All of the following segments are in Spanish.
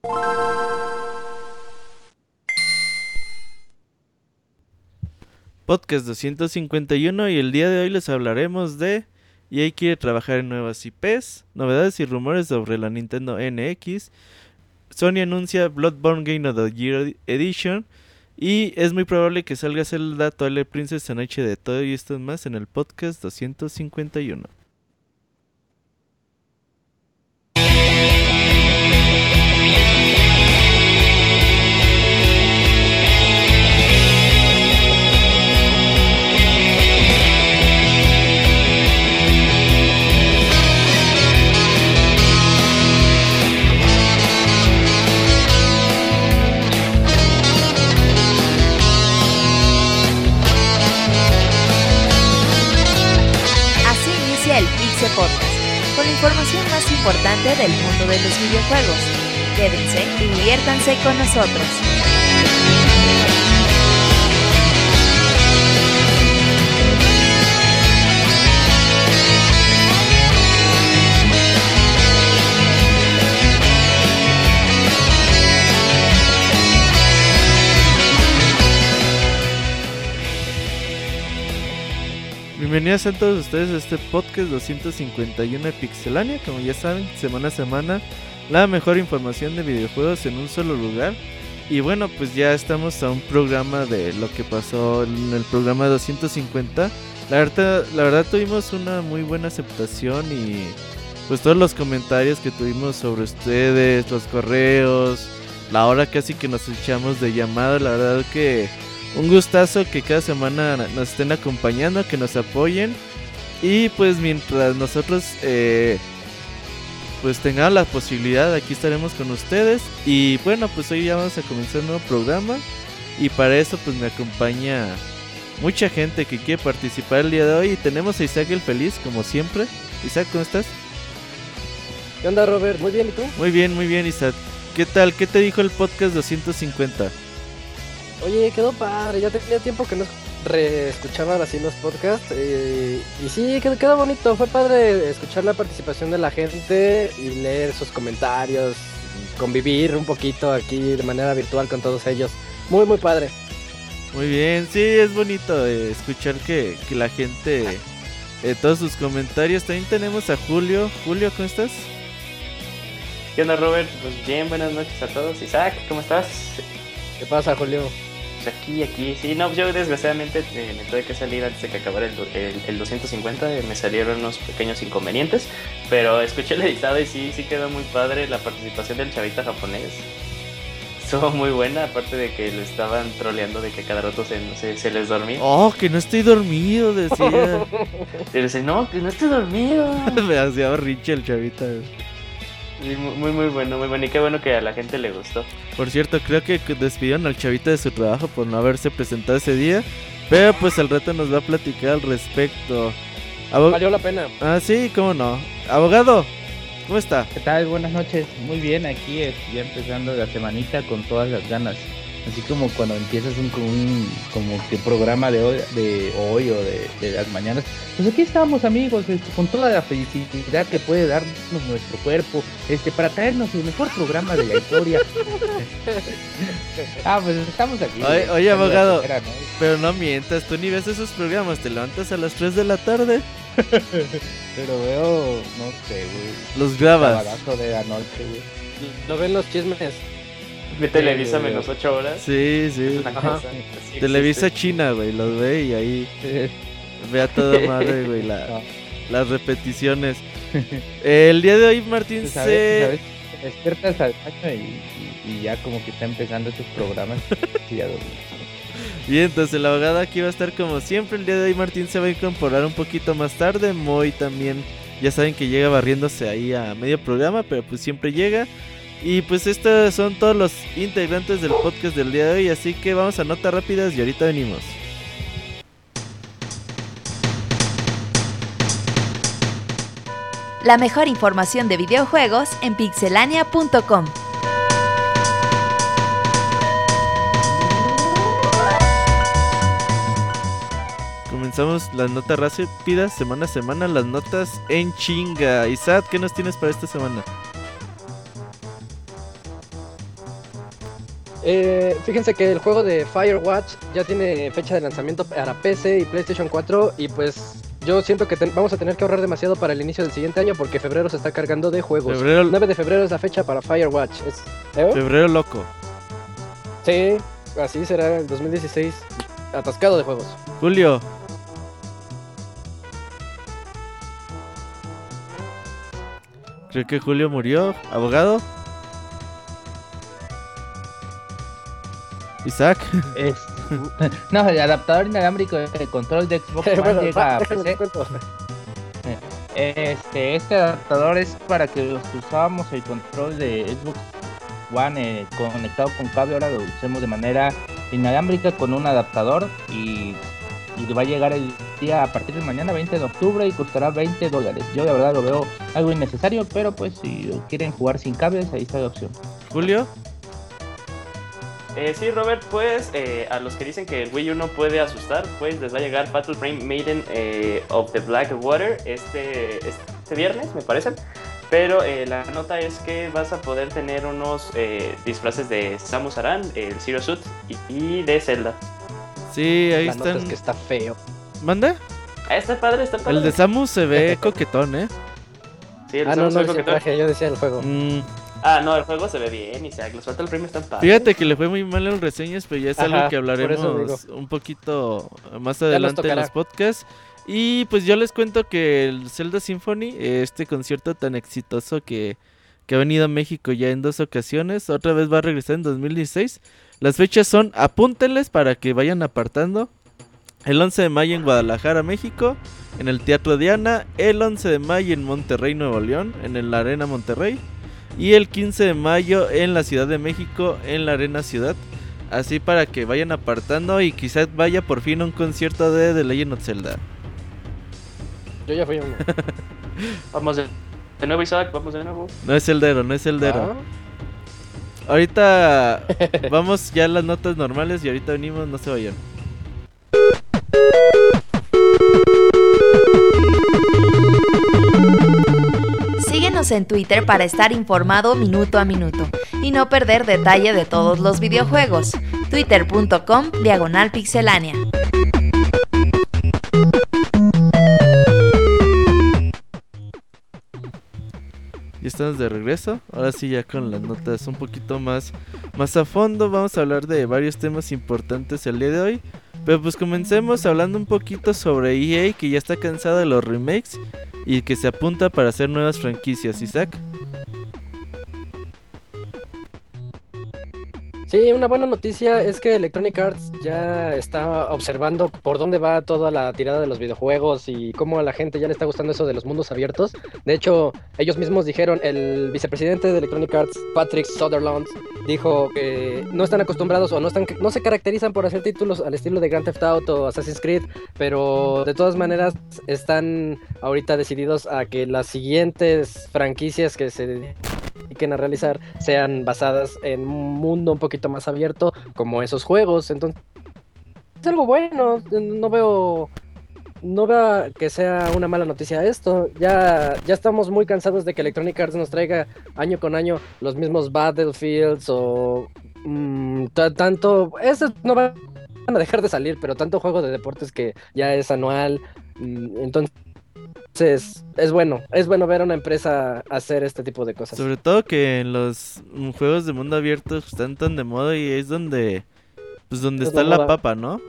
Podcast 251 y el día de hoy les hablaremos de EA quiere trabajar en nuevas IPs, novedades y rumores sobre la Nintendo NX, Sony anuncia Bloodborne Game of the Year Edition y es muy probable que salga Zelda Twilight Princess en HD. Todo y esto más en el podcast 251. El Pixel Podcast, con la información más importante del mundo de los videojuegos. Quédense y diviértanse con nosotros. Bienvenidos a todos ustedes a este podcast 251 de Pixelania. Como ya saben, semana a semana la mejor información de videojuegos en un solo lugar. Y bueno, pues ya estamos a un programa de lo que pasó en el programa 250. La verdad tuvimos una muy buena aceptación y pues todos los comentarios que tuvimos sobre ustedes, los correos, la hora casi que nos echamos de llamada, la verdad que un gustazo que cada semana nos estén acompañando, que nos apoyen. Y pues mientras nosotros pues tengamos la posibilidad, aquí estaremos con ustedes. Y bueno, pues hoy ya vamos a comenzar un nuevo programa. Y para eso pues me acompaña mucha gente que quiere participar el día de hoy. Y tenemos a Isaac el Feliz, como siempre. Isaac, ¿cómo estás? ¿Qué onda, Robert? Muy bien, ¿y tú? Muy bien, Isaac. ¿Qué tal? ¿Qué te dijo el podcast 250? Oye, quedó padre, ya tenía tiempo que no reescuchaban así los podcasts y sí, quedó bonito, fue padre escuchar la participación de la gente y leer sus comentarios, convivir un poquito aquí de manera virtual con todos ellos, muy muy padre. Muy bien, sí, es bonito escuchar que la gente, todos sus comentarios. También tenemos a Julio. Julio, ¿cómo estás? ¿Qué onda, Robert? Pues bien, buenas noches a todos. Isaac, ¿cómo estás? ¿Qué pasa, Julio? Pues aquí, sí, no, yo desgraciadamente me tuve que salir antes de que acabara el 250, me salieron unos pequeños inconvenientes, pero escuché el editado y sí quedó muy padre la participación del chavita japonés. Estuvo muy buena, aparte de que lo estaban troleando de que cada rato se les dormía. Oh, que no estoy dormido, decía. Y decía, no, que no estoy dormido. Me hacía berrinche el chavita. Sí, muy bueno, y qué bueno que a la gente le gustó. Por cierto, creo que despidieron al chavita de su trabajo por no haberse presentado ese día, pero pues al rato nos va a platicar al respecto. Valió la pena. Ah, sí, cómo no. Abogado, ¿cómo está? ¿Qué tal? Buenas noches. Muy bien, aquí ya empezando la semanita con todas las ganas. Así como cuando empiezas un como que programa de hoy o de las mañanas. Pues aquí estamos, amigos, con toda la felicidad que puede darnos nuestro cuerpo, para traernos el mejor programa de la historia. Pues estamos aquí. Oye, abogado, ¿no? Pero no mientas, tú ni ves esos programas, te levantas a las 3 de la tarde. Pero veo, no sé, güey. Los grabas. De la noche, güey. Lo ven los chismes. De Televisa menos 8 horas. Sí. Televisa China, güey, los ve y ahí ve a toda madre, güey, las repeticiones. El día de hoy, Martín, ¿sabes? Despiertas al baño y ya como que está empezando estos programas. Y ya Bien, entonces el abogado aquí va a estar como siempre. El día de hoy Martín se va a incorporar un poquito más tarde. Moy también, ya saben que llega barriéndose ahí a medio programa, pero pues siempre llega. Y pues estos son todos los integrantes del podcast del día de hoy, así que vamos a notas rápidas y ahorita venimos. La mejor información de videojuegos en pixelania.com. Comenzamos las notas rápidas, semana a semana, las notas en chinga. Isaac, ¿qué nos tienes para esta semana? Fíjense que el juego de Firewatch ya tiene fecha de lanzamiento para PC y PlayStation 4 y pues yo siento que vamos a tener que ahorrar demasiado para el inicio del siguiente año porque febrero se está cargando de juegos. 9 de febrero es la fecha para Firewatch. Febrero loco. Sí, así será el 2016 atascado de juegos. Julio. Creo que Julio murió. ¿Abogado? Isaac. No, el adaptador inalámbrico de control de Xbox One llega a PC. Este adaptador es para que los que usábamos el control de Xbox One conectado con cable, ahora lo usemos de manera inalámbrica con un adaptador y va a llegar el día a partir de mañana 20 de octubre y costará $20. Yo la verdad lo veo algo innecesario, pero pues si quieren jugar sin cables, ahí está la opción. Julio. Sí, Robert, pues a los que dicen que el Wii U no puede asustar, pues les va a llegar Battle Frame Maiden of the Black Water este viernes, me parece. Pero la nota es que vas a poder tener unos disfraces de Samus Aran, el Zero Suit y de Zelda. Sí, ahí la están. Nota es que está feo. ¿Manda? Está padre, está padre. El de Samus se ve coquetón, ¿eh? Sí, el no, Samus no, se ve coquetón. yo decía el juego. No, el juego se ve bien, Isaac. Los Battle Frame están padres. Fíjate que le fue muy mal en reseñas, pero ya es algo que por eso hablaremos un poquito más adelante en los podcasts. Y pues yo les cuento que el Zelda Symphony, este concierto tan exitoso que ha venido a México ya en 2 ocasiones, otra vez va a regresar en 2016. Las fechas son, apúntenles para que vayan apartando. El 11 de mayo en Guadalajara, México, en el Teatro Diana. El 11 de mayo en Monterrey, Nuevo León, en la Arena Monterrey. Y el 15 de mayo en la Ciudad de México, en la Arena Ciudad. Así para que vayan apartando y quizás vaya por fin a un concierto de The Legend of Zelda. Yo ya fui a uno. Vamos de nuevo, Isaac, vamos de nuevo. No es Celdero. Ahorita vamos ya a las notas normales y ahorita venimos, no se vayan. Síguenos en Twitter para estar informado minuto a minuto y no perder detalle de todos los videojuegos. Twitter.com/pixelania. Ya estamos de regreso. Ahora sí, ya con las notas un poquito más a fondo. Vamos a hablar de varios temas importantes el día de hoy. Pero pues comencemos hablando un poquito sobre EA, que ya está cansado de los remakes y que se apunta para hacer nuevas franquicias. Isaac. Sí, una buena noticia es que Electronic Arts ya está observando por dónde va toda la tirada de los videojuegos y cómo a la gente ya le está gustando eso de los mundos abiertos. De hecho, ellos mismos dijeron, el vicepresidente de Electronic Arts, Patrick Sutherland, dijo que no están acostumbrados o no se caracterizan por hacer títulos al estilo de Grand Theft Auto o Assassin's Creed, pero de todas maneras están ahorita decididos a que las siguientes franquicias que se dediquen a realizar sean basadas en un mundo un poquito más abierto como esos juegos. Entonces es algo bueno, no veo que sea una mala noticia esto. Ya estamos muy cansados de que Electronic Arts nos traiga año con año los mismos Battlefields o tanto, esos no van a dejar de salir, pero tanto juego de deportes que ya es anual. Entonces es bueno ver a una empresa hacer este tipo de cosas. Sobre todo que en los juegos de mundo abierto están tan de moda y es donde está la papa, ¿no?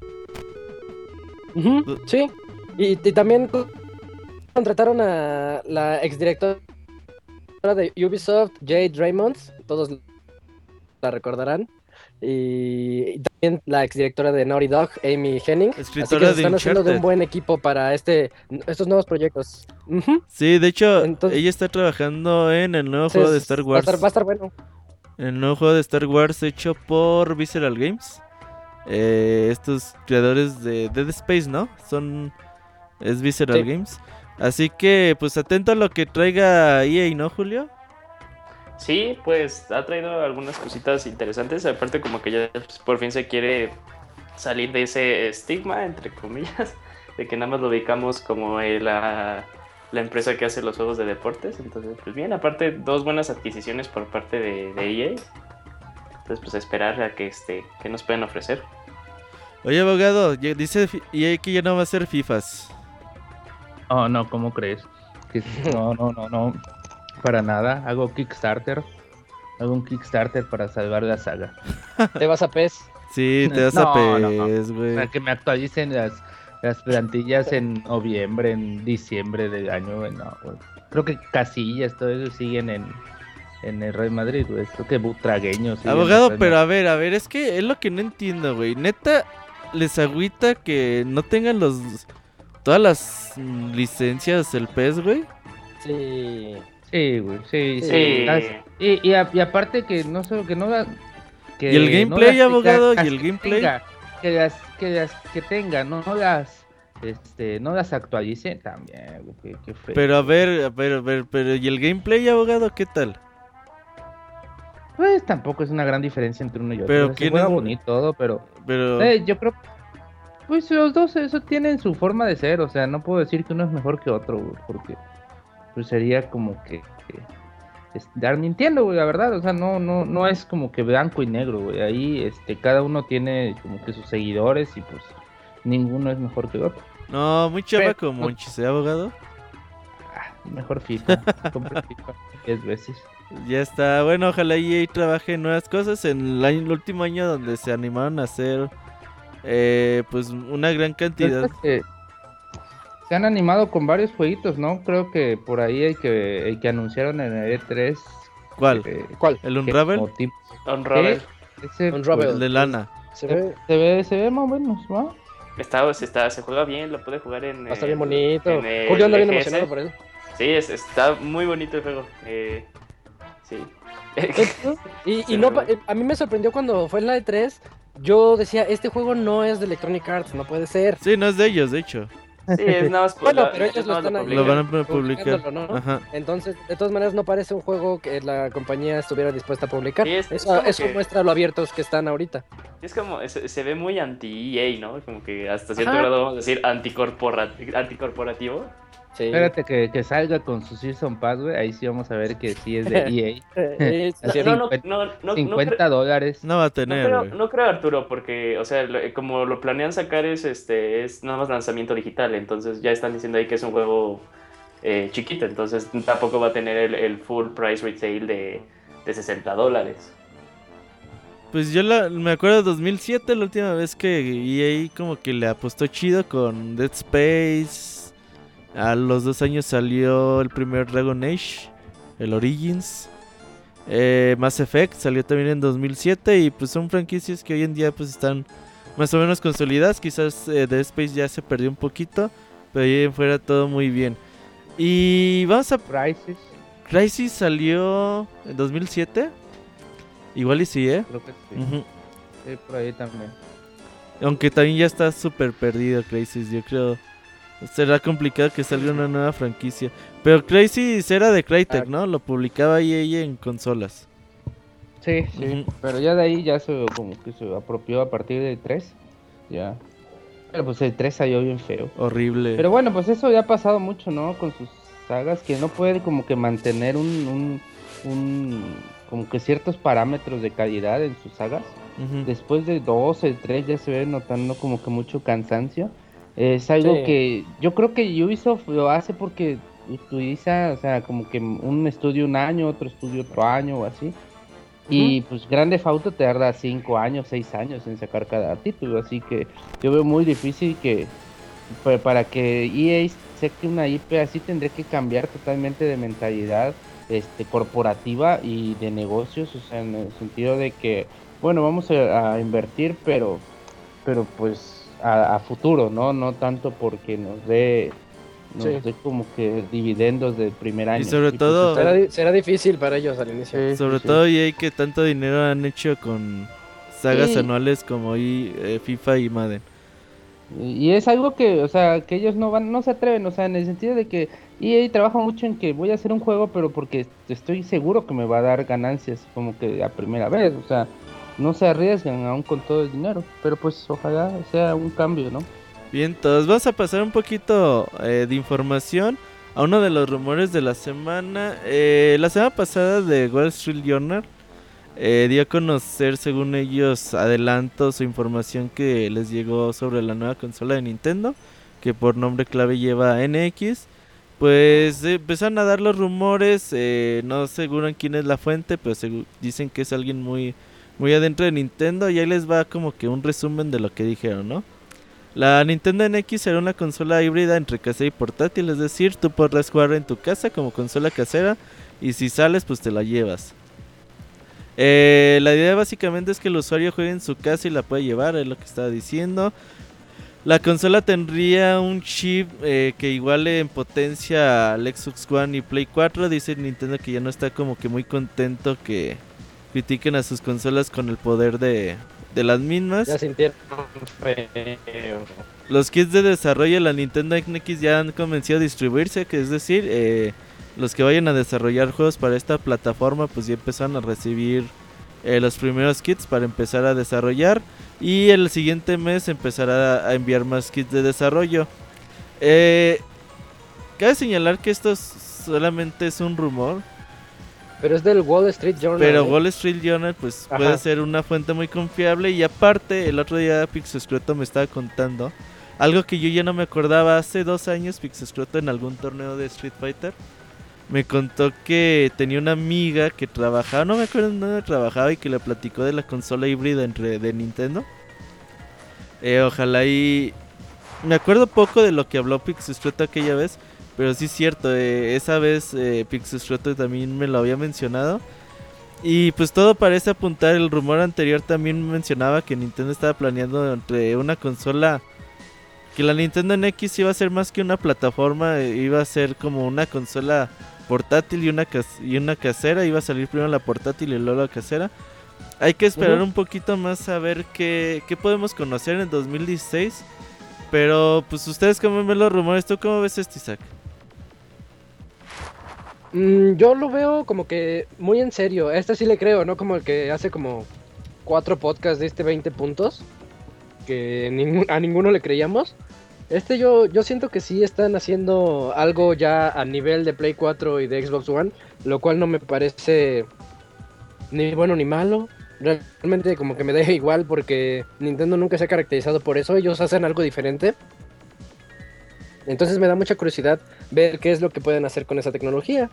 Sí, y también contrataron a la exdirectora de Ubisoft, Jade Raymond, todos la recordarán. Y también la exdirectora de Naughty Dog, Amy Hennig. Escritora así que están de haciendo de un buen equipo para estos nuevos proyectos. Sí, de hecho, ella está trabajando en el nuevo juego de Star Wars. Va a estar bueno. El nuevo juego de Star Wars hecho por Visceral Games. Estos creadores de Dead Space, ¿no? Es Visceral Games. Así que, pues atento a lo que traiga EA, ¿no, Julio? Sí, pues ha traído algunas cositas interesantes. Aparte, como que ya pues, por fin se quiere salir de ese estigma, entre comillas, de que nada más lo ubicamos como la empresa que hace los juegos de deportes. Entonces, pues bien, aparte, 2 buenas adquisiciones por parte de EA. Entonces, pues a esperar a que nos pueden ofrecer. Oye, abogado, dice EA que ya no va a ser FIFAs. Oh, no, ¿cómo crees? No, para nada. Hago un Kickstarter para salvar la saga. ¿Te vas a PES? Sí, te das a PES, güey. Para que me actualicen las plantillas en noviembre, en diciembre del año, güey. No, güey. Creo que Casillas, todo eso siguen en el Real Madrid, güey. Creo que Butragueño. Abogado, pero a ver, es que es lo que no entiendo, güey. Neta, les agüita que no tengan todas las licencias el PES, güey. Sí. Sí, güey, sí. Y aparte que no sé, que no da... Y el gameplay, no abogado, y el gameplay. Que tenga, no las actualicen también, güey, qué feo. Pero a ver, ¿y el gameplay, abogado, qué tal? Pues tampoco es una gran diferencia entre uno y otro. Pero se juega bonito todo, pero yo creo, pues los dos eso tienen su forma de ser, o sea, no puedo decir que uno es mejor que otro, güey, porque pues sería como que estar mintiendo, güey, la verdad, o sea, no es como que blanco y negro, güey, ahí cada uno tiene como que sus seguidores y pues ninguno es mejor que el otro. No, muy chava como Monchis, abogado. Mejor FIFA, compra FIFA 10 veces. Ya está, bueno, ojalá EA trabaje en nuevas cosas en el último año donde se animaron a hacer pues una gran cantidad. Se han animado con varios jueguitos, ¿no? Creo que por ahí el que anunciaron en el E3. ¿Cuál? ¿El Unravel? Unravel. Unravel. El de lana. Se ve más o menos, ¿no? Se juega bien, lo puede jugar en... Está bien bonito. Julio anda bien emocionado por él. Sí, está muy bonito el juego. Sí. Y no, a mí me sorprendió cuando fue en la E3. Yo decía, este juego no es de Electronic Arts, no puede ser. Sí, no es de ellos, de hecho. Sí, es nada más. Bueno, pero ellos lo van a publicar, ¿no? Ajá. Entonces, de todas maneras, no parece un juego que la compañía estuviera dispuesta a publicar. Sí, eso muestra lo abiertos que están ahorita. Es como, se ve muy anti-EA, ¿no? Como que hasta cierto grado, vamos a decir, anticorporativo. Sí. Espérate que salga con su Season Pass, güey, ahí sí vamos a ver que sí es de EA. $50. No va a tener, no creo, Arturo, porque, o sea, como lo planean sacar es nada más lanzamiento digital, entonces ya están diciendo ahí que es un juego chiquito, entonces tampoco va a tener el full price retail de $60. Pues yo me acuerdo de 2007, la última vez que EA como que le apostó chido con Dead Space. A los 2 años salió el primer Dragon Age, el Origins. Mass Effect salió también en 2007 y pues son franquicias que hoy en día pues están más o menos consolidadas. Quizás Dead Space ya se perdió un poquito, pero ahí en fuera todo muy bien. Y vamos a... Crysis salió en 2007. Igual y sí, Creo que sí. Uh-huh. Sí, por ahí también. Aunque también ya está súper perdido Crysis, yo creo. Será complicado que salga una nueva franquicia. Pero Crysis era de Crytek, ¿no? Lo publicaba EA en consolas. Sí. Pero ya de ahí ya como que se apropió a partir del 3. Ya. Pero pues el 3 salió bien feo. Horrible. Pero bueno, pues eso ya ha pasado mucho, ¿no? Con sus sagas, que no puede como que mantener como que ciertos parámetros de calidad en sus sagas. Uh-huh. Después de 2, el 3 ya se ve notando como que mucho cansancio. Es algo que yo creo que Ubisoft lo hace porque utiliza, o sea, como que un estudio un año, otro estudio otro año o así. Y pues Grand Theft Auto te tarda 5 años, 6 años en sacar cada título, así que yo veo muy difícil que para que EA saque una IP así tendré que cambiar totalmente de mentalidad corporativa y de negocios, o sea, en el sentido de que, bueno, vamos a invertir, pero pues a futuro, no tanto porque nos dé como que dividendos del primer año. Y sobre todo pues será difícil para ellos al inicio. Sobre todo EA que tanto dinero han hecho con sagas anuales como FIFA y Madden. Y es algo que, o sea, que ellos no se atreven, o sea, en el sentido de que EA trabaja mucho en que voy a hacer un juego, pero porque estoy seguro que me va a dar ganancias, como que a primera vez, o sea, no se arriesgan aún con todo el dinero, pero pues ojalá sea un cambio, ¿no? Bien, todos vamos a pasar un poquito de información a uno de los rumores de la semana. La semana pasada de Wall Street Journal dio a conocer, según ellos, adelantos o información que les llegó sobre la nueva consola de Nintendo, que por nombre clave lleva NX. Pues empezaron a dar los rumores, no aseguran quién es la fuente, pero dicen que es alguien muy, muy adentro de Nintendo, y ahí les va como que un resumen de lo que dijeron, ¿no? La Nintendo NX será una consola híbrida entre casera y portátil, es decir, tú podrás jugar en tu casa como consola casera, y si sales pues te la llevas. La idea básicamente es que el usuario juegue en su casa y la puede llevar, es lo que estaba diciendo. La consola tendría un chip que iguale en potencia al Xbox One y Play 4. Dice Nintendo que ya no está como que muy contento que critiquen a sus consolas con el poder de las mismas. Ya sintieron feo. Los kits de desarrollo de la Nintendo NX ya han comenzado a distribuirse, que es decir, los que vayan a desarrollar juegos para esta plataforma pues ya empezaron a recibir los primeros kits para empezar a desarrollar, y el siguiente mes empezará a enviar más kits de desarrollo. Cabe señalar que esto solamente es un rumor, Pero es del Wall Street Journal. pero Wall Street Journal pues Ajá. puede ser una fuente muy confiable. Y aparte, el otro día Pixescroto me estaba contando algo que yo ya no me acordaba. Hace 2 años Pixescroto, en algún torneo de Street Fighter, me contó que tenía una amiga que trabajaba, no me acuerdo en dónde trabajaba, y que le platicó de la consola híbrida de Nintendo. Ojalá y... Me acuerdo poco de lo que habló Pixescroto aquella vez, pero sí es cierto, esa vez Pixescroto también me lo había mencionado. Y pues todo parece apuntar, el rumor anterior también mencionaba que Nintendo estaba planeando entre una consola, que la Nintendo NX iba a ser más que una plataforma, iba a ser como una consola portátil y una casera. Iba a salir primero la portátil y luego la casera. Hay que esperar un poquito más a ver qué podemos conocer en el 2016. Pero pues ustedes cómo ven los rumores, ¿tú cómo ves esto, Isaac? Yo lo veo como que muy en serio. Este sí le creo, ¿no? Como el que hace como 4 podcasts de 20 puntos, que a ninguno le creíamos. Yo siento que sí están haciendo algo ya a nivel de Play 4 y de Xbox One, lo cual no me parece ni bueno ni malo. Realmente como que me da igual, porque Nintendo nunca se ha caracterizado por eso. Ellos hacen algo diferente. Entonces me da mucha curiosidad ver qué es lo que pueden hacer con esa tecnología.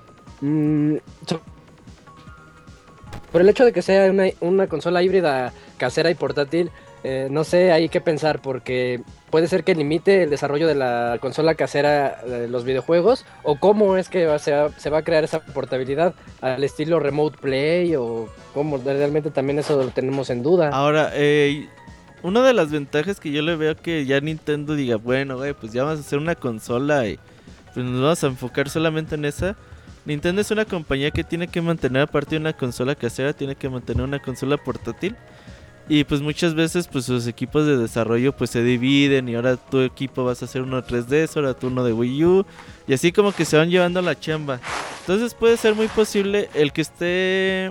Por el hecho de que sea una consola híbrida casera y portátil, no sé, hay que pensar, porque puede ser que limite el desarrollo de la consola casera de los videojuegos, o cómo es que se va a crear esa portabilidad al estilo Remote Play, o cómo realmente también eso lo tenemos en duda. Ahora, una de las ventajas que yo le veo, que ya Nintendo diga, bueno, güey, pues ya vamos a hacer una consola y pues nos vamos a enfocar solamente en esa. Nintendo es una compañía que tiene que mantener, aparte de una consola casera, tiene que mantener una consola portátil. Y pues muchas veces pues sus equipos de desarrollo pues se dividen, y ahora tu equipo vas a hacer uno 3DS, ahora tú uno de Wii U, y así como que se van llevando la chamba. Entonces puede ser muy posible el que esté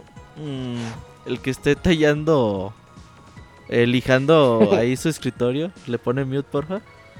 tallando, lijando ahí su escritorio. Le pone mute, porfa.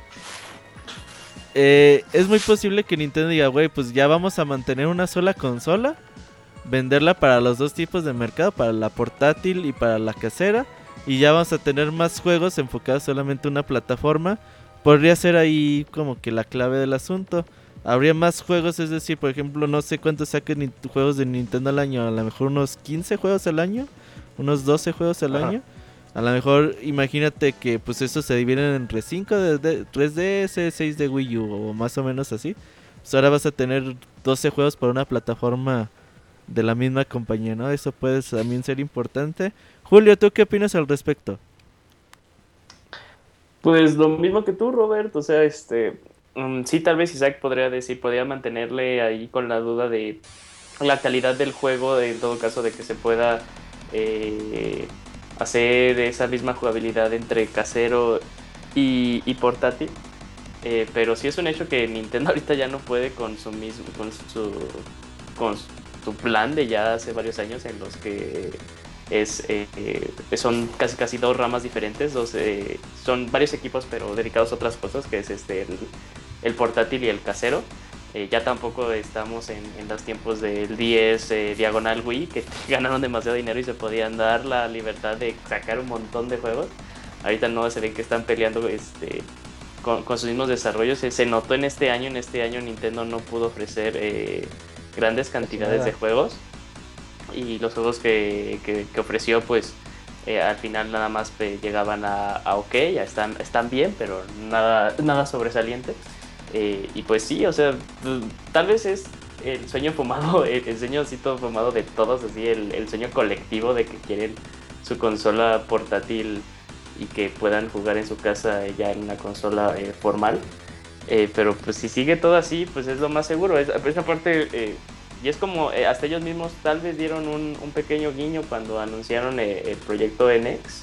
Es muy posible que Nintendo diga, güey, pues ya vamos a mantener una sola consola, venderla para los dos tipos de mercado, para la portátil y para la casera, y ya vamos a tener más juegos enfocados solamente en una plataforma. Podría ser ahí como que la clave del asunto. Habría más juegos, es decir, por ejemplo, no sé cuántos saquen juegos de Nintendo al año, a lo mejor unos 15 juegos al año, unos 12 juegos al año. A lo mejor imagínate que pues eso se dividen entre 5 de 3DS, 6 de Wii U, o más o menos así. Pues ahora vas a tener 12 juegos para una plataforma de la misma compañía, ¿no? Eso puede también ser importante. Julio, ¿tú qué opinas al respecto? Pues lo mismo que tú, Robert. O sea, sí, tal vez Isaac podría mantenerle ahí con la duda de la calidad del juego, en todo caso de que se pueda hacer esa misma jugabilidad entre casero y portátil. Pero sí es un hecho que Nintendo ahorita ya no puede con su plan de ya hace varios años, en los que son casi 2 ramas diferentes, son varios equipos pero dedicados a otras cosas, que es el portátil y el casero. Ya tampoco estamos en los tiempos del 10 diagonal Wii, que ganaron demasiado dinero y se podían dar la libertad de sacar un montón de juegos. Ahorita no, se ven que están peleando con sus mismos desarrollos. Se notó en este año Nintendo no pudo ofrecer grandes cantidades de juegos, y los juegos que ofreció pues al final nada más llegaban a ok, ya están bien, pero nada sobresaliente. Y pues sí, o sea, tal vez es el sueño fumado, el sueñocito fumado de todos, así el sueño colectivo de que quieren su consola portátil y que puedan jugar en su casa ya en una consola formal. Pero pues si sigue todo así, pues es lo más seguro. Esa parte, y es como hasta ellos mismos tal vez dieron un pequeño guiño cuando anunciaron el proyecto NX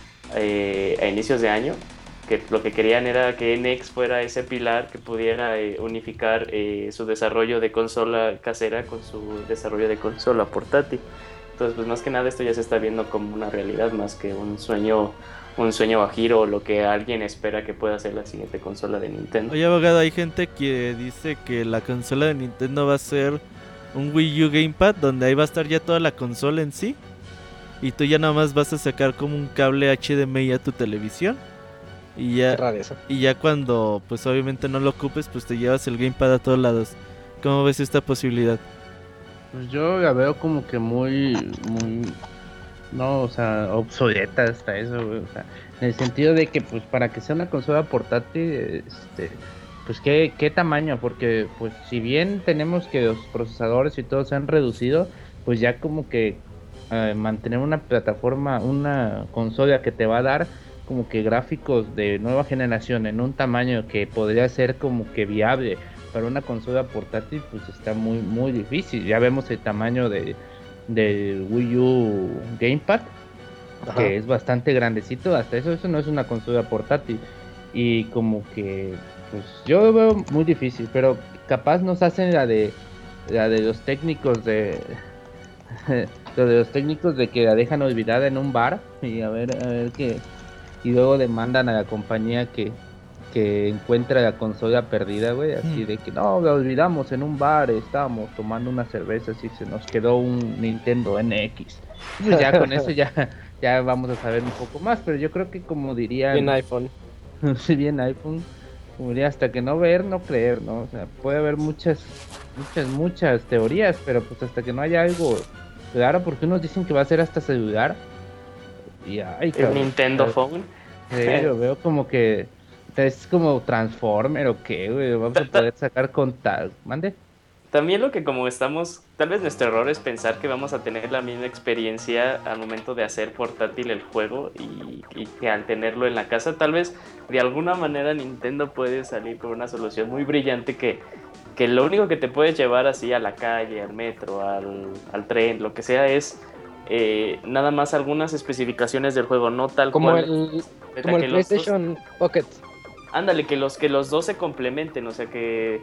a inicios de año, que lo que querían era que NX fuera ese pilar que pudiera unificar su desarrollo de consola casera con su desarrollo de consola portátil. Entonces, pues más que nada esto ya se está viendo como una realidad más que un sueño guajiro, o lo que alguien espera que pueda ser la siguiente consola de Nintendo. Oye, abogado, hay gente que dice que la consola de Nintendo va a ser un Wii U Gamepad, donde ahí va a estar ya toda la consola en sí, y tú ya nada más vas a sacar como un cable HDMI a tu televisión, y ya cuando pues obviamente no lo ocupes, pues te llevas el Gamepad a todos lados. ¿Cómo ves esta posibilidad? Pues yo la veo como que muy, no, o sea, obsoleta hasta eso, güey. O sea, en el sentido de que, pues, para que sea una consola portátil, pues, ¿qué tamaño? Porque, pues, si bien tenemos que los procesadores y todo se han reducido, pues ya como que mantener una plataforma, una consola que te va a dar como que gráficos de nueva generación en un tamaño que podría ser como que viable para una consola portátil, pues está muy, muy difícil. Ya vemos el tamaño del Wii U Gamepad, Ajá, que es bastante grandecito. Hasta eso no es una consola portátil, y como que pues yo lo veo muy difícil, pero capaz nos hacen la de los técnicos de lo de los técnicos de que la dejan olvidada en un bar, y a ver qué, y luego demandan a la compañía que encuentra la consola perdida, güey, así de que no, la olvidamos en un bar, estábamos tomando unas cervezas y se nos quedó un Nintendo NX. Pues ya con eso ya vamos a saber un poco más, pero yo creo que como dirían, bien iPhone. si bien iPhone, como diría, hasta que no ver, no creer, ¿no? O sea, puede haber muchas teorías, pero pues hasta que no haya algo claro, porque unos dicen que va a ser hasta celular, y ay, ¿El Nintendo Phone? Sí, lo veo como que es como Transformer o qué, güey. Vamos a poder sacar con tal. Mande. También lo que como estamos, tal vez nuestro error es pensar que vamos a tener la misma experiencia al momento de hacer portátil el juego, y que al tenerlo en la casa, tal vez de alguna manera Nintendo puede salir con una solución muy brillante que lo único que te puedes llevar así a la calle, al metro, al tren, lo que sea, es nada más algunas especificaciones del juego, no tal Como cual. como el PlayStation Pocket. Ándale, que los dos se complementen, o sea es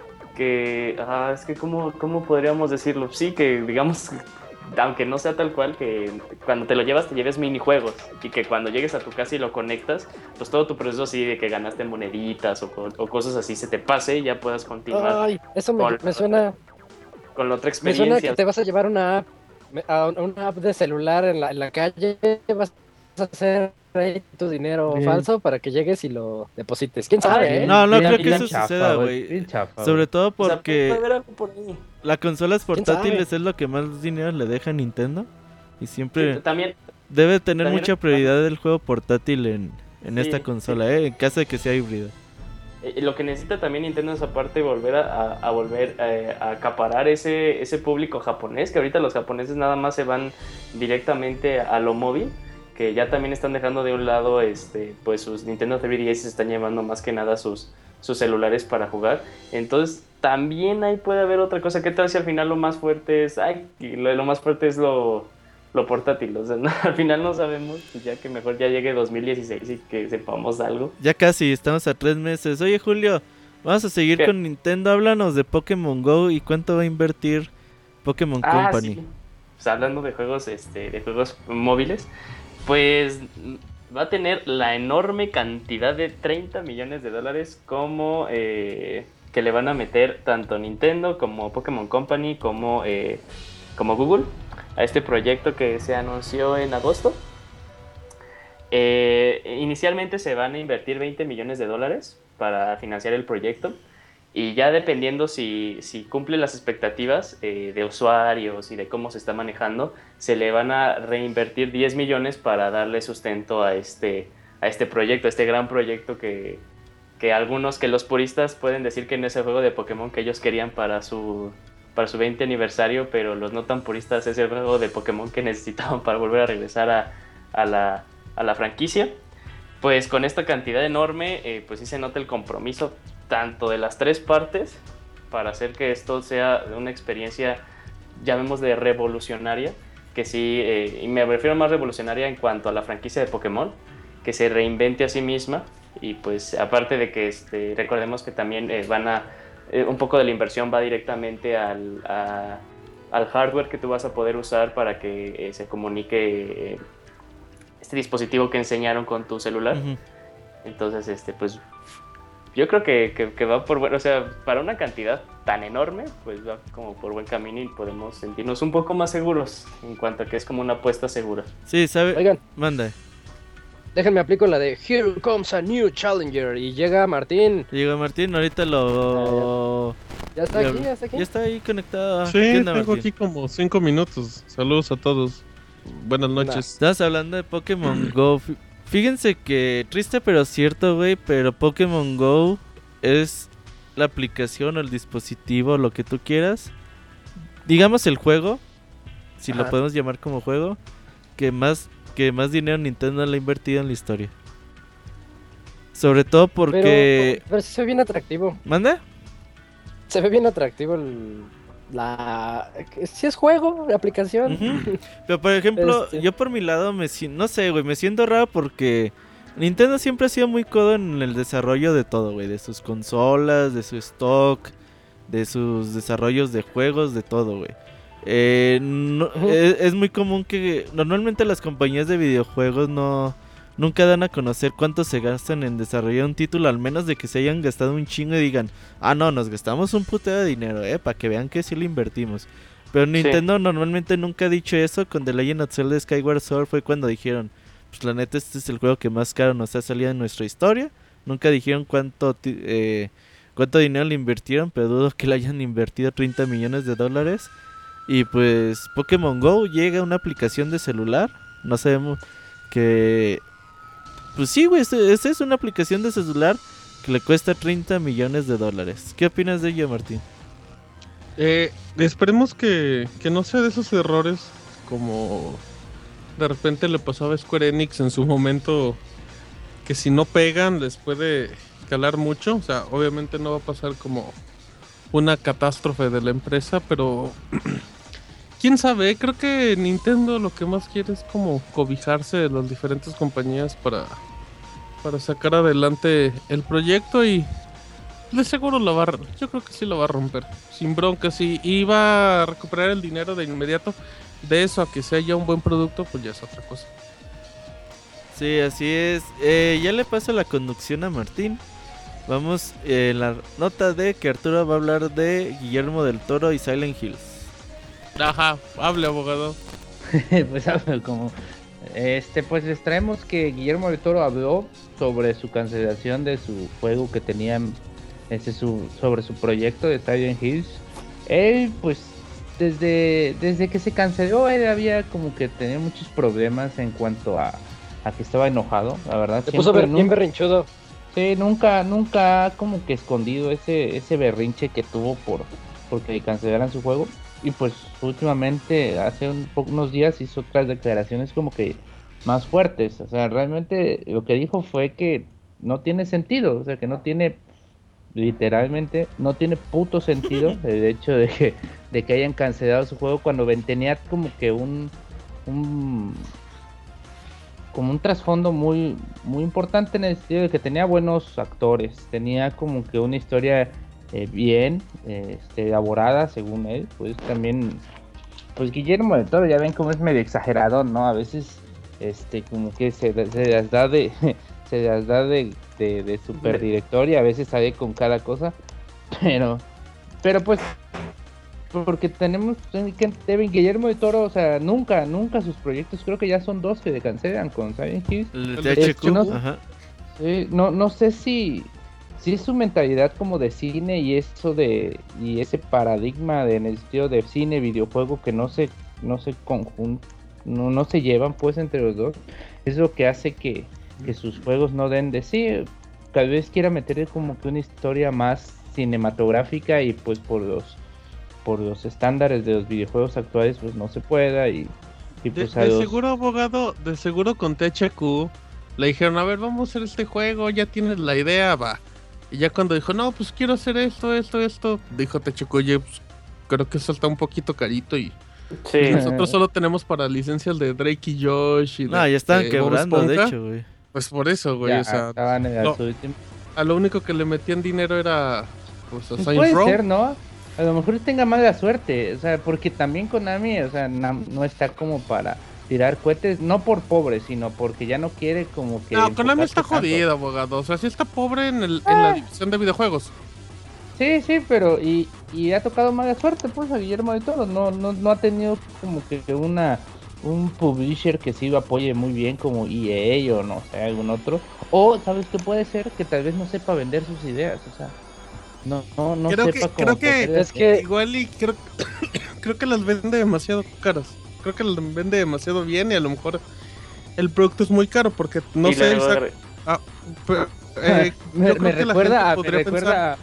que ¿cómo podríamos decirlo? Sí, que digamos, aunque no sea tal cual, que cuando te lo llevas te lleves minijuegos, y que cuando llegues a tu casa y lo conectas, pues todo tu proceso así de que ganaste moneditas o cosas así se te pase y ya puedas continuar. Ay, eso me suena. Con la otra Me suena experiencia. que te vas a llevar una app de celular en la calle, vas a hacer ahí tu dinero Bien. falso para que llegues y lo deposites. ¿Quién sabe, Bien. No Bien creo que bien eso chafa, suceda, güey. Bien chafa, Sobre güey. todo O sea, porque puede haber algo por ahí. las consolas ¿Quién portátiles sabe? es lo que más dinero le deja a Nintendo. Y siempre Sí, también debe tener también mucha prioridad el juego portátil en Sí, esta consola, en caso de que sea híbrido. lo que necesita también Nintendo es aparte volver a acaparar ese público japonés, que ahorita los japoneses nada más se van directamente a lo móvil, que ya también están dejando de un lado pues sus Nintendo 3DS, se están llevando más que nada sus celulares para jugar. Entonces también ahí puede haber otra cosa. ¿Qué tal si al final lo más fuerte es lo más fuerte es lo portátil? O sea, al final no sabemos, pues ya que mejor ya llegue 2016 y que sepamos algo. Ya casi, estamos a 3 meses. Oye, Julio, vamos a seguir ¿Qué? con Nintendo. Háblanos de Pokémon Go y cuánto va a invertir Pokémon Company. Sí. Pues hablando de juegos, de juegos móviles, pues va a tener la enorme cantidad de $30 millones como que le van a meter tanto Nintendo como Pokémon Company como Google a este proyecto que se anunció en agosto. Inicialmente se van a invertir $20 millones para financiar el proyecto, y ya dependiendo si cumple las expectativas de usuarios y de cómo se está manejando, se le van a reinvertir 10 millones para darle sustento a este proyecto, a este gran proyecto que los puristas pueden decir que no es el juego de Pokémon que ellos querían para su 20 aniversario, pero los no tan puristas es el juego de Pokémon que necesitaban para volver a regresar a la franquicia. Pues con esta cantidad enorme, pues sí se nota el compromiso tanto de las tres partes para hacer que esto sea una experiencia, llamémosle revolucionaria, que sí, y me refiero más revolucionaria en cuanto a la franquicia de Pokémon, que se reinvente a sí misma. Y pues aparte de que recordemos que también un poco de la inversión va directamente al hardware que tú vas a poder usar para que se comunique este dispositivo que enseñaron con tu celular. Uh-huh. Entonces, pues yo creo que va por bueno, o sea, para una cantidad tan enorme, pues va como por buen camino y podemos sentirnos un poco más seguros en cuanto a que es como una apuesta segura. Sí, ¿sabe? Oigan, manda. Déjenme aplico la de Here comes a new challenger y llega Martín. Ahorita lo... Ya está aquí. Ya está ahí conectado. Sí, tengo Martín? Aquí como 5 minutos. Saludos a todos. Buenas noches. Estás hablando de Pokémon Go. Fíjense que triste pero cierto, güey, pero Pokémon Go es la aplicación o el dispositivo, lo que tú quieras. Digamos el juego, si lo podemos llamar como juego, que más dinero Nintendo le ha invertido en la historia. Sobre todo porque... Pero se ve bien atractivo. ¿Manda? Se ve bien atractivo si es juego, la aplicación. Uh-huh. Pero por ejemplo, yo por mi lado me siento raro porque Nintendo siempre ha sido muy codo en el desarrollo de todo, güey, de sus consolas, de su stock, de sus desarrollos de juegos, de todo, güey. Es muy común que normalmente las compañías de videojuegos nunca dan a conocer cuánto se gastan en desarrollar un título, al menos de que se hayan gastado un chingo y digan, no, nos gastamos un putero de dinero, para que vean que sí lo invertimos. Pero Nintendo normalmente nunca ha dicho eso. Con The Legend of Zelda Skyward Sword fue cuando dijeron, pues la neta este es el juego que más caro nos ha salido en nuestra historia. Nunca dijeron cuánto dinero le invirtieron, pero dudo que le hayan invertido $30 millones. Y pues Pokémon Go llega a una aplicación de celular, no sabemos que... Pues sí, güey, esta es una aplicación de celular que le cuesta $30 millones. ¿Qué opinas de ello, Martín? Esperemos que no sea de esos errores como de repente le pasaba a Square Enix en su momento, que si no pegan les puede calar mucho. O sea, obviamente no va a pasar como una catástrofe de la empresa, pero quién sabe. Creo que Nintendo lo que más quiere es como cobijarse de las diferentes compañías para sacar adelante el proyecto, y de seguro yo creo que sí lo va a romper sin broncas, y va a recuperar el dinero de inmediato. De eso a que sea ya un buen producto, pues ya es otra cosa. Sí, así es. Ya le paso la conducción a Martín. Vamos en la nota de que Arturo va a hablar de Guillermo del Toro y Silent Hills. Ajá, hable, abogado. Pues como pues les traemos que Guillermo del Toro habló sobre su cancelación de su juego que tenían, sobre su proyecto de Silent Hills. Él pues desde que se canceló él había como que tenía muchos problemas en cuanto a que estaba enojado, la verdad. Se puso bien berrinchudo. Sí, nunca ha como que escondido ese berrinche que tuvo porque cancelaran su juego. Y pues últimamente hace unos días hizo otras declaraciones como que más fuertes. O sea, realmente lo que dijo fue que no tiene sentido, o sea, que no tiene, literalmente no tiene puto sentido el hecho de que hayan cancelado su juego cuando tenía como que un trasfondo muy muy importante, en el sentido de que tenía buenos actores, tenía como que una historia bien elaborada según él. Pues también pues Guillermo del Toro, ya ven cómo es medio exagerado, ¿no? A veces como que se las da de superdirector, y a veces sale con cada cosa. Pero pues, porque tenemos que Guillermo del Toro, o sea, nunca sus proyectos, creo que ya son 2 que se cancelan con Silent Hill. El THQ, no, ajá. No sé si es su mentalidad como de cine y eso y ese paradigma en el estilo de cine, videojuego que no se llevan pues entre los dos, es lo que hace que sus juegos no den de sí. Tal vez quiera meter como que una historia más cinematográfica y pues por los estándares de los videojuegos actuales pues no se pueda y pues seguro, abogado, de seguro con THQ le dijeron, a ver, vamos a hacer este juego, ya tienes la idea, va. Y ya cuando dijo, no, pues quiero hacer esto, dijo THQ, oye, pues creo que eso está un poquito carito y Sí. nosotros solo tenemos para licencias de Drake y Josh y de, No, ya estaban Bob quebrando, de Esponja. hecho, güey. Pues por eso, güey, ya o sea, estaban en no, su último. a lo único que le metían dinero era pues a Pues Saints puede Row. ser, ¿no? A lo mejor tenga mala suerte, o sea, porque también Konami, o sea, no está como para tirar cohetes, no por pobre, sino porque ya no quiere como que... No, Konami enfocarse está tanto. jodido, abogado, o sea, sí está pobre en la división de videojuegos. Sí, pero y ha tocado mala suerte pues a Guillermo del Toro, no ha tenido como que un publisher que sí lo apoye muy bien como EA o no sé, algún otro, o sabes qué puede ser que tal vez no sepa vender sus ideas, o sea, no sepa cómo es que igual y creo que las vende demasiado caras. Creo que las vende demasiado bien y a lo mejor el producto es muy caro porque no Y sé. luego me yo creo que la gente recuerda podría pensar-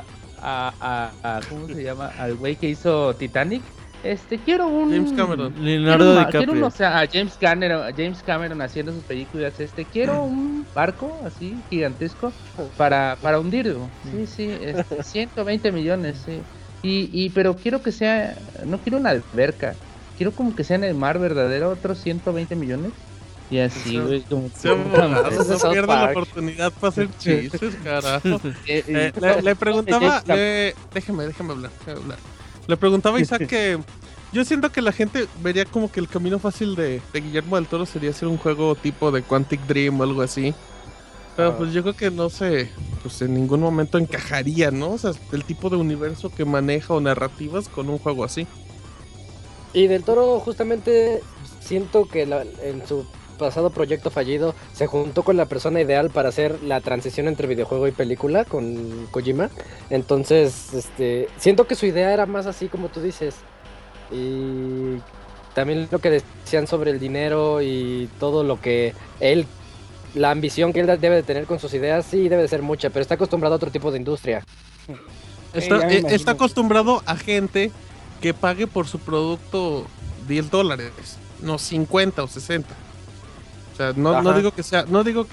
a ¿cómo se llama? Al güey que hizo Titanic. Quiero un James Cameron. Leonardo DiCaprio. o sea, a James Cameron haciendo sus películas, quiero un barco así gigantesco para hundirlo. Sí, 120 millones, sí. Pero quiero que sea, no quiero una alberca, quiero como que sea en el mar verdadero, otros 120 millones. Y así, güey, como Se abogado, Eso es de no South pierda la Park. oportunidad para hacer chistes, carajo. Le preguntaba, déjeme hablar. Le preguntaba a Isaac que yo siento que la gente vería como que el camino fácil de Guillermo del Toro sería hacer un juego tipo de Quantic Dream o algo así. Pero pues yo creo que no sé, pues en ningún momento encajaría, ¿no? O sea, el tipo de universo que maneja o narrativas con un juego así. Y del Toro justamente siento que en su pasado proyecto fallido se juntó con la persona ideal para hacer la transición entre videojuego y película con Kojima. Entonces, siento que su idea era más así como tú dices. Y también lo que decían sobre el dinero y todo lo que la ambición que él debe de tener con sus ideas, sí debe de ser mucha, pero está acostumbrado a otro tipo de industria. Está acostumbrado a gente que pague por su producto $10, no 50 o 60. O sea, no digo que sea, no digo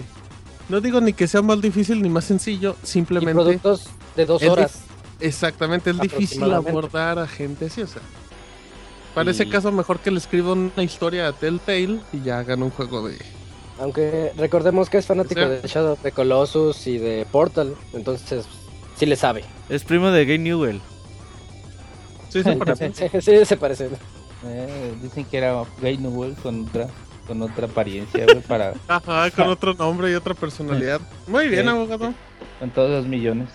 ni que sea más difícil ni más sencillo, Y simplemente productos de 2 horas. exactamente, es difícil Aproximadamente. abordar a gente así, o sea. Para ese caso mejor que le escriban una historia a Telltale y ya hagan un juego de... Aunque recordemos que es fanático de Shadow of the Colossus y de Portal, entonces sí le sabe. Es primo de Gay Newell. Sí, se parece. Sí, se parecen. Dicen que era Gay Newell con otra apariencia, güey, para Ajá, con otro nombre y otra personalidad. Muy bien, abogado. con todos los millones.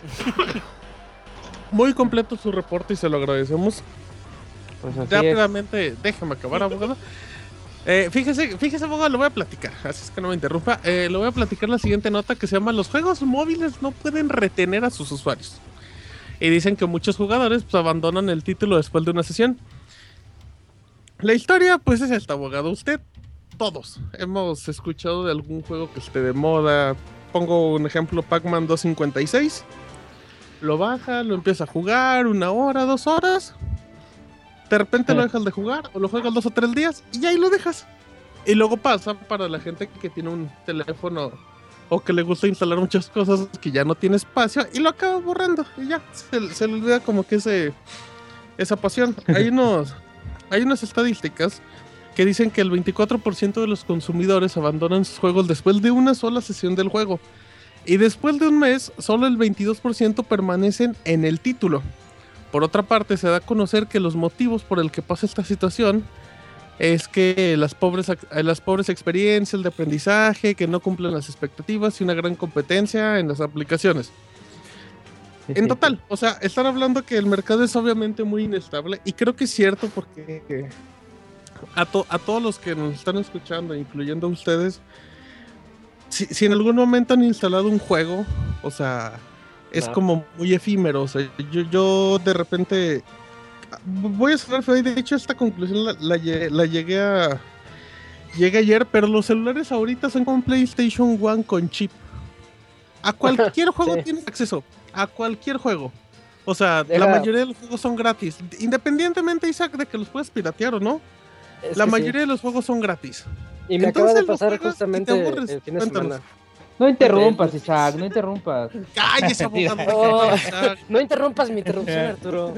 Muy completo su reporte y se lo agradecemos. Pues así Rápidamente, déjame acabar, abogado. Fíjese, abogado, lo voy a platicar, así es que no me interrumpa. Le voy a platicar la siguiente nota que se llama: los juegos móviles no pueden retener a sus usuarios. Y dicen que muchos jugadores pues, abandonan el título después de una sesión. La historia, pues, es esta, abogado. Todos hemos escuchado de algún juego que esté de moda. Pongo un ejemplo: Pac-Man 256. Lo baja, lo empieza a jugar 1 hora, 2 horas. De repente lo dejas de jugar o lo juegas 2 o 3 días y ahí lo dejas. Y luego pasa para la gente que tiene un teléfono o que le gusta instalar muchas cosas que ya no tiene espacio y lo acaba borrando y ya se le olvida como que esa pasión. Hay unas estadísticas que dicen que el 24% de los consumidores abandonan sus juegos después de una sola sesión del juego. Y después de un mes, solo el 22% permanecen en el título. Por otra parte, se da a conocer que los motivos por el que pasa esta situación es que las pobres experiencias de aprendizaje, que no cumplen las expectativas y una gran competencia en las aplicaciones. En total, o sea, están hablando que el mercado es obviamente muy inestable y creo que es cierto porque a todos los que nos están escuchando, incluyendo a ustedes, si en algún momento han instalado un juego, o sea, es como muy efímero, o sea, yo de repente voy a cerrar feo y de hecho esta conclusión la llegué ayer, pero los celulares ahorita son como un PlayStation 1 con chip. A cualquier juego tienes acceso, a cualquier juego. O sea, la mayoría de los juegos son gratis. Independientemente, Isaac, de que los puedes piratear o no, la mayoría de los juegos son gratis. Y me acaba de pasar justamente el fin de semana. No interrumpas, Isaac, no interrumpas. ¡Cállese, abogado! No interrumpas mi interrupción, Arturo.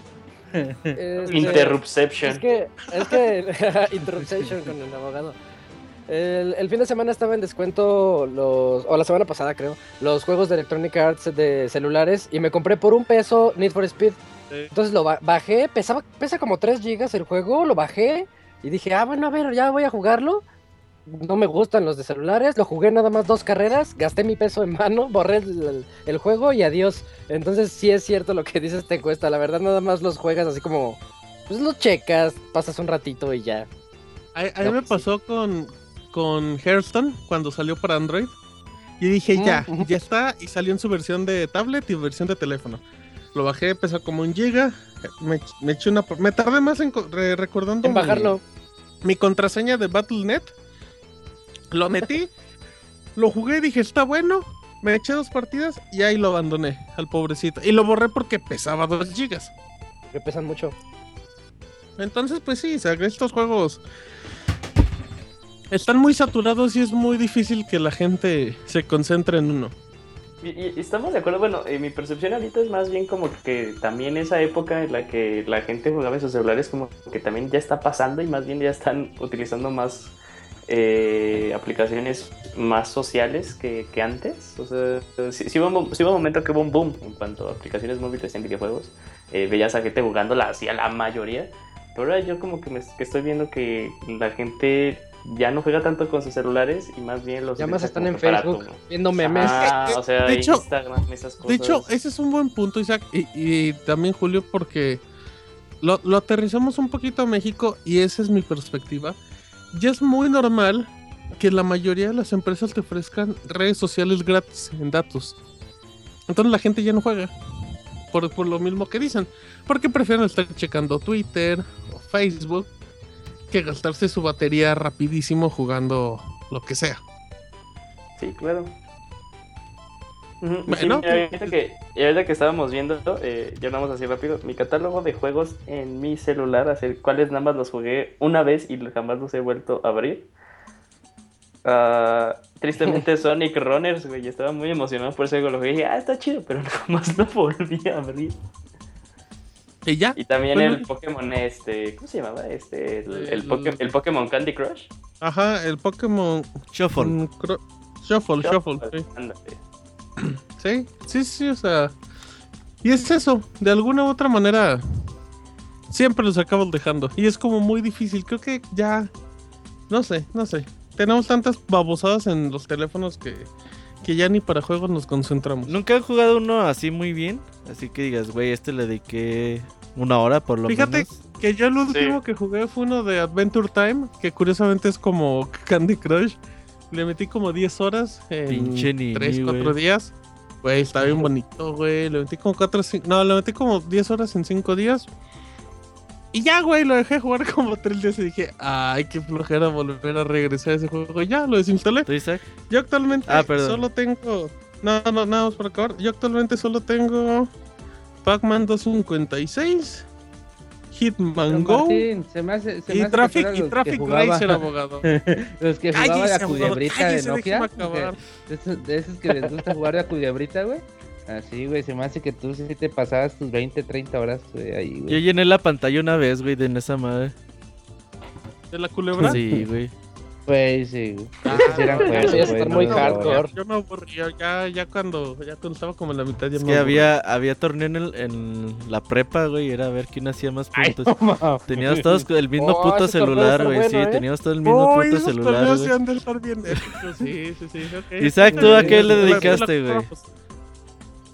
Interrupception. Es que Interruption con el abogado. El fin de semana estaba en descuento o la semana pasada creo, los juegos de Electronic Arts de celulares y me compré por $1 Need for Speed. Sí. Entonces lo bajé, pesa como 3 GB el juego, lo bajé y dije, bueno, a ver, ya voy a jugarlo. No me gustan los de celulares, lo jugué nada más 2 carreras, gasté mi peso en mano, borré el juego y adiós. Entonces sí es cierto lo que dice esta encuesta, la verdad nada más los juegas así como, pues los checas, pasas un ratito y ya. A mí me pasó con Hearthstone cuando salió para Android y dije ya está, y salió en su versión de tablet y versión de teléfono. Lo bajé, pesó como 1 GB, me tardé más recordando en bajarlo. Mi contraseña de Battle.net. Lo metí, lo jugué y dije, está bueno, me eché 2 partidas y ahí lo abandoné al pobrecito. Y lo borré porque pesaba 2 GB. Que pesan mucho. Entonces, pues sí, estos juegos están muy saturados y es muy difícil que la gente se concentre en uno. Y estamos de acuerdo, bueno, mi percepción ahorita es más bien como que también esa época en la que la gente jugaba en sus celulares como que también ya está pasando y más bien ya están utilizando más aplicaciones más sociales que antes. O sea, sí hubo un momento que hubo un boom en cuanto a aplicaciones móviles en videojuegos. Veías a gente jugándola así a la mayoría. Pero ahora yo como que estoy viendo que la gente ya no juega tanto con sus celulares y más bien los... Ya más están en Facebook viendo memes. O sea, de hecho, Instagram, esas cosas. De hecho, ese es un buen punto, Isaac. Y también, Julio, porque lo aterrizamos un poquito a México y esa es mi perspectiva. Ya es muy normal que la mayoría de las empresas te ofrezcan redes sociales gratis en datos. Entonces la gente ya no juega. Por lo mismo que dicen. Porque prefieren estar checando Twitter o Facebook que gastarse su batería rapidísimo jugando lo que sea. Sí, claro. Bueno, sí, ahorita que estábamos viendo, ya hablamos así rápido, mi catálogo de juegos en mi celular, así, cuáles nada más los jugué una vez y jamás los he vuelto a abrir. Tristemente Sonic Runners, güey, estaba muy emocionado por ese juego, lo jugué y dije, está chido, pero jamás lo volví a abrir. ¿Y ya? Y también el Pokémon, ¿cómo se llamaba? El Pokémon Candy Crush. Ajá, el Pokémon Shuffle. Shuffle, sí. Ándale. Sí, o sea. Y es eso, de alguna u otra manera siempre los acabo dejando. Y es como muy difícil, creo que ya. No sé. Tenemos tantas babosadas en los teléfonos que ya ni para juegos nos concentramos. ¿Nunca he jugado uno así muy bien? Así que digas, güey, le dediqué 1 hora por lo menos. Fíjate que yo el último que jugué fue uno de Adventure Time, que curiosamente es como Candy Crush. Le metí como 10 horas en 3-4 días. Güey, está bien bonito, güey. Le metí como 10 horas en 5 días. Y ya, güey, lo dejé jugar como 3 días y dije, ay, qué flojera volver a regresar a ese juego. Y ya, lo desinstalé. ¿Tú, Isaac? Yo actualmente solo tengo... No, nada más para acabar. Yo actualmente solo tengo Pac-Man 256, Hitman Go Martín, y Traffic Racer, abogado. Los que jugaban la culebrita de Nokia. De esos que les gusta jugar la culebrita, güey. Así, güey, se me hace que tú sí te pasabas tus 20, 30 horas, güey, ahí, güey. Yo llené la pantalla una vez, güey, de esa madre. ¿De la culebra? Sí, güey. Pues sí, güey. Eran juegos, están muy hardcore. Yo me aburría, ya cuando estaba como en la mitad ya es que había torneo en la prepa, güey, era a ver quién hacía más puntos. Teníamos todos el mismo puto celular, güey, sí, teníamos todo el mismo puto celular, güey. Han de estar bien épicos, sí, okay. Isaac, ¿tú a qué le dedicaste, güey?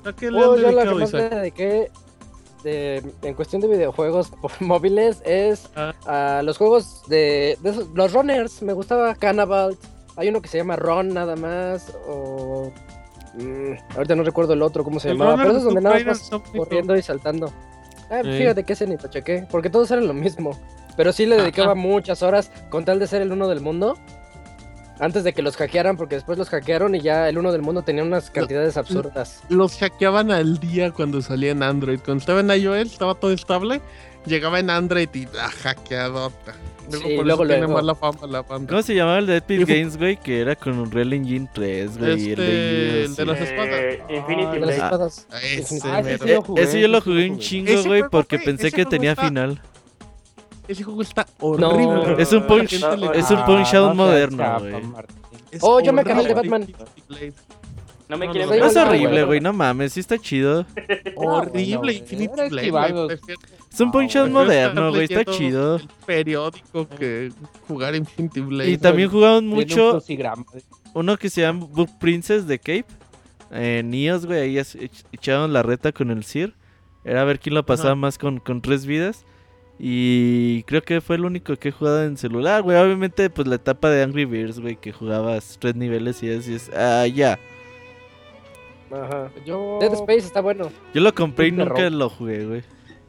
¿A qué le han Yo la que dedicado, más le Isaac? dediqué en cuestión de videojuegos por móviles es Ah. a los juegos de los runners. Me gustaba Cannibal. Hay uno que se llama Run nada más. O ahorita no recuerdo el otro cómo se El llamaba. Runner Pero eso es de donde Tomb nada Raider más está muy corriendo y saltando. Sí. Fíjate que ese ni lo chequé. Porque todos eran lo mismo. Pero sí le dedicaba muchas horas con tal de ser el uno del mundo. Antes de que los hackearan, porque después los hackearon y ya el uno del mundo tenía unas cantidades absurdas. Los hackeaban al día cuando salía en Android. Cuando estaba en iOS, estaba todo estable. Llegaba en Android y hackeadota. Luego Sí, por luego, eso tiene luego. mala fama la banda. ¿Cómo se llamaba el de Epic Y fue- Games, güey? Que era con Unreal Engine 3, güey. y el de las espadas. Infinity De las Blade. espadas. Ese Infinity- Ah, ese mero. sí lo jugué. Ese yo lo ese sí jugué un chingo, Ese güey, juego, porque güey, pensé ese que juego tenía está- final. Ese juego está horrible. No. Es un punch- La gente le- es un Punch-Out moderno, güey. Es Oh, yo me acabé el de horrible. Batman. No me No, quieren no, No es igual, horrible, güey. güey, no mames, sí está chido. Horrible Infinity Era Blade. esquivado. güey. Prefiero- Es un Punch-Out prefiero moderno, estar güey, está leyendo chido. El periódico que jugar Infinity Blade. Y también jugamos Tiene un mucho crucigrama. uno que se llama Book Princess de Cape. En iOS, güey, ahí echaban la reta con el Sir. Era a ver quién lo pasaba Ajá. más con 3 vidas. Y creo que fue el único que he jugado en celular, güey. Obviamente, pues la etapa de Angry Birds, güey, que jugabas 3 niveles y es ya. Ajá. Yo... Dead Space está bueno. Yo lo compré y Club de nunca Rock. lo jugué, güey.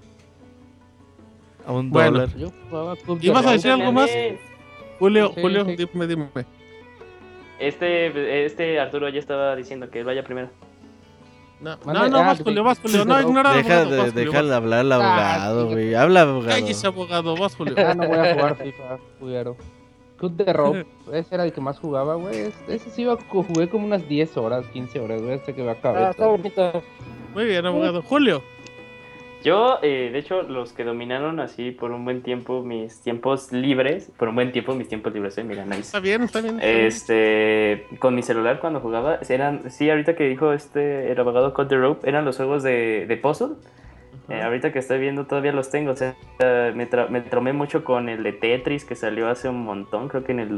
A $1. Bueno. Yo jugaba Club de ¿Ibas a Rock. decir algo más? Julio, Sí, Julio, sí. dime. Este Arturo ya estaba diciendo que él vaya primero. No, Mande- no, ah, vas, Julio, vas, Julio. No, ignora al Deja abogado, vas, de, Julio, deja vas. de hablar al abogado, sí. güey. Habla, abogado. Cállese, abogado, vas, Julio. Ah, no voy a jugar FIFA, juguero. Club de Rock, ese era el que más jugaba, güey. Ese sí jugué como unas 10 horas, 15 horas, güey, hasta que me acabé. Está bonito. Muy bien, abogado. Julio. Yo, de hecho, los que dominaron así por un buen tiempo mis tiempos libres, mira, nice. Está bien, está bien. Con mi celular cuando jugaba, sí, ahorita que dijo el abogado Cut the Rope, eran los juegos de puzzle. Ahorita que estoy viendo todavía los tengo, o sea, me traumé mucho con el de Tetris que salió hace un montón, creo que en el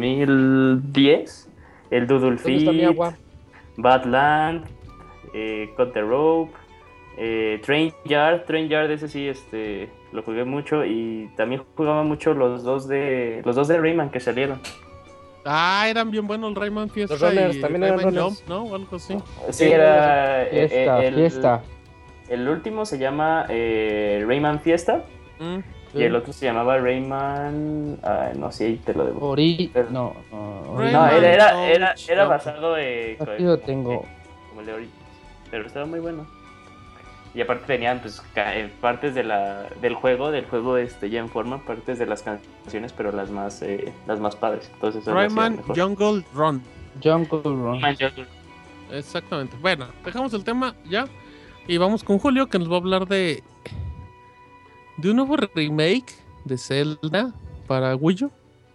2010, el Doodle ¿Dónde está mi Feet, agua? Badland, Cut the Rope, Train Yard, ese sí, lo jugué mucho y también jugaba mucho los dos de Rayman que salieron. Ah, eran bien buenos el Rayman Fiesta Los runners, y también eran Rayman runners. Jump, ¿no? O algo así. Sí, era Fiesta. El último se llama Rayman Fiesta Mm. y el otro se llamaba Rayman, no sé, ahí te lo debo. No, No, era Jump. basado aquí lo tengo. como el de Origins, pero estaba muy bueno. Y aparte tenían pues partes del juego ya en forma, partes de las canciones, pero las más padres. Entonces eso lo hacía Rayman mejor. Jungle Run. Jungle Run. Rayman Jungle. Exactamente. Bueno, dejamos el tema ya. Y vamos con Julio, que nos va a hablar de un nuevo remake de Zelda para Wii U.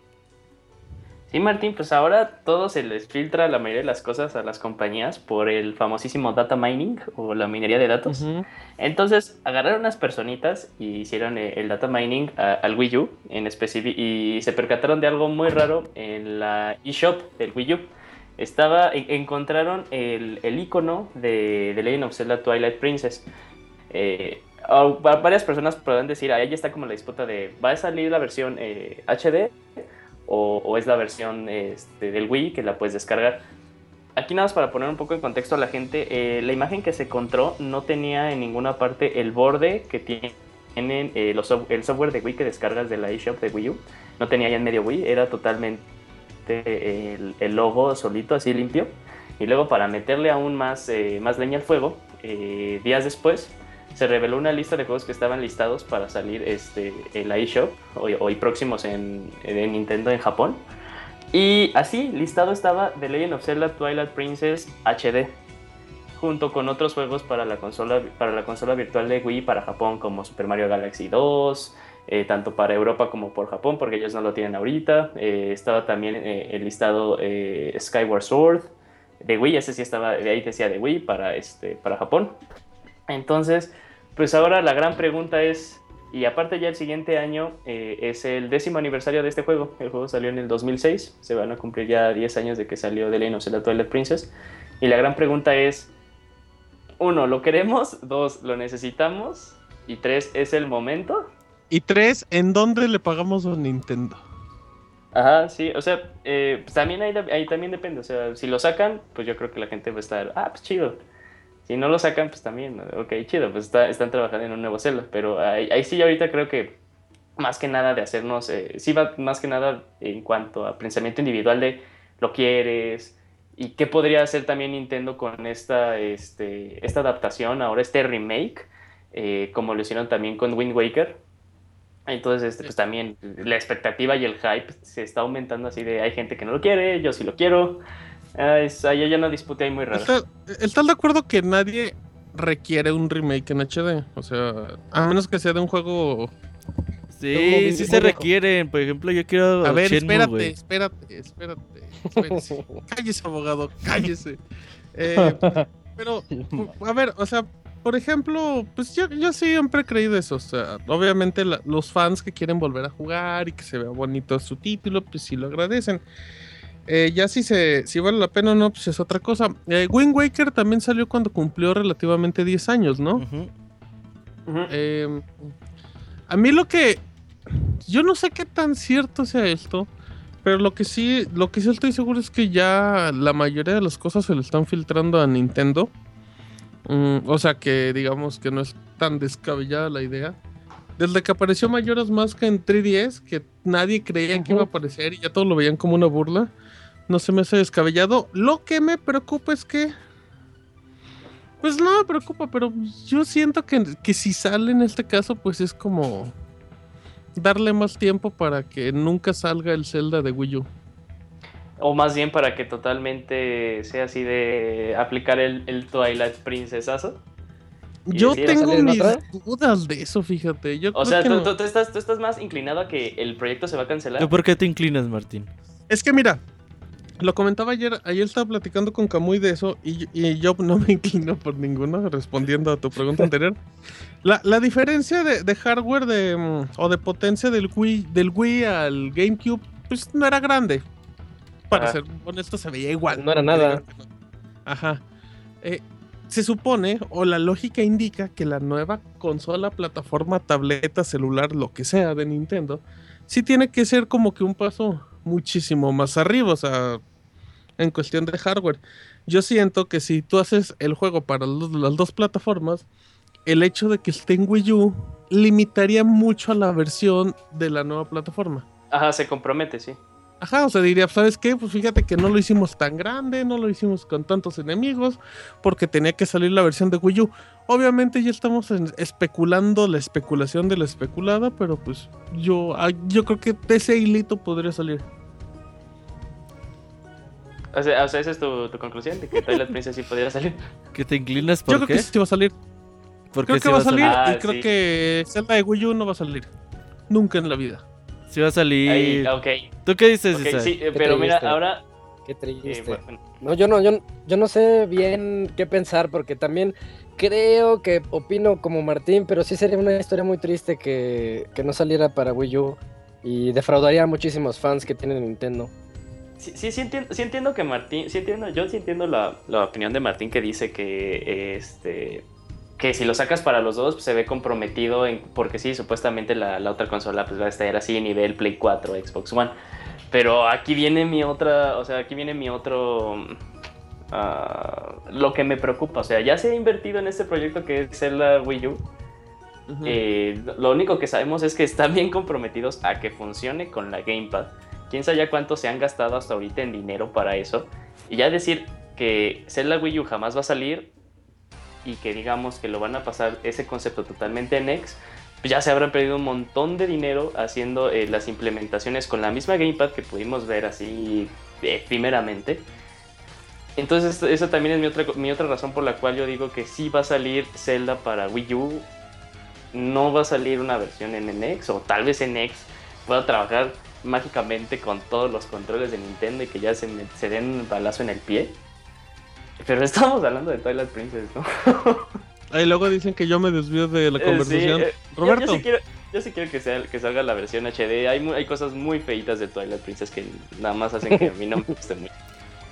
Sí, Martín, pues ahora todo se les filtra la mayoría de las cosas a las compañías por el famosísimo data mining o la minería de datos. Ujú. Entonces agarraron unas personitas y hicieron el data mining al Wii U en específico y se percataron de algo muy raro en la eShop del Wii U. Encontraron el icono de The Legend of Zelda Twilight Princess. Varias personas podrán decir, ahí está como la disputa de ¿va a salir la versión HD o es la versión del Wii que la puedes descargar? Aquí nada más para poner un poco en contexto a la gente, la imagen que se encontró no tenía en ninguna parte el borde que tienen el software de Wii que descargas de la eShop de Wii U. No tenía ya en medio Wii, era totalmente el logo solito, así limpio. Y luego para meterle aún más leña al fuego, días después se reveló una lista de juegos que estaban listados para salir en la eShop hoy próximos en Nintendo en Japón. Y así listado estaba The Legend of Zelda Twilight Princess HD, junto con otros juegos para la consola virtual de Wii para Japón, como Super Mario Galaxy 2, tanto para Europa como por Japón, porque ellos no lo tienen ahorita. Estaba también el listado Skyward Sword de Wii, ese sí estaba, de ahí decía de Wii para Japón. Entonces, pues ahora la gran pregunta es, y aparte ya el siguiente año es el 10º aniversario de este juego. El juego salió en el 2006, se van a cumplir ya 10 años de que salió The Legend of Zelda Twilight Princess. Y la gran pregunta es, 1, lo queremos, 2, lo necesitamos, y 3, es el momento. Y 3, ¿en dónde le pagamos a Nintendo? Ajá, sí, o sea, pues también ahí también depende, o sea, si lo sacan, pues yo creo que la gente va a estar, pues chido. Si no lo sacan, pues también, ok, chido, pues están trabajando en un nuevo Zelda, pero ahí sí ahorita creo que más que nada de hacernos, sí va más que nada en cuanto a pensamiento individual de lo quieres y qué podría hacer también Nintendo con esta adaptación, ahora este remake, como lo hicieron también con Wind Waker. Entonces, pues también la expectativa y el hype se está aumentando así de hay gente que no lo quiere, yo sí lo quiero. Ahí hay una disputa ahí muy rara. ¿Estás de acuerdo que nadie requiere un remake en HD? O sea, a menos que sea de un juego... Sí, sí se requieren. Por ejemplo, yo quiero... A ver, Shenmue, espérate. Cállese, abogado, cállese. Pero, a ver, o sea, por ejemplo, pues yo siempre he creído eso. O sea, obviamente los fans que quieren volver a jugar y que se vea bonito su título, pues sí lo agradecen. Ya si vale la pena o no, pues es otra cosa. Wind Waker también salió cuando cumplió relativamente 10 años, ¿no? Uh-huh. A mí yo no sé qué tan cierto sea esto, pero lo que sí estoy seguro es que ya la mayoría de las cosas se le están filtrando a Nintendo. O sea que digamos que no es tan descabellada la idea. Desde que apareció Majora's Mask en 3DS, que nadie creía que iba a aparecer y ya todos lo veían como una burla, no se me hace descabellado. Lo que me preocupa es que... Pues no me preocupa, pero yo siento que si sale en este caso, pues es como darle más tiempo para que nunca salga el Zelda de Wii U. O más bien para que totalmente sea así de aplicar el Twilight Princesazo. Yo tengo mis dudas de eso, fíjate. O sea, tú estás más inclinado a que el proyecto se va a cancelar. ¿Por qué te inclinas, Martín? Es que mira, lo comentaba ayer estaba platicando con Kamui de eso y yo no me inclino por ninguno, respondiendo a tu pregunta anterior. La diferencia de hardware o de potencia del Wii al GameCube, pues no era grande. Para ser honesto, se veía igual. No era nada. Ajá. Se supone, o la lógica indica, que la nueva consola, plataforma, tableta, celular, lo que sea de Nintendo, sí tiene que ser como que un paso muchísimo más arriba, o sea, en cuestión de hardware. Yo siento que si tú haces el juego para las dos plataformas, el hecho de que esté en Wii U limitaría mucho a la versión de la nueva plataforma. Ajá, se compromete, sí. Ajá, o sea, diría, ¿sabes qué? Pues fíjate que no lo hicimos tan grande, no lo hicimos con tantos enemigos, porque tenía que salir la versión de Wii U. Obviamente ya estamos especulando la especulación de la especulada, pero pues yo creo que de ese hilito podría salir. O sea, esa es tu conclusión, de que Twilight Princess sí podría salir. ¿Que te inclinas por Yo qué? creo que sí va a salir. Porque creo que va a salir y sí. creo que Zelda de Wii U no va a salir. Nunca en la vida. Sí va a salir. Ahí, ok. ¿Tú qué dices, Ok, Isaac? sí, pero mira, ahora... Qué triste. Bueno. No, yo no sé bien qué pensar, porque también creo que opino como Martín, pero sí sería una historia muy triste que no saliera para Wii U y defraudaría a muchísimos fans que tienen Nintendo. Sí entiendo que Martín, yo sí entiendo la opinión de Martín, que dice que que si lo sacas para los dos, pues, se ve comprometido porque sí, supuestamente la otra consola pues va a estar así nivel Play 4, Xbox One. Pero aquí viene mi otro lo que me preocupa, o sea, ya se ha invertido en este proyecto que es Zelda Wii U. Uh-huh. Lo único que sabemos es que están bien comprometidos a que funcione con la Gamepad. Quién sabe ya cuánto se han gastado hasta ahorita en dinero para eso. Y ya decir que Zelda Wii U jamás va a salir y que digamos que lo van a pasar ese concepto totalmente en X, pues ya se habrán perdido un montón de dinero haciendo las implementaciones con la misma Gamepad que pudimos ver así efímeramente. Entonces eso también es mi otra razón por la cual yo digo que sí va a salir Zelda para Wii U. No va a salir una versión en NX, o tal vez en X pueda trabajar mágicamente con todos los controles de Nintendo y que ya se den un balazo en el pie. Pero estamos hablando de Twilight Princess, ¿no? Ahí luego dicen que yo me desvío de la conversación. Roberto. Yo sí quiero que salga la versión HD. Hay cosas muy feitas de Twilight Princess que nada más hacen que a mí no me guste mucho.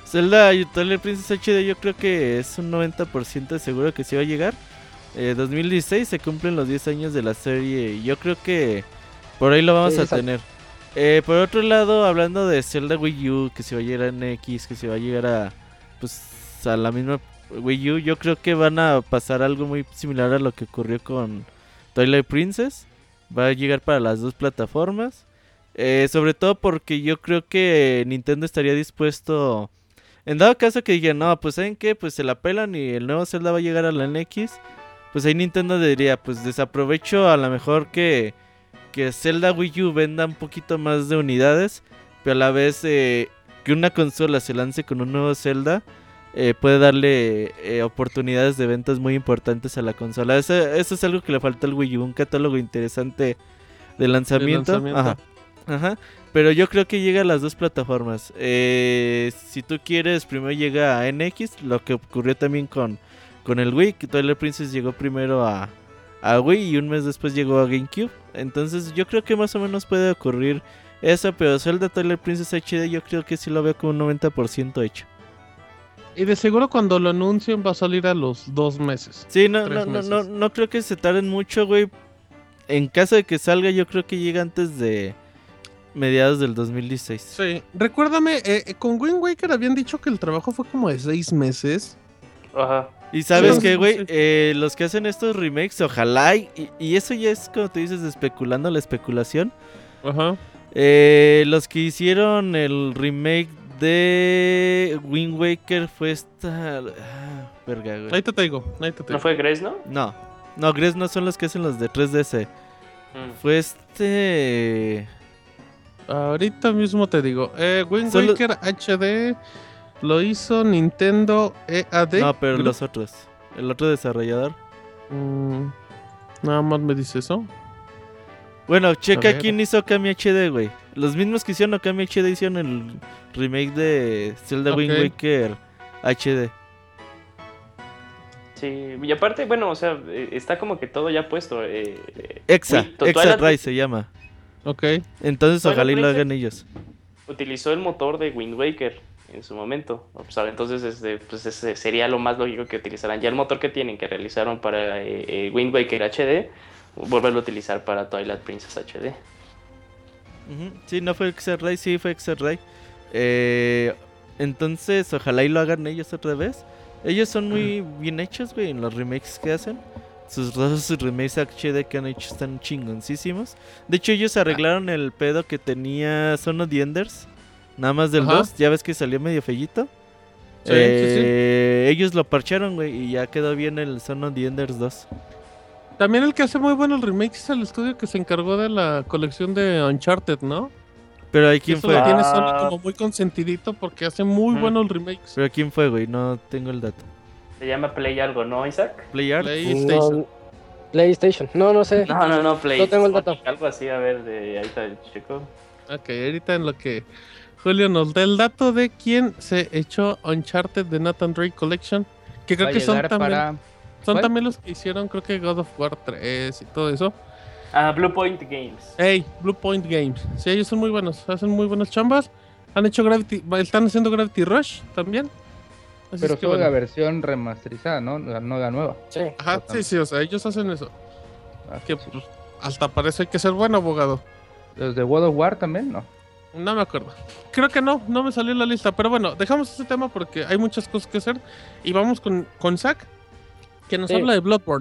Zelda Twilight Princess HD yo creo que es un 90% seguro que sí va a llegar. 2016 se cumplen los 10 años de la serie y yo creo que por ahí lo vamos a tener. Por otro lado, hablando de Zelda Wii U, que se va a llegar a NX, que se va a llegar a, pues, a la misma Wii U, yo creo que van a pasar algo muy similar a lo que ocurrió con Twilight Princess. Va a llegar para las dos plataformas. Sobre todo porque yo creo que Nintendo estaría dispuesto, en dado caso que digan, no, pues ¿saben qué? Pues se la pelan y el nuevo Zelda va a llegar a la NX. Pues ahí Nintendo diría, pues desaprovecho a lo mejor que Zelda Wii U venda un poquito más de unidades, pero a la vez que una consola se lance con un nuevo Zelda puede darle oportunidades de ventas muy importantes a la consola. Eso es algo que le falta al Wii U, un catálogo interesante de lanzamiento. Ajá. Pero yo creo que llega a las dos plataformas. Si tú quieres, primero llega a NX, lo que ocurrió también con el Wii, que Twilight Princess llegó primero a Wii y un mes después llegó a GameCube. Entonces yo creo que más o menos puede ocurrir eso, pero Zelda Twilight Princess HD yo creo que sí lo veo con un 90% hecho. Y de seguro cuando lo anuncien va a salir a los 2 meses. Sí, no creo que se tarden mucho, güey. En caso de que salga, yo creo que llega antes de mediados del 2016. Sí, recuérdame, con Wind Waker habían dicho que el trabajo fue como de 6 meses. Ajá. Y sabes Sí, qué, güey, sí. los que hacen estos remakes, ojalá, y eso ya es como tú dices, especulando la especulación. Ajá. Los que hicieron el remake de Wind Waker fue esta... verga, güey. Ahí te digo. ¿No fue Grace, no? No, Gres no son los que hacen los de 3DS. Fue Ahorita mismo te digo. Wind Waker HD lo hizo Nintendo EAD. No, pero los otros. El otro desarrollador. Nada más me dice eso. Bueno, checa quién hizo Okami HD, güey. Los mismos que hicieron Okami HD hicieron el remake de Zelda Wind Waker HD. Sí, y aparte, bueno, o sea, está como que todo ya puesto. Exa Rise se llama. Ok. Entonces Twilight ojalá y lo Princess hagan ellos. Utilizó el motor de Wind Waker en su momento. O sea, entonces pues ese sería lo más lógico que utilizaran. Ya el motor que tienen, que realizaron para Wind Waker HD, volverlo a utilizar para Twilight Princess HD. Sí, no fue Exa Rise, sí fue Exa Rise. Entonces ojalá y lo hagan ellos otra vez. Ellos son muy bien hechos, güey, en los remakes que hacen. Sus remakes HD que han hecho están chingoncísimos. De hecho, ellos arreglaron el pedo que tenía Son of the Enders. Nada más del 2. Ya ves que salió medio fellito. Sí. Ellos lo parcharon, güey, y ya quedó bien el Son of the Enders 2. También el que hace muy buenos remakes es el estudio que se encargó de la colección de Uncharted, ¿no? Pero ahí quién Eso fue. lo tiene solo como muy consentidito porque hace muy buenos remakes. Pero quién fue, güey, no tengo el dato. Se llama Play algo, ¿no, Isaac? PlayStation. PlayStation. No sé. No, Play. No tengo el dato. Algo así, a ver, ahí está el chico. Ok, ahorita en lo que Julio nos da el dato de quién se echó Uncharted de Nathan Drake Collection. Que creo que son también los que hicieron, creo que God of War 3 y todo eso. Blue Point Games. Blue Point Games. Sí, ellos son muy buenos, hacen muy buenas chambas. Han hecho están haciendo Gravity Rush también. Así pero es que solo la versión remasterizada, ¿no? No la nueva. Sí. Ajá, sí, o sea, ellos hacen eso. Que Sí. pues, hasta parece hay que ser buen abogado. ¿Los de World of War también? No. No me acuerdo. Creo que no me salió en la lista. Pero bueno, dejamos ese tema porque hay muchas cosas que hacer. Y vamos con Zack, que nos habla de Bloodborne.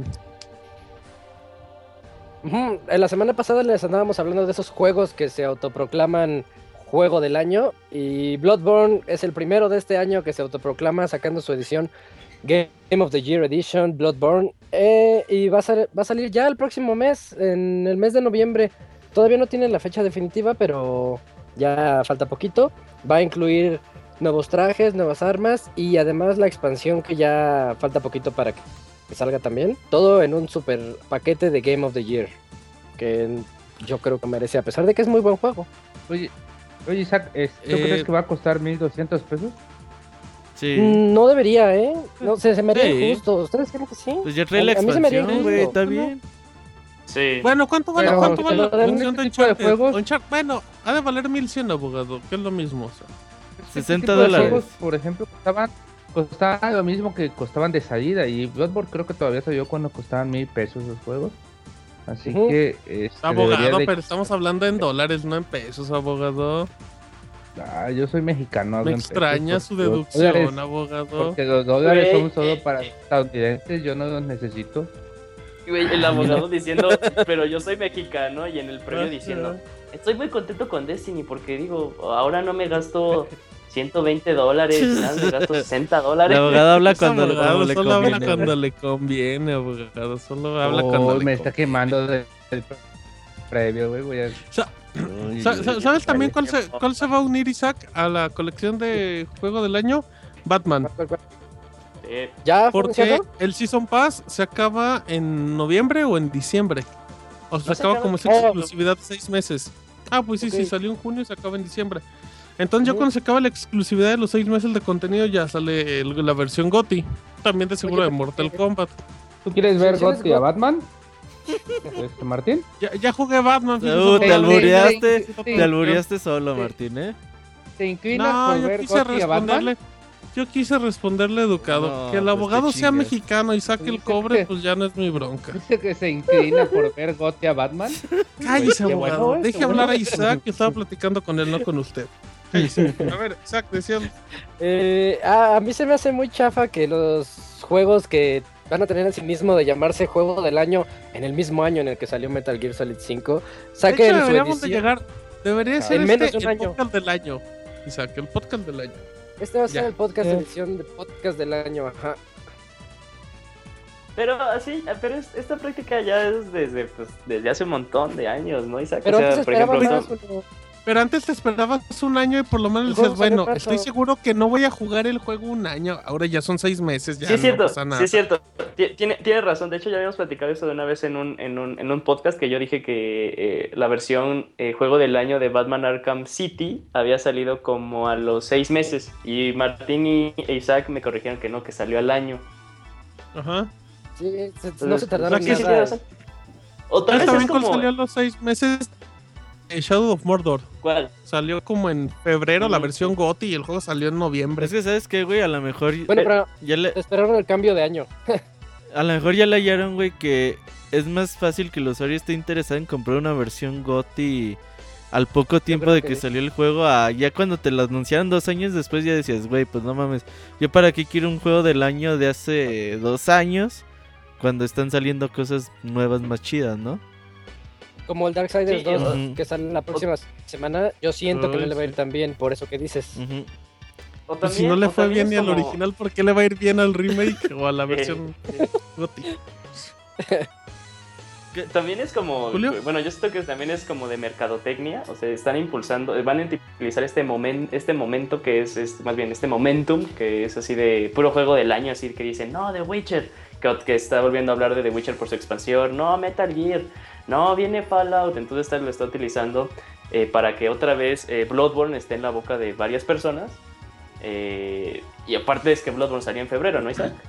En la semana pasada les andábamos hablando de esos juegos que se autoproclaman juego del año. Y Bloodborne es el primero de este año que se autoproclama sacando su edición Game of the Year Edition, Bloodborne. Y va a salir ya el próximo mes, en el mes de noviembre. Todavía no tienen la fecha definitiva, pero ya falta poquito. Va a incluir nuevos trajes, nuevas armas y además la expansión que ya falta poquito para que salga también. Todo en un super paquete de Game of the Year, que yo creo que merece, a pesar de que es muy buen juego. Oye Isaac, ¿tú crees que va a costar 1,200 pesos? Sí. No debería, No, se me haría Sí. injusto. ¿Ustedes creen que sí? Pues ya trae la A mí se me haría expansión, güey, injusto. está bien. Sí. Bueno, ¿cuánto vale Pero, la pero expansión de este tipo de Uncharted? juegos- Bueno, ha de valer 1,100, abogado, que es lo mismo. O sea. $60. tipo de juegos, por ejemplo, costaban lo mismo que costaban de salida. Y Bloodborne creo que todavía salió cuando costaban $1,000 los juegos. Así que abogado, pero estamos hablando en dólares, no en pesos, abogado. Yo soy mexicano. Me extraña su deducción, dólares, abogado. Porque los dólares son solo para estadounidenses, yo no los necesito. Güey, el abogado diciendo, pero yo soy mexicano, y en el premio diciendo, estoy muy contento con Destiny porque digo, ahora no me gasto $120, nada, me gasto $60. El abogado habla cuando le solo conviene. habla cuando le conviene, abogado. Solo habla cuando le me está quemando del previo, güey. ¿Sabes también cuál se va a unir, Isaac, a la colección de juego del año? Batman. ¿Ya? Porque el Season Pass se acaba en noviembre o en diciembre. O sea, se acaba como esa exclusividad de 6 meses. Pues sí, salió en junio y se acaba en diciembre. Entonces ya cuando se acaba la exclusividad de los 6 meses de contenido ya sale la versión GOTY. También de seguro de Mortal Kombat. ¿Tú quieres ver GOTY a Batman? Martín? Ya jugué Batman. Te albureaste solo, Martín, ¿eh? ¿Te inclinas por ver GOTY a Batman? Yo quise responderle educado. Que el abogado sea mexicano y saque el cobre, pues ya no es mi bronca. ¿Dice que se inclina por ver GOTY a Batman? Cállese, abogado. Deje hablar a Isaac, que estaba platicando con él, no con usted. Cállese. A ver, Isaac, decían. A mí se me hace muy chafa que los juegos que van a tener el cinismo de llamarse juego del año en el mismo año en el que salió Metal Gear Solid 5 saquen de hecho, su edición. Debería ser en menos de un el año. podcast del año, Isaac, el podcast del año. Este va a ser el podcast de edición de podcast del año, ajá. Pero esta práctica ya es desde hace un montón de años, ¿no, Isaac? Pero antes por ejemplo, pero antes te esperabas un año y por lo menos decías, bueno, estoy seguro que no voy a jugar el juego un año. Ahora ya son 6 meses, ya sí, es no cierto, pasa nada. Sí, es cierto. Tiene razón. De hecho, ya habíamos platicado esto de una vez en un podcast que yo dije que la versión juego del año de Batman Arkham City había salido como a los 6 meses. Y Martín y Isaac me corrigieron que no, que salió al año. Ajá. Sí, no se tardaron Sí, nada. Otra vez también es como... salió a los 6 meses. Shadow of Mordor. ¿Cuál? Salió como en febrero la versión GOTY y el juego salió en noviembre. Es que, ¿sabes qué, güey? A lo mejor... Bueno, pero ya esperaron el cambio de año. A lo mejor ya le hallaron, güey, que es más fácil que el usuario esté interesado en comprar una versión GOTY al poco tiempo de que salió el juego a ya cuando te lo anunciaron 2 años después ya decías, güey, pues no mames, yo para qué quiero un juego del año de hace 2 años cuando están saliendo cosas nuevas más chidas, ¿no? Como el Darksiders 2 que sale la próxima semana, yo siento que no le va a ir tan bien, por eso que dices. Pues si no le fue bien ni al original, ¿por qué le va a ir bien al remake o a la versión GOTY? También es como, ¿Julio? Bueno, yo siento que también es como de mercadotecnia, o sea, están impulsando, van a utilizar este momento que es más bien este momentum, que es así de puro juego del año, así que dicen, no, The Witcher, que está volviendo a hablar de The Witcher por su expansión, no, Metal Gear, no, viene Fallout, entonces lo está utilizando para que otra vez Bloodborne esté en la boca de varias personas, y aparte es que Bloodborne salió en febrero, ¿no, Isaac?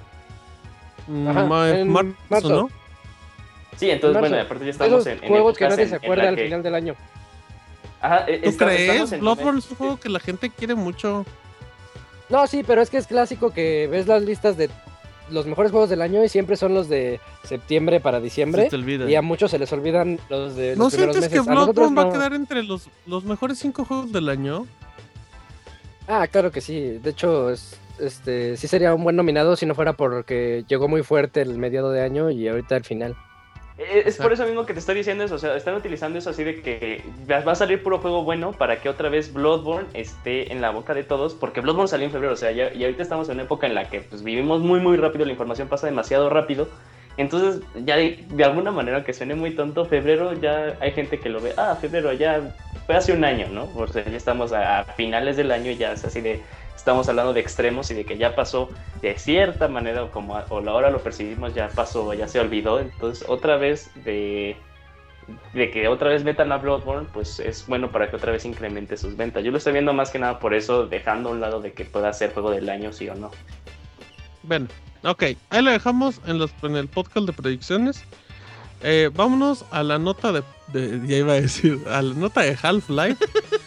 En marzo, ¿no? Sí, entonces bueno, aparte ya estamos en juegos que nadie se acuerda al final del año. Ajá, ¿Tú crees? Bloodborne es un juego que la gente quiere mucho. No, sí, pero es que es clásico que ves las listas de los mejores juegos del año y siempre son los de septiembre para diciembre. Y a muchos se les olvidan los de los primeros meses. ¿No sientes que Bloodborne va a quedar entre los mejores 5 juegos del año? Claro que sí. De hecho, sí sería un buen nominado si no fuera porque llegó muy fuerte el mediado de año y ahorita al final. Es por eso mismo que te estoy diciendo eso, o sea, están utilizando eso así de que va a salir puro juego bueno para que otra vez Bloodborne esté en la boca de todos, porque Bloodborne salió en febrero, o sea, y ahorita estamos en una época en la que pues vivimos muy muy rápido, la información pasa demasiado rápido, entonces ya de alguna manera, que suene muy tonto, febrero ya hay gente que lo ve, febrero ya fue hace un año, ¿no? O sea, ya estamos a finales del año y ya es así de... Estamos hablando de extremos y de que ya pasó de cierta manera, o ahora lo percibimos, ya pasó, ya se olvidó. Entonces, otra vez, de que otra vez metan a Bloodborne, pues es bueno para que otra vez incremente sus ventas. Yo lo estoy viendo más que nada por eso, dejando a un lado de que pueda ser juego del año, sí o no. Bueno, ok, ahí lo dejamos en el podcast de predicciones. Vámonos a la nota ya iba a decir, a la nota de Half-Life.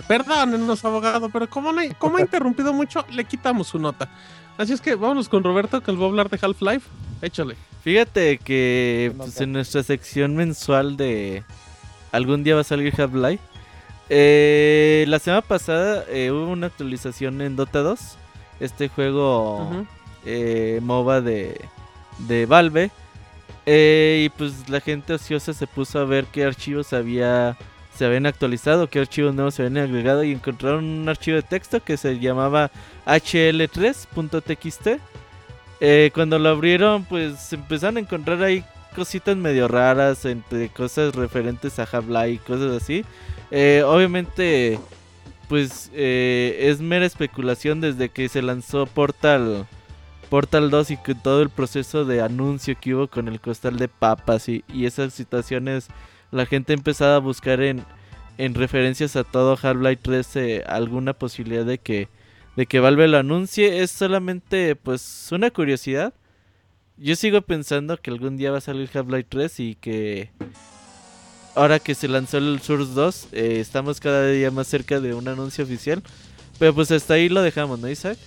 Perdónenos, abogado, pero como ha interrumpido mucho, le quitamos su nota. Así es que vámonos con Roberto, que él va a hablar de Half-Life. Échale. Fíjate que pues, en nuestra sección mensual de algún día va a salir Half-Life, la semana pasada hubo una actualización en Dota 2, este juego MOBA de Valve, y pues la gente ociosa se puso a ver qué archivos se habían actualizado, qué archivos nuevos se habían agregado, y encontraron un archivo de texto que se llamaba hl3.txt. Cuando lo abrieron, pues empezaron a encontrar ahí cositas medio raras, entre cosas referentes a Half-Life y cosas así. Obviamente, pues es mera especulación desde que se lanzó Portal 2 y con todo el proceso de anuncio que hubo con el costal de papas y esas situaciones. La gente ha empezado a buscar en referencias a todo Half-Life 3 alguna posibilidad de que Valve lo anuncie. Es solamente pues una curiosidad. Yo sigo pensando que algún día va a salir Half-Life 3 y que ahora que se lanzó el Source 2 estamos cada día más cerca de un anuncio oficial. Pero pues hasta ahí lo dejamos, ¿no, Isaac?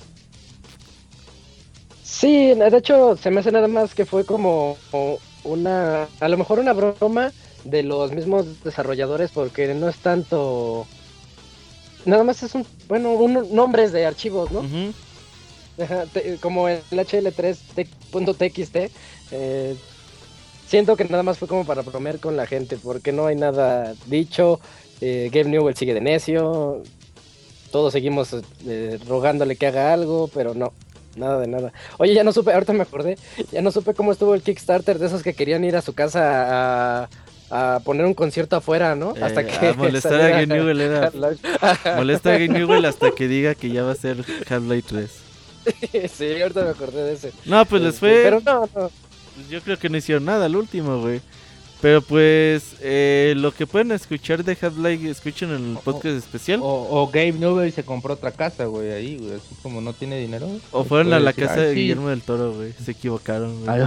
Sí, de hecho se me hace nada más que fue como a lo mejor una broma de los mismos desarrolladores, porque no es tanto, nada más es nombres de archivos, ¿no? Uh-huh. Como el hl3.txt, siento que nada más fue como para bromear con la gente, porque no hay nada dicho. Gabe Newell sigue de necio, todos seguimos rogándole que haga algo, pero no, nada de nada. Oye, ya no supe, ahorita me acordé, ya no supe cómo estuvo el Kickstarter de esos que querían ir a su casa a poner un concierto afuera, ¿no? Hasta que molestar a Gabe Newell molesta a Gabe Newell hasta que diga que ya va a ser Half-Life 3. Sí, ahorita me acordé de ese. No, pues les fue... Pero no. Pues yo creo que no hicieron nada al último, güey. Pero pues lo que pueden escuchar de Half-Life, escuchen en el podcast especial. O Gabe Newell se compró otra casa, güey, ahí, güey, así como no tiene dinero. O fueron a la decir, casa de sí. Guillermo del Toro, güey. Se equivocaron, güey.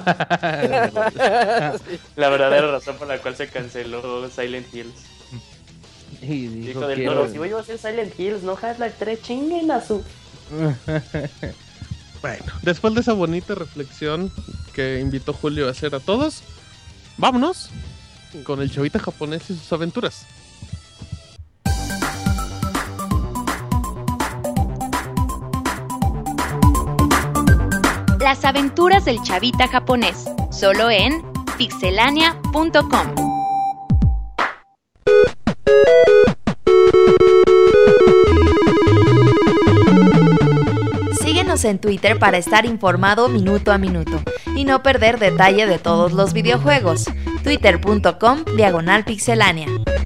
La verdadera razón por la cual se canceló Silent Hills. Y Dijo del Toro, si voy a hacer Silent Hills, no Half-Life 3, chinguen a su... Bueno, después de esa bonita reflexión que invitó Julio a hacer a todos, vámonos con el chavita japonés y sus aventuras. Las aventuras del chavita japonés, solo en pixelania.com. Síguenos en Twitter para estar informado minuto a minuto y no perder detalle de todos los videojuegos. Twitter.com/pixelania.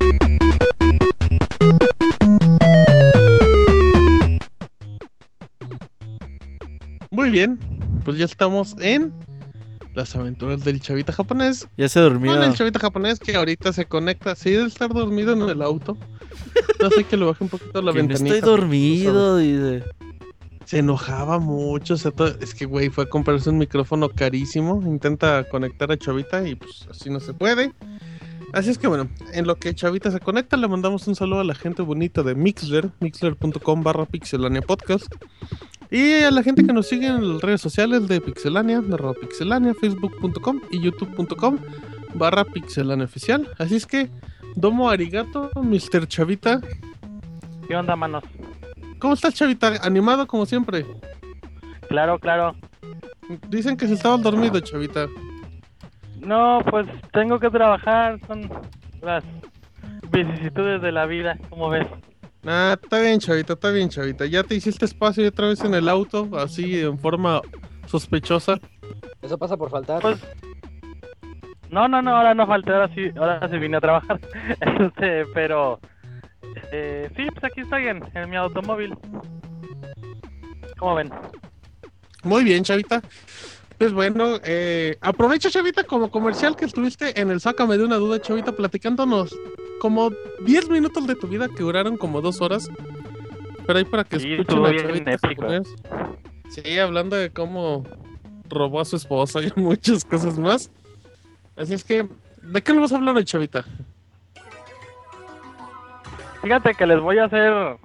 Muy bien, pues ya estamos en las aventuras del chavita japonés. Ya se durmió. Con el chavita japonés que ahorita se conecta. Sí, debe estar dormido en el auto. No sé, que le baje un poquito la Que no ventanita. estoy dormido, dice. Se enojaba mucho, o sea, es que güey, fue a comprarse un micrófono carísimo, intenta conectar a Chavita y pues así no se puede. Así es que bueno, en lo que Chavita se conecta, le mandamos un saludo a la gente bonita de Mixler, mixler.com/pixelania podcast. Y a la gente que nos sigue en las redes sociales de Pixelania, @pixelania, facebook.com y youtube.com/pixelania oficial. Así es que, domo arigato, Mr. Chavita. ¿Qué onda, manos? ¿Cómo estás, Chavita? ¿Animado como siempre? Claro. Dicen que se estaba dormido, Chavita. No, pues tengo que trabajar, son las vicisitudes de la vida, ¿cómo ves? Ah, está bien, Chavita. Ya te hiciste espacio otra vez en el auto, así en forma sospechosa. Eso pasa por faltar. Pues no, ahora no falté, ahora sí vine a trabajar. Pero sí, pues aquí estoy en mi automóvil. ¿Cómo ven? Muy bien, Chavita. Pues bueno, aprovecha, Chavita, como comercial que estuviste en el Sácame de una Duda, Chavita, platicándonos como 10 minutos de tu vida que duraron como 2 horas. Pero ahí para que Sí, escuchen estuvo a bien Chavita épico. japonés. Sí, hablando de cómo robó a su esposa y muchas cosas más. Así es que, ¿de qué nos vas a hablar hoy, Chavita? fíjate que les voy a hacer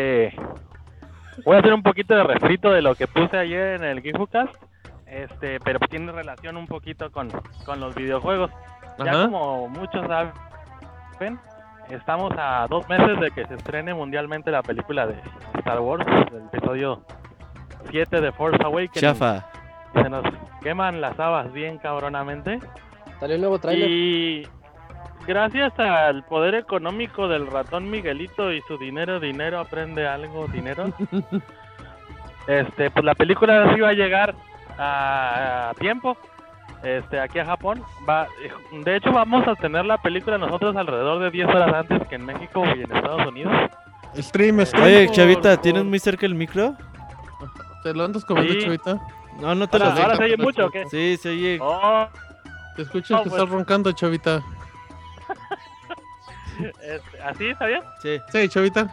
un poquito de refrito de lo que puse ayer en el Geekcast, pero tiene relación un poquito con los videojuegos. Ya Ajá. como muchos saben, estamos a 2 meses de que se estrene mundialmente la película de Star Wars, el episodio 7 de Force Awakens. Chafa. Se nos queman las habas bien cabronamente. Salió el nuevo tráiler. Y gracias al poder económico del ratón Miguelito y su dinero aprende algo, dinero. Pues la película sí va a llegar a tiempo. Aquí a Japón. De hecho, vamos a tener la película nosotros alrededor de 10 horas antes que en México y en Estados Unidos. Stream. Oye, por- Chavita, por- ¿tienes muy cerca el micro? ¿Te lo andas comiendo, Sí. Chavita? No, no te lo ¿Ahora se oye perfecto. mucho o qué? Sí, se oye. Oh, Te escuchas No, que pues. estás roncando, Chavita. ¿así está bien? Sí. Sí, Chavita.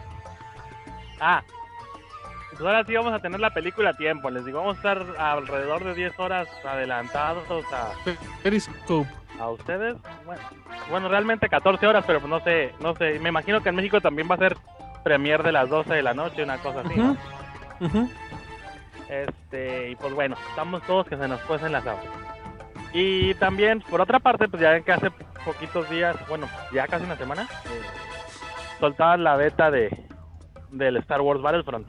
Pues ahora sí vamos a tener la película a tiempo. Les digo, vamos a estar alrededor de 10 horas adelantados Periscope. a ustedes. Bueno, realmente 14 horas, pero pues no sé. Me imagino que en México también va a ser premier de las 12 de la noche, una cosa así, ¿no? Ujú. Y pues bueno, estamos todos que se nos cuecen las habas. Y también, por otra parte, pues ya ven que hace poquitos días, bueno, ya casi una semana, soltaban la beta del Star Wars Battlefront.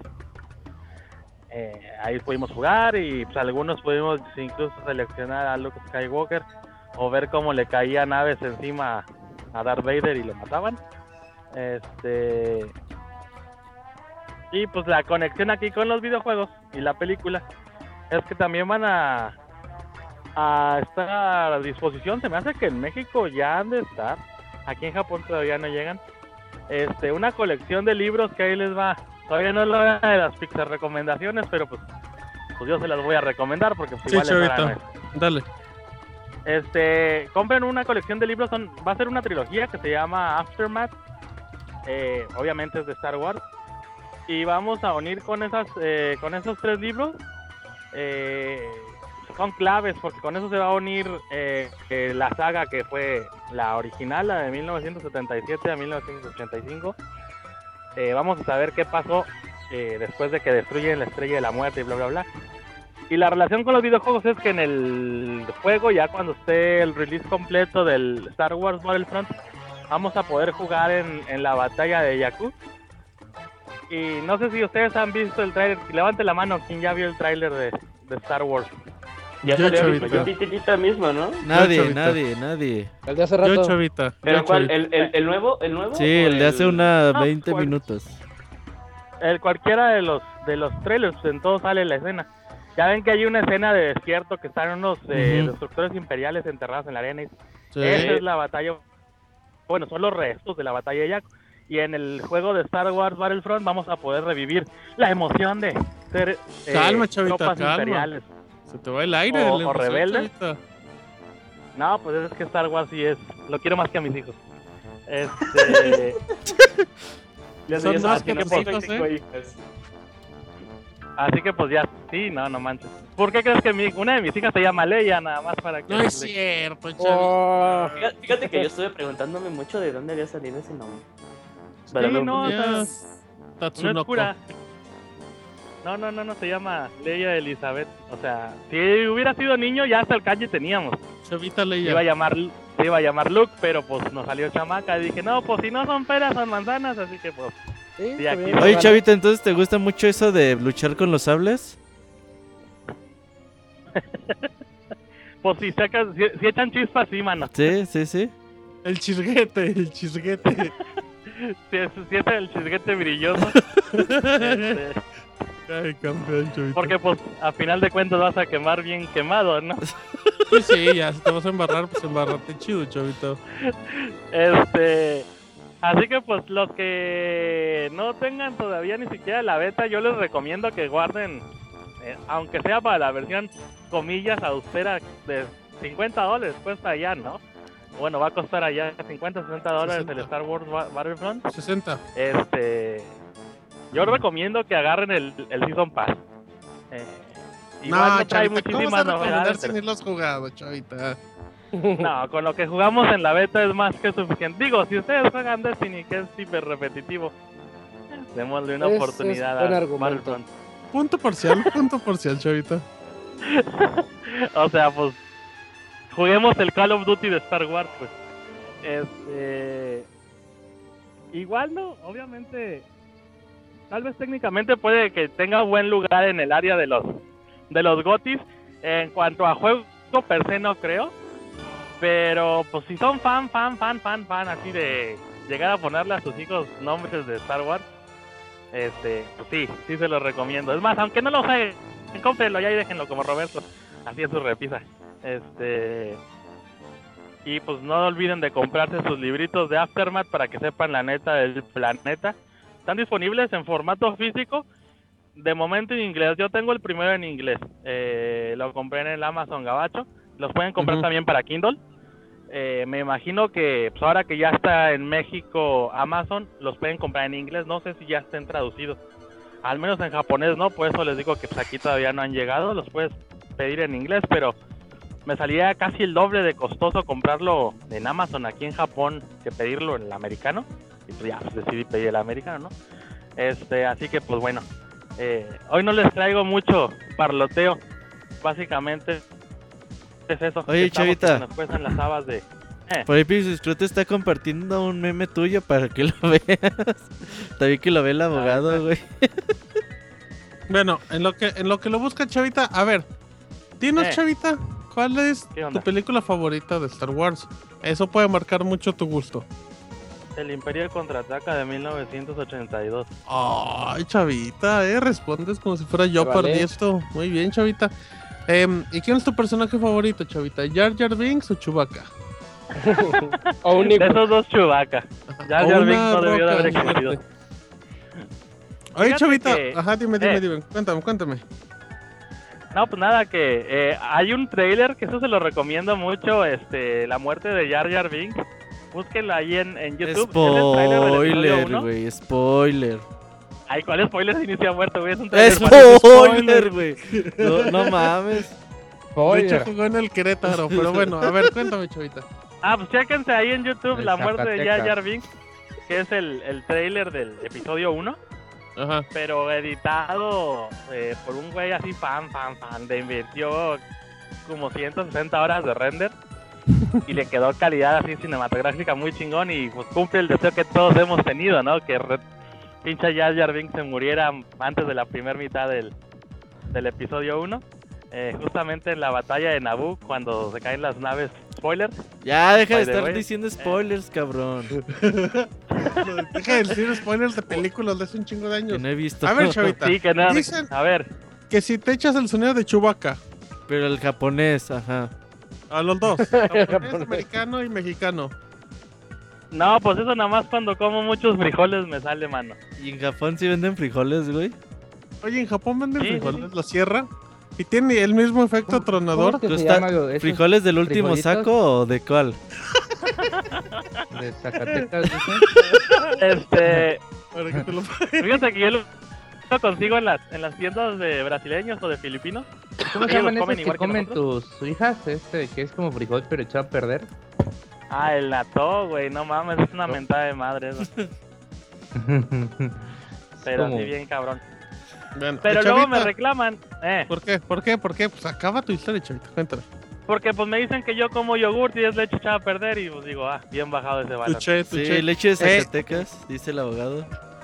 Ahí pudimos jugar y pues algunos pudimos incluso seleccionar a Luke Skywalker o ver cómo le caía naves encima a Darth Vader y lo mataban. Y pues la conexión aquí con los videojuegos y la película es que también van a estar a disposición. Se me hace que en México ya han de estar, aquí en Japón todavía no llegan, una colección de libros que ahí les va. Todavía no es la de las Pixar recomendaciones, pero pues yo se las voy a recomendar porque pues, Sí, igual es para Chavita. Dale. compren una colección de libros, va a ser una trilogía que se llama Aftermath, obviamente es de Star Wars, y vamos a unir con esos 3 libros, son claves porque con eso se va a unir la saga que fue la original, la de 1977 a 1985. Vamos a saber qué pasó después de que destruyen la Estrella de la Muerte y bla bla bla. Y la relación con los videojuegos es que en el juego, ya cuando esté el release completo del Star Wars Battlefront, vamos a poder jugar en la batalla de Jakku. Y no sé si ustedes han visto el tráiler, levante la mano quien ya vio el tráiler de Star Wars. Ya Yo, salió Chavita. yo titita mismo, ¿no? Nadie, Chavita. nadie. El de hace Yo, rato. Chavita. ¿Pero Yo, cuál? Chavita. ¿El nuevo? Sí, o el de hace una No, 20 bueno. minutos. Cualquiera de los trailers, en todo sale la escena. Ya ven que hay una escena de desierto que están unos Ujú. destructores imperiales enterrados en la arena. Sí. Esa es la batalla. Bueno, son los restos de la batalla de Jakku. Y en el juego de Star Wars Battlefront vamos a poder revivir la emoción de ser Calma, Chavita, tropas calma. imperiales. Se te va el aire. O- de la o emoción, rebelde. Chavita. No, pues es que Star Wars sí es. Lo quiero más que a mis hijos. Ya Son sé, más así que que tus por hijos, cinco ¿eh? hijas. Así que pues ya, sí, no manches. ¿Por qué crees que una de mis hijas se llama Leia? Nada más para que... No es cierto, Chavita. Oh, Fíjate que yo estuve preguntándome mucho de dónde había salido ese nombre. Sí, Pero no, o sea, Ya, no es Tatsunoko. pura. No, se llama Leia Elizabeth. O sea, si hubiera sido niño ya hasta el kanji teníamos. Chavita Se Leia. iba a llamar Luke, pero pues nos salió chamaca. Y dije, no, pues si no son peras, son manzanas, así que pues... sí, Sí, está aquí bien. no Oye, van a- Chavita, ¿entonces te gusta mucho eso de luchar con los sables? Pues si echan chispas, sí, mano. Sí, sí, sí. El chisguete. Si es el chisguete brilloso. Ay, campeón, Chavita. Porque pues a final de cuentas vas a quemar bien quemado, ¿no? Pues sí, ya, si te vas a embarrar, pues embarrate chido, Chavita. Así que pues los que no tengan todavía ni siquiera la beta, yo les recomiendo que guarden, aunque sea para la versión comillas austera de $50, cuesta allá, ¿no? Bueno, va a costar allá $50, $60 el 60. Star Wars Battlefront. 60. Yo recomiendo que agarren el Season Pass. Igual No, no trae Chavita, ¿cómo muchísimas vas a recomendar novedades. sin irlos jugado, Chavita? No, con lo que jugamos en la beta es más que suficiente. Digo, si ustedes juegan Destiny, que es hiper repetitivo, démosle una oportunidad buen a argumento. Battlefront. Punto parcial, chavita. O sea, pues juguemos el Call of Duty de Star Wars, pues. Igual no, obviamente. Tal vez técnicamente puede que tenga buen lugar en el área de los GOTYs. En cuanto a juego per se no creo. Pero pues si son fan, así de llegar a ponerle a sus hijos nombres de Star Wars, pues sí se los recomiendo. Es más, aunque no lo jueguen, cómprenlo ya y déjenlo como Roberto, así en su repisa. Y pues no olviden de comprarse sus libritos de Aftermath para que sepan la neta del planeta. Están disponibles en formato físico, de momento en inglés. Yo tengo el primero en inglés, lo compré en el Amazon Gabacho. Los pueden comprar también para Kindle. Me imagino que pues ahora que ya está en México Amazon, los pueden comprar en inglés. No sé si ya estén traducidos, al menos en japonés no, por eso les digo que pues aquí todavía no han llegado. Los puedes pedir en inglés, pero me salía casi el doble de costoso comprarlo en Amazon aquí en Japón que pedirlo en el americano. Y pues ya decidí pedir el americano, ¿no? Así que pues bueno, hoy no les traigo mucho parloteo. Básicamente es eso. Oye, chavita, que nos cuestan las habas de... Por ahí Pixel te está compartiendo un meme tuyo para que lo veas. También que lo ve el abogado, güey. Bueno, en lo que lo busca, chavita, a ver, dinos, chavita, ¿cuál es tu película favorita de Star Wars? Eso puede marcar mucho tu gusto. El Imperio contraataca de 1982. Ay, chavita, respondes como si fuera yo Vale. perdí esto. Muy bien, chavita. ¿Y quién es tu personaje favorito, chavita? ¿Jar Jar Binks o Chewbacca? O un De esos dos, Chewbacca. Jar Jar Binks no debió de haber roca existido. fuerte. Oye, Fíjate chavita, que- ajá, dime, cuéntame. No, pues nada, que hay un trailer que eso se lo recomiendo mucho, la muerte de Jar Jar Binks. Búsquenlo ahí en YouTube. Es el tráiler del episodio Spoiler, 1. güey, spoiler. Ay, ¿cuál spoiler si inicia muerto, güey? Es un trailer. Spoiler, güey. No mames. De hecho, jugó en el Querétaro, pero bueno, a ver, cuéntame, chavita. Ah, pues chéquense ahí en YouTube El la muerte de Jar Zacatecas. Jar Binks, que es el trailer del episodio 1. Ajá. Pero editado por un güey así fan, le invirtió como 160 horas de render y le quedó calidad así cinematográfica muy chingón y pues cumple el deseo que todos hemos tenido, ¿no? Que pinche Jar Jar Binks se muriera antes de la primera mitad del episodio 1, justamente en la batalla de Naboo, cuando se caen las naves. Spoiler. Ya, deja de By the estar way, diciendo spoilers, cabrón. Deja de decir spoilers de películas de hace un chingo de Que años. no he visto. A ver, chavita, Sí, que no. dicen A ver, que si te echas el sonido de Chewbacca, Pero el japonés, ajá. a los dos, japonés, americano y mexicano. no, pues eso nada más cuando como muchos frijoles me sale, mano. ¿Y en Japón sí venden frijoles, güey? Oye, en Japón venden Sí, frijoles, la sierra, y tiene el mismo efecto tronador. ¿Cómo es que se ¿Gusta llama esos ¿Frijoles del último frijolitos? saco o de cuál? De Zacatecas, dicen? Para que te lo... Fíjate que yo lo consigo en las tiendas de brasileños o de filipinos. ¿Cómo se Ellos llaman los esos comen que igual que comen nosotros. tus hijas? Que es como frijol pero echado a perder. Ah, el nató, güey, no mames, es una mentada de madre eso. Pero como- sí bien cabrón. Bueno, Pero chavita, luego me reclaman, ¿Por qué? Pues acaba tu historia, chavita, cuéntame. porque pues me dicen que yo como yogurt y es leche echada a perder y pues digo, bien bajado ese valor. Tuché. Sí, leche de Zacatecas, dice el abogado.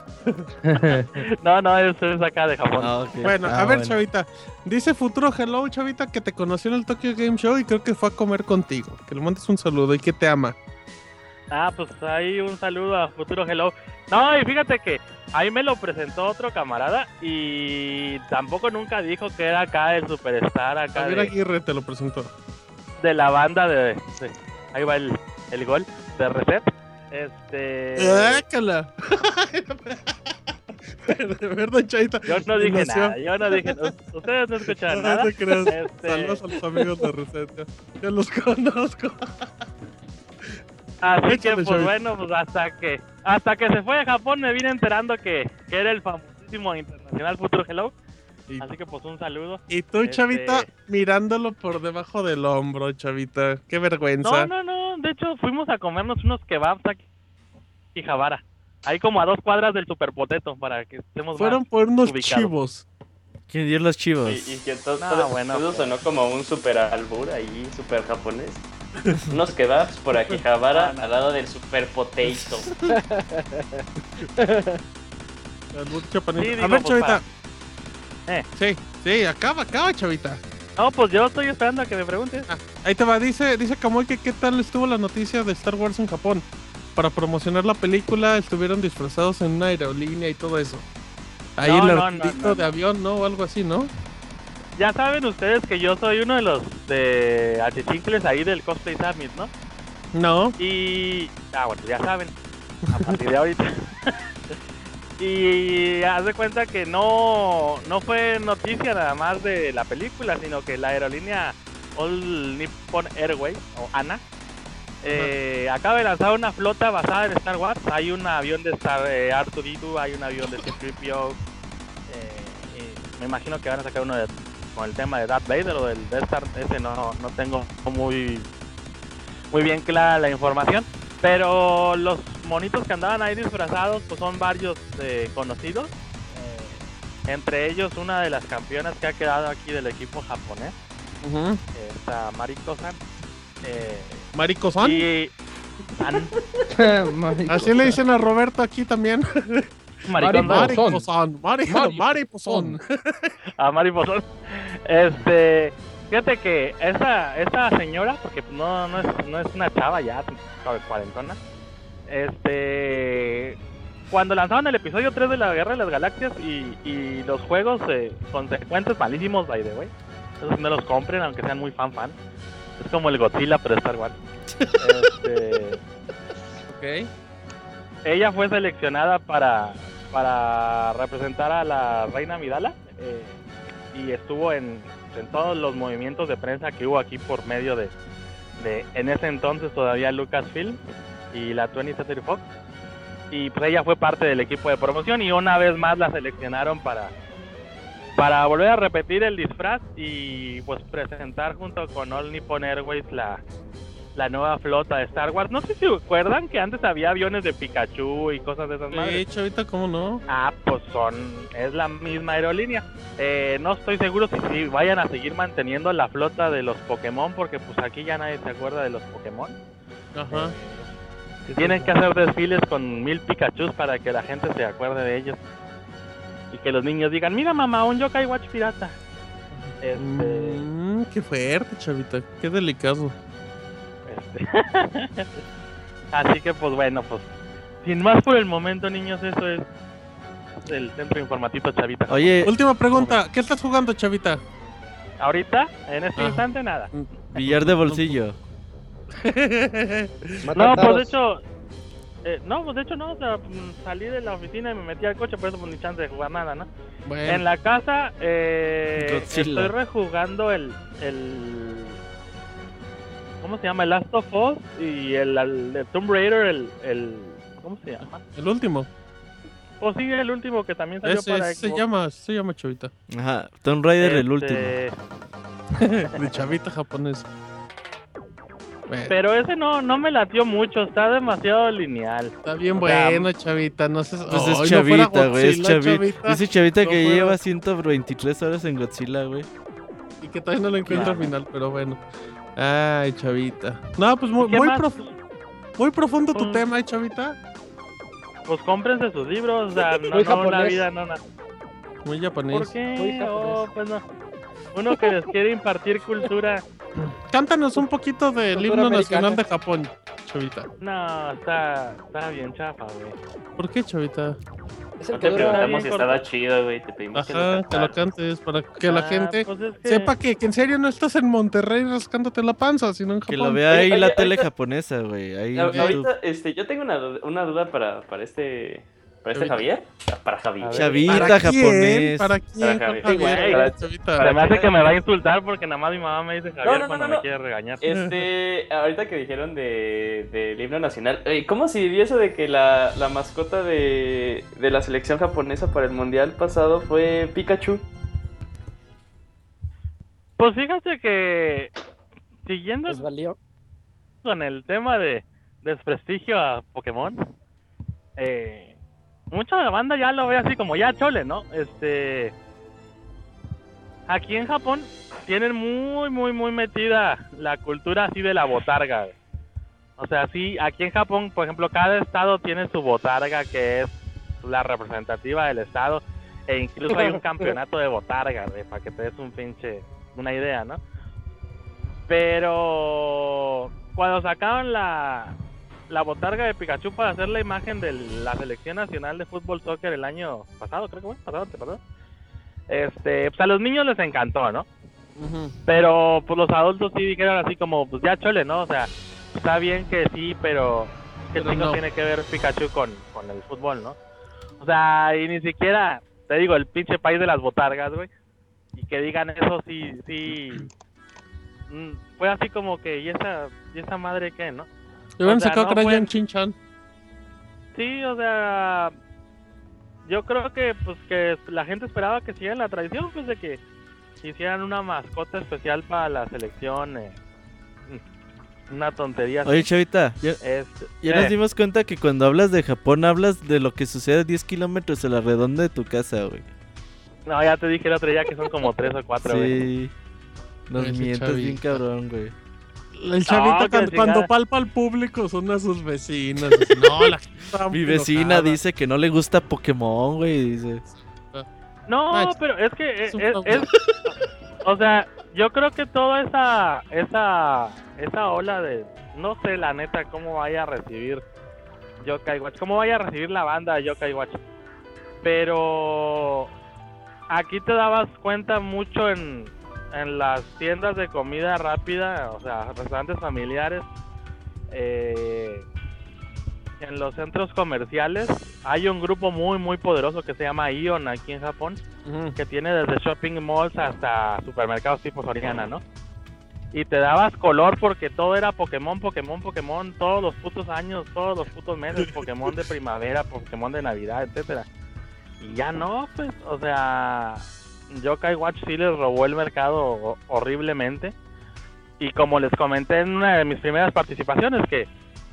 No, eso es acá de Japón. Ah, ok. Bueno, Ah, a ver, bueno. chavita, dice Futuro Hello, chavita, que te conoció en el Tokyo Game Show y creo que fue a comer contigo. Que le mandes un saludo y que te ama. Ah, pues ahí un saludo a Futuro Hello. No, y fíjate que ahí me lo presentó otro camarada y tampoco nunca dijo que era acá el superstar acá Javier de, Aguirre te lo presentó. de la banda de ahí va el gol de Reset. ¡Ácala! De verdad, chavita. Yo no dije nació. nada, ustedes no escucharon No nada. te creas. Este- Saludos a los amigos de Receta. Yo los conozco. Así Échale, que pues Chavita. bueno, pues hasta que se fue a Japón me vine enterando que era el famosísimo internacional Futuro Hello. Y, Así que pues un saludo. y tú, Chavita, mirándolo por debajo del hombro, Chavita. Qué vergüenza. No, de hecho fuimos a comernos unos kebabs aquí en Javara. Ahí como a 2 cuadras del Superpoteto para que estemos Fueron más por unos ubicados. chivos. ¿Quién dio los chivos? Y que todo, No, bueno, eso pues. sonó como un super albur ahí, super japonés. Unos kebabs por Akihabara al lado del Super Potato. Albur japonés. Sí, A digo, ver, pues, Chavita. Eh. Sí, acaba, Chavita. No, pues yo estoy esperando a que me preguntes. Ah, ahí te va, dice Kamui que qué tal estuvo la noticia de Star Wars en Japón. Para promocionar la película estuvieron disfrazados en una aerolínea y todo eso. Ahí No, el no, artudito no. de avión, ¿no? O algo así, ¿no? Ya saben ustedes que yo soy uno de los de achichincles ahí del Cosplay Summit, ¿no? No. Y... bueno, ya saben. A partir de ahorita. Y haz de cuenta que no fue noticia nada más de la película, sino que la aerolínea All Nippon Airways, o ANA, acaba de lanzar una flota basada en Star Wars. Hay un avión de R2-D2, hay un avión de C-3PO. Y me imagino que van a sacar uno con el tema de Darth Vader o del Death Star. Ese no tengo muy bien clara la información. Pero los monitos que andaban ahí disfrazados pues son varios conocidos. Entre ellos una de las campeonas que ha quedado aquí del equipo japonés, esta Mariko-san. ¿Mariko-san? Y... Así le dicen a Roberto aquí también. Mariko-san. Mariposón. A Mariposón. Fíjate que esa señora, porque no es una chava ya, cuarentona. Cuando lanzaron el episodio 3 de la Guerra de las Galaxias y los juegos consecuentes malísimos, by the way, esos no los compren aunque sean muy fan. Es como el Godzilla pero Star Wars. Ok. Ella fue seleccionada para representar a la Reina Amidala y estuvo en todos los movimientos de prensa que hubo aquí por medio de en ese entonces todavía Lucasfilm y la 20th Century Fox. Y pues ella fue parte del equipo de promoción y una vez más la seleccionaron para volver a repetir el disfraz y pues presentar junto con All Nippon Airways la nueva flota de Star Wars. No sé si recuerdan que antes había aviones de Pikachu y cosas de esas madres. Chavita, ¿cómo no? Pues es la misma aerolínea. No estoy seguro si vayan a seguir manteniendo la flota de los Pokémon, porque pues aquí ya nadie se acuerda de los Pokémon. Ajá. Tienen que hacer desfiles con 1000 Pikachus para que la gente se acuerde de ellos. Y que los niños digan, mira mamá, un Yokai Watch pirata. Qué fuerte, Chavita, qué delicado. Así que pues bueno, pues sin más por el momento, niños, eso es el centro informativo Chavita. Oye, Última pregunta, ¿qué estás jugando, Chavita? Ahorita, en este instante, nada. billar de bolsillo. No, pues de hecho, no, o sea, salí de la oficina y me metí al coche, por eso pues ni chance de jugar nada, ¿no? Bueno. En la casa, Godzilla. estoy rejugando el ¿cómo se llama? El Last of Us y el Tomb Raider, el ¿cómo se llama? El último. Pues sí, el último que también salió para Se Xbox. llama Chavita. Ajá, Tomb Raider el último. De Chavita japonés. Bueno, Pero ese no me latió mucho, está demasiado lineal. está bien o sea, bueno, Chavita, no sé. Pues Ay, es no Chavita, fuera güey, es Godzilla, Chavita. Dice Chavita no que fuera- lleva 123 horas en Godzilla, güey. Y que todavía no lo encuentro al Claro. final, pero bueno. Ay, Chavita. No, pues muy, ¿Qué más? muy profundo tu Pues- tema, Chavita. Pues cómprense sus libros, o sea, Muy no la japonés. vida, no nada. Muy japonés. ¿Por qué? Muy japonés. Pues no. Uno que les quiere impartir cultura. Cántanos un poquito del Cultura himno americana. nacional de Japón, Chavita. No, está bien chafa, güey. ¿Por qué, Chavita? Es el No que te dura. preguntamos si bien estaba corto. chido, güey. Te pedimos Ajá, que lo cantaras. cantes para que la gente Pues es que... sepa que en serio no estás en Monterrey rascándote la panza, sino en Que Japón. lo vea ahí Oye, la ahorita- tele japonesa, güey. Ahí en YouTube. Ahorita, yo tengo una duda para este Chavita. Javier. Para Javi. A ver. Chavita ¿Para quién? japonés. ¿Para quién? Para Javier. Javier? Güey. Chavita. Se me hace que me va a insultar porque nada más mi mamá me dice Javier No, cuando no. me quiere regañar. Ahorita que dijeron del himno nacional, ¿cómo se vivió eso de que la mascota de la selección japonesa para el mundial pasado fue Pikachu? Pues fíjate que siguiendo ¿Les valió? con el tema de desprestigio a Pokémon, mucha de la banda ya lo ve así como ya chole, ¿no? Aquí en Japón tienen muy metida la cultura así de la botarga, güey. O sea, sí, aquí en Japón, por ejemplo, cada estado tiene su botarga que es la representativa del estado, e incluso hay un campeonato de botarga, güey, para que te des una idea, ¿no? Pero cuando sacaron la botarga de Pikachu para hacer la imagen de la selección nacional de fútbol soccer el año pasado, creo que fue, pasado, pues a los niños les encantó, ¿no? Ujú. Pero pues los adultos sí dijeron así como, pues ya chole, ¿no? O sea, está bien que sí, pero ¿qué Pero chico no. tiene que ver Pikachu con el fútbol, no? O sea, y ni siquiera, te digo, el pinche país de las botargas, güey, y que digan eso sí, fue así como que, ¿y esa madre qué, no? Le hubieran O sea, sacado no Crayon fue- Chin-chan. Sí, o sea, yo creo que pues que la gente esperaba que siguieran la tradición, pues de que hicieran una mascota especial para la selección, una tontería así. Oye, Chavita, ya nos dimos cuenta que cuando hablas de Japón hablas de lo que sucede a 10 kilómetros a la redonda de tu casa, güey. No, ya te dije el otro día que son como 3 o 4, güey. Sí. Nos Ese mientas bien Chavita. cabrón, güey. El chavito que cuando chingada. palpa al público son a sus vecinos. Dice, no, la gente está Mi muy vecina enojada". dice que no le gusta Pokémon, güey. Dice. No, Ay, pero es que es un o sea, yo creo que toda esa ola de, no sé la neta cómo vaya a recibir Yokai Watch, cómo vaya a recibir la banda Yokai Watch, pero aquí te dabas cuenta mucho en las tiendas de comida rápida, o sea, restaurantes familiares, en los centros comerciales hay un grupo muy poderoso que se llama Ion aquí en Japón, Ujú. que tiene desde shopping malls hasta supermercados tipo Soriana, ¿no? Y te dabas color porque todo era Pokémon, todos los putos años, todos los putos meses, Pokémon de primavera, Pokémon de Navidad, etcétera. Y ya no, pues, o sea, Yokai Watch sí les robó el mercado horriblemente. Y como les comenté en una de mis primeras participaciones, que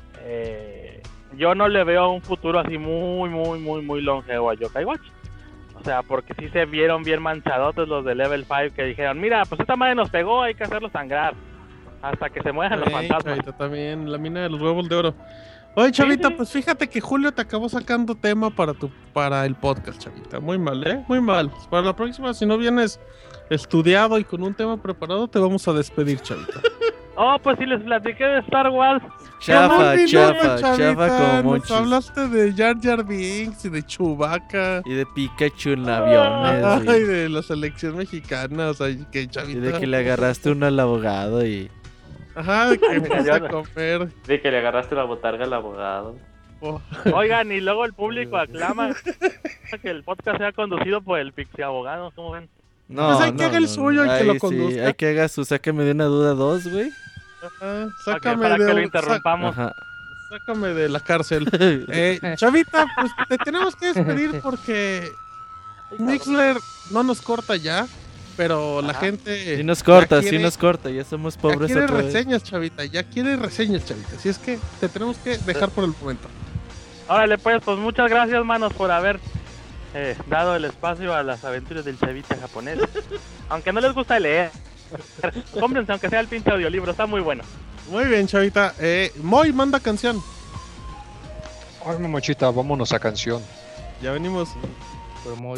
yo no le veo un futuro así muy longevo a Yokai Watch. O sea, porque sí se vieron bien manchadotes los de Level 5 que dijeron, mira, pues esta madre nos pegó, hay que hacerlo sangrar hasta que se mueran los Ey, fantasmas. Chavita, también, la mina de los huevos de oro. Oye, Chavita, sí. pues fíjate que Julio te acabó sacando tema para el podcast, Chavita. Muy mal, ¿eh? Muy mal. Para la próxima, si no vienes estudiado y con un tema preparado, te vamos a despedir, Chavita. Oh, pues sí les platiqué de Star Wars. Chafa, Qué mal vino, chafa como Nos monchis. hablaste de Jar Jar Binks y de Chewbacca. Y de Pikachu en aviones. Ay, Y, de la selección mexicana, o sea, que y Chavita. de que le agarraste uno al abogado y... Ajá, de que Ay, fuiste ya a no. comer. De que le agarraste la botarga al abogado. Oh. Oigan, y luego el público aclama que el podcast sea conducido por el Pixie Abogado, ¿cómo ven? No, Pues hay que haga el suyo y que Ahí lo sí, conduzca. hay que haga su sácame de una duda 2, güey. Ajá, Ok, sácame para que lo de interrumpamos. Ajá. sácame de la cárcel. Chavita, pues te tenemos que despedir porque Mixler no nos corta ya, pero la Ajá. gente Sí nos corta, ya sí quiere- nos corta, ya somos ya pobres quiere otra vez. reseñas, Chavita, ya quiere reseñas, Chavita. Así es que te tenemos que dejar por el momento. Órale, pues muchas gracias, manos, por haber dado el espacio a las aventuras del chavita japonés. Aunque no les gusta leer, cómprense aunque sea el pinche audiolibro, está muy bueno. Muy bien, Chavita. Moy, manda canción. Ay, mamochita, vámonos a canción. Ya venimos. Pero muy-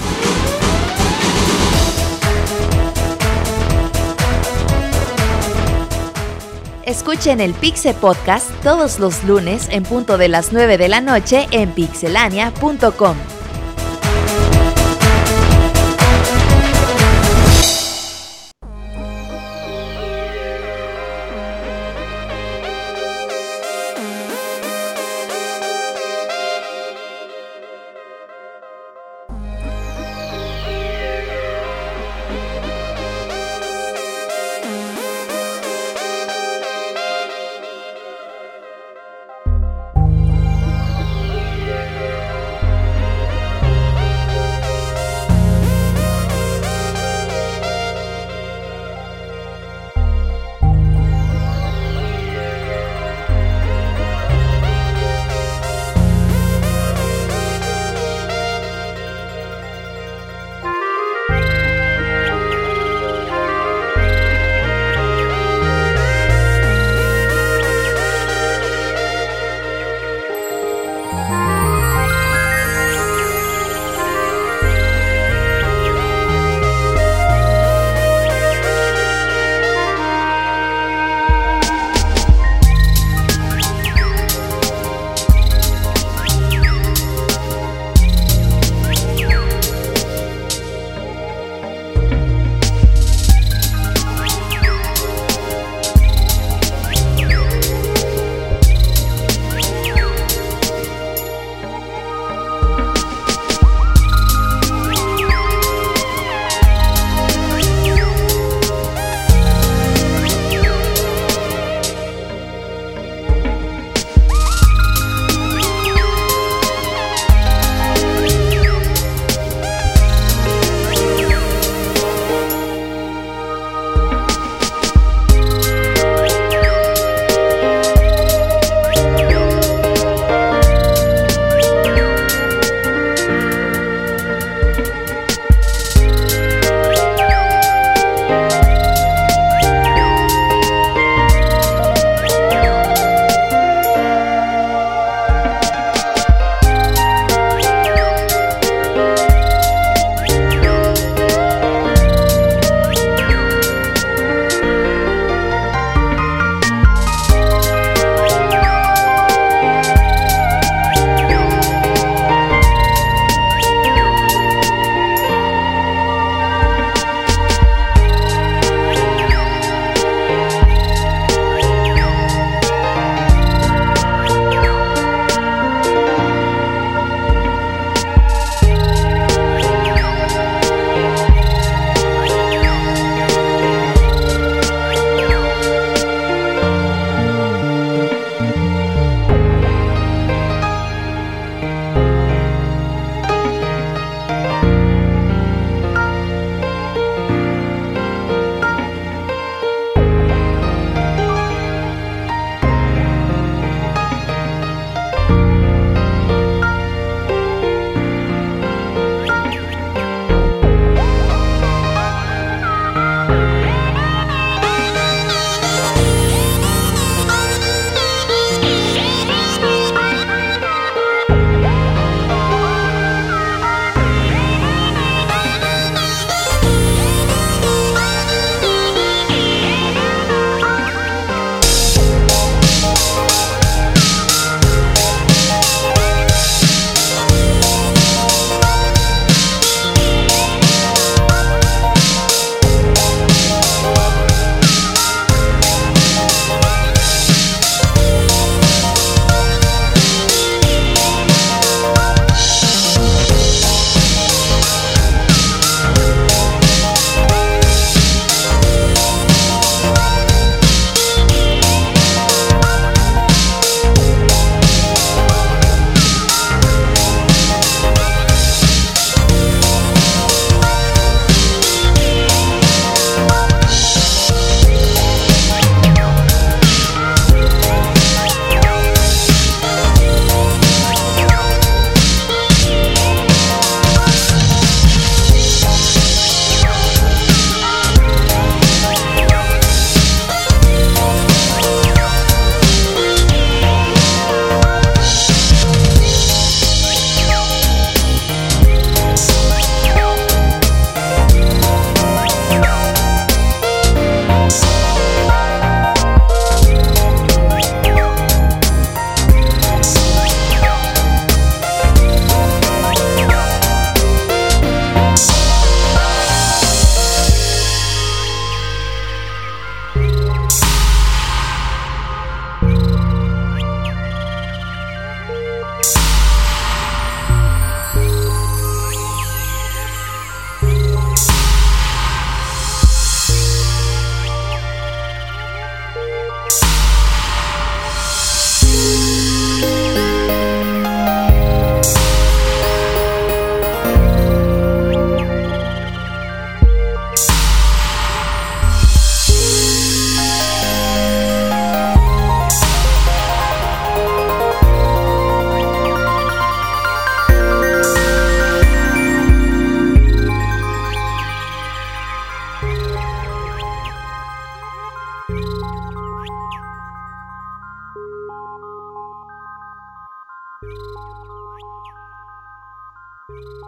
Escuchen el Pixe Podcast todos los lunes en punto de las 9 de la noche en pixelania.com.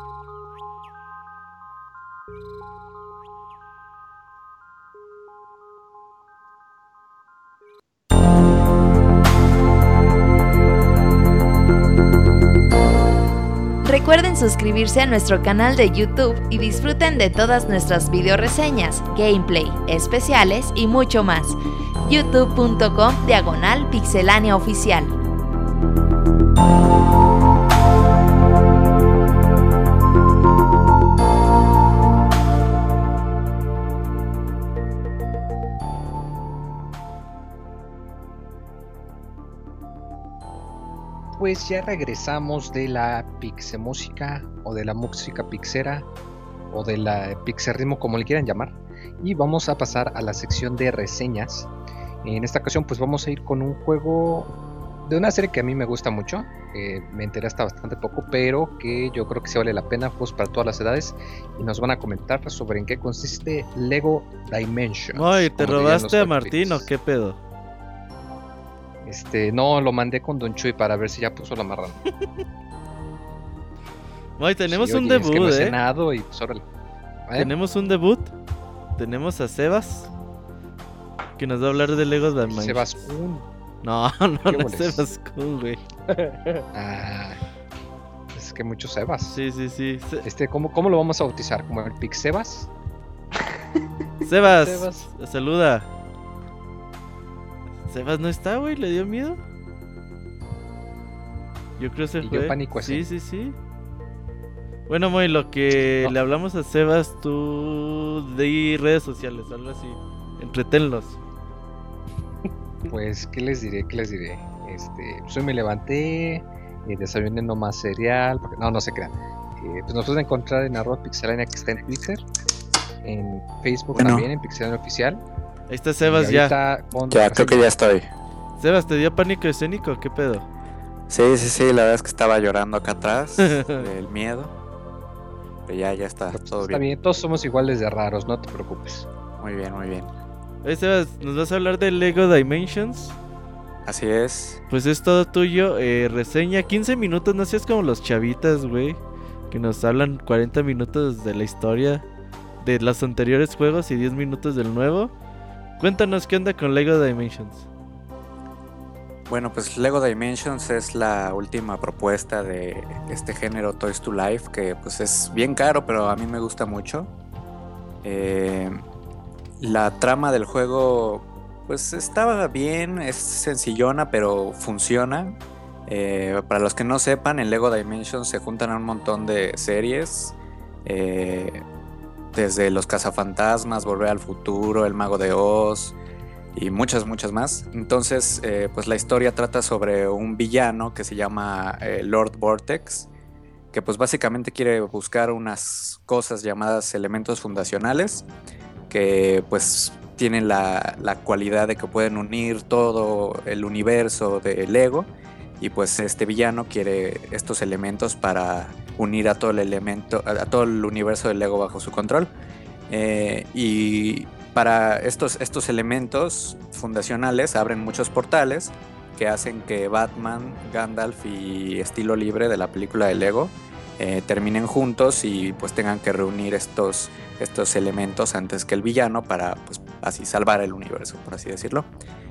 Recuerden suscribirse a nuestro canal de YouTube y disfruten de todas nuestras videoreseñas, gameplay, especiales y mucho más. youtube.com/Pixelania Oficial. Pues ya regresamos de la pixemúsica o de la música pixera o de la pixerritmo, como le quieran llamar, y vamos a pasar a la sección de reseñas. En esta ocasión pues vamos a ir con un juego de una serie que a mí me gusta mucho, me enteré hasta bastante poco, pero que yo creo que sí vale la pena, juegos para todas las edades, y nos van a comentar sobre en qué consiste Lego Dimensions. Ay, ¿te como dirían robaste a los Martín o hotcakes. qué pedo? No, lo mandé con Don Chuy para ver si ya puso la marrana. Ay, tenemos Sí, un oye, es que debut, no he cenado y pues órale. Tenemos un debut. Tenemos a Sebas, que nos va a hablar de Lego Dimensions. Sebas Kun. No, ¿Qué no es boles? Sebas Kun, güey. Ah, es que muchos Sebas. Sí. ¿Cómo lo vamos a bautizar? ¿Como el Pixebas? Sebas, Sebas. saluda. Sebas no está, güey, ¿le dio miedo? Yo creo que se Le fue. dio pánico ese. Sí. Bueno, Moy, lo que No. le hablamos a Sebas, tú de redes sociales, algo así. Entretenlos. Pues, ¿qué les diré? Pues hoy me levanté, desayuné nomás cereal. No se crean. Pues nos pueden encontrar en @Pixelania, que está en Twitter, en Facebook Bueno. también, en Pixelania Oficial. Ahí está Sebas Y ya. ahorita con Ya, creo que ya estoy. Sebas, ¿te dio pánico escénico? ¿Qué pedo? Sí, la verdad es que estaba llorando acá atrás del miedo. Pero ya está, todo Está bien. bien, todos somos iguales de raros, no te preocupes. Muy bien. Oye, Sebas, ¿nos vas a hablar de Lego Dimensions? Así es. Pues es todo tuyo. Reseña 15 minutos, no seas como los chavitas, güey, que nos hablan 40 minutos de la historia de los anteriores juegos y 10 minutos del nuevo. Cuéntanos qué onda con Lego Dimensions. Bueno, pues Lego Dimensions es la última propuesta de este género Toys to Life, que pues es bien caro, pero a mí me gusta mucho. La trama del juego pues estaba bien, es sencillona, pero funciona. Para los que no sepan, en Lego Dimensions se juntan un montón de series, desde Los Cazafantasmas, Volver al Futuro, El Mago de Oz y muchas más. Entonces, pues la historia trata sobre un villano que se llama Lord Vortex, que pues básicamente quiere buscar unas cosas llamadas elementos fundacionales, que pues tienen la cualidad de que pueden unir todo el universo de Lego, y pues este villano quiere estos elementos para unir a todo el universo de Lego bajo su control. Y para estos elementos fundacionales abren muchos portales que hacen que Batman, Gandalf y Estilo Libre de la película de Lego terminen juntos y pues tengan que reunir estos elementos antes que el villano para pues así salvar el universo, por así decirlo.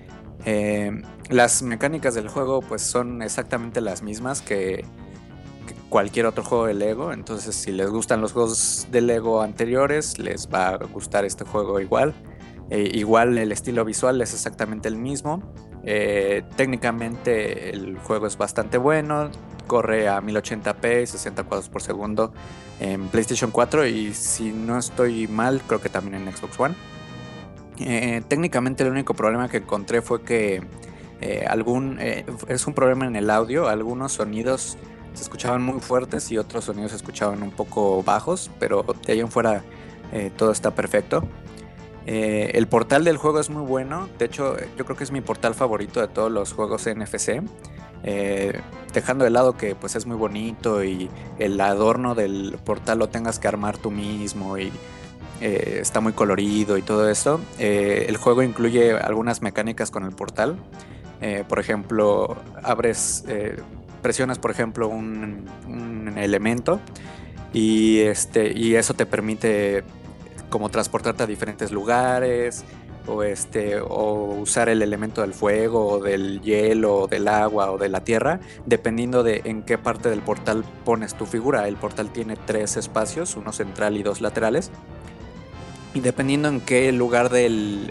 Las mecánicas del juego pues son exactamente las mismas que cualquier otro juego de Lego, entonces si les gustan los juegos de Lego anteriores les va a gustar este juego igual. Igual el estilo visual es exactamente el mismo. Técnicamente el juego es bastante bueno, corre a 1080p, 60 cuadros por segundo en PlayStation 4 y si no estoy mal creo que también en Xbox One. Técnicamente el único problema que encontré fue que es un problema en el audio. Algunos sonidos se escuchaban muy fuertes y otros sonidos se escuchaban un poco bajos, pero de ahí en fuera todo está perfecto. El portal del juego es muy bueno, de hecho yo creo que es mi portal favorito de todos los juegos NFC, dejando de lado que pues es muy bonito y el adorno del portal lo tengas que armar tú mismo y está muy colorido y todo eso. El juego incluye algunas mecánicas con el portal. Por ejemplo, presionas por ejemplo un elemento y eso te permite como transportarte a diferentes lugares o usar el elemento del fuego o del hielo o del agua o de la tierra, dependiendo de en qué parte del portal pones tu figura. El portal tiene 3 espacios, uno central y 2 laterales, y dependiendo en qué lugar del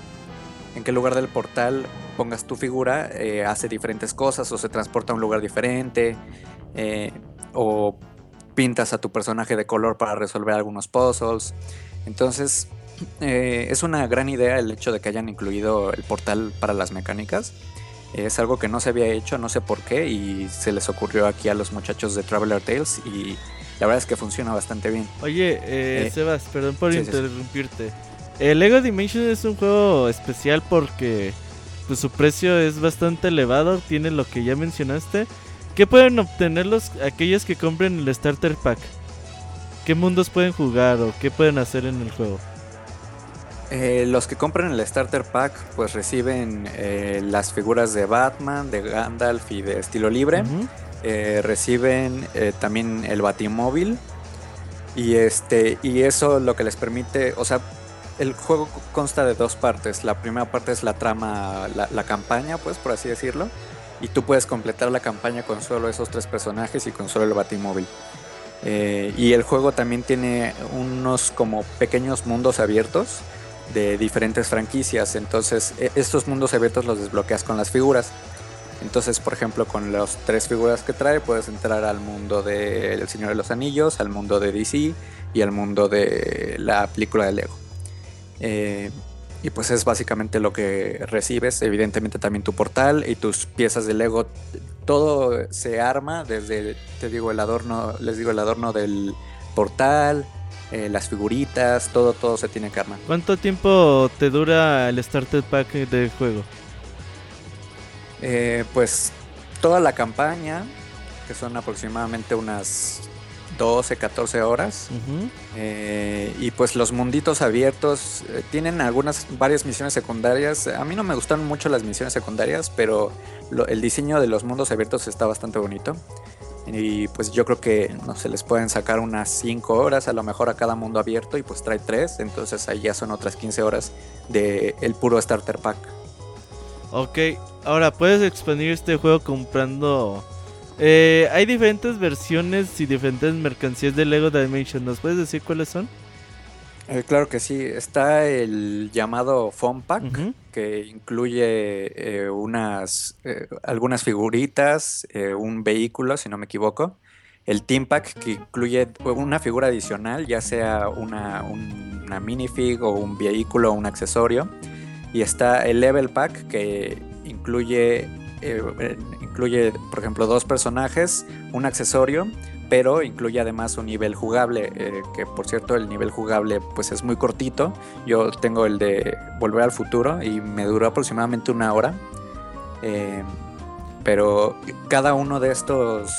portal pongas tu figura, hace diferentes cosas o se transporta a un lugar diferente, o pintas a tu personaje de color para resolver algunos puzzles. Entonces es una gran idea el hecho de que hayan incluido el portal para las mecánicas. Es algo que no se había hecho, no sé por qué, y se les ocurrió aquí a los muchachos de Traveler Tales, y la verdad es que funciona bastante bien. Oye, Sebas, perdón por interrumpirte. Sí. Lego Dimensions es un juego especial porque pues, su precio es bastante elevado, tiene lo que ya mencionaste. ¿Qué pueden obtener aquellos que compren el Starter Pack? ¿Qué mundos pueden jugar o qué pueden hacer en el juego? Los que compren el Starter Pack pues reciben las figuras de Batman, de Gandalf y de estilo libre. Uh-huh. Reciben también el Batimóvil y eso lo que les permite, o sea, el juego consta de 2 partes. La primera parte es la trama, la campaña, pues por así decirlo, y tú puedes completar la campaña con solo esos 3 personajes y con solo el Batimóvil. Y el juego también tiene unos como pequeños mundos abiertos de diferentes franquicias. Entonces estos mundos abiertos los desbloqueas con las figuras. Entonces, por ejemplo, con las 3 figuras que trae puedes entrar al mundo de El Señor de los Anillos, al mundo de DC y al mundo de la película de Lego. Y pues es básicamente lo que recibes. Evidentemente también tu portal y tus piezas de Lego. Todo se arma desde, el adorno del portal, las figuritas, todo se tiene que armar. ¿Cuánto tiempo te dura el Starter Pack del juego? Pues toda la campaña, que son aproximadamente unas 12, 14 horas. Uh-huh. Y pues los munditos abiertos tienen varias misiones secundarias. A mí no me gustan mucho las misiones secundarias, pero el diseño de los mundos abiertos está bastante bonito. Y pues yo creo que no se les pueden sacar unas 5 horas a lo mejor a cada mundo abierto, y pues trae 3, entonces ahí ya son otras 15 horas de el puro Starter Pack. Ok, ahora puedes expandir este juego comprando... hay diferentes versiones y diferentes mercancías de Lego Dimensions. ¿Nos puedes decir cuáles son? Claro que sí. Está el llamado Fun Pack, Uh-huh. que incluye algunas figuritas, un vehículo, si no me equivoco. El Team Pack, que incluye una figura adicional, ya sea una minifig o un vehículo o un accesorio. Y está el Level Pack, que incluye, por ejemplo, 2 personajes, un accesorio, pero incluye además un nivel jugable, que por cierto el nivel jugable pues es muy cortito. Yo tengo el de Volver al Futuro y me duró aproximadamente 1 hora, pero cada uno de estos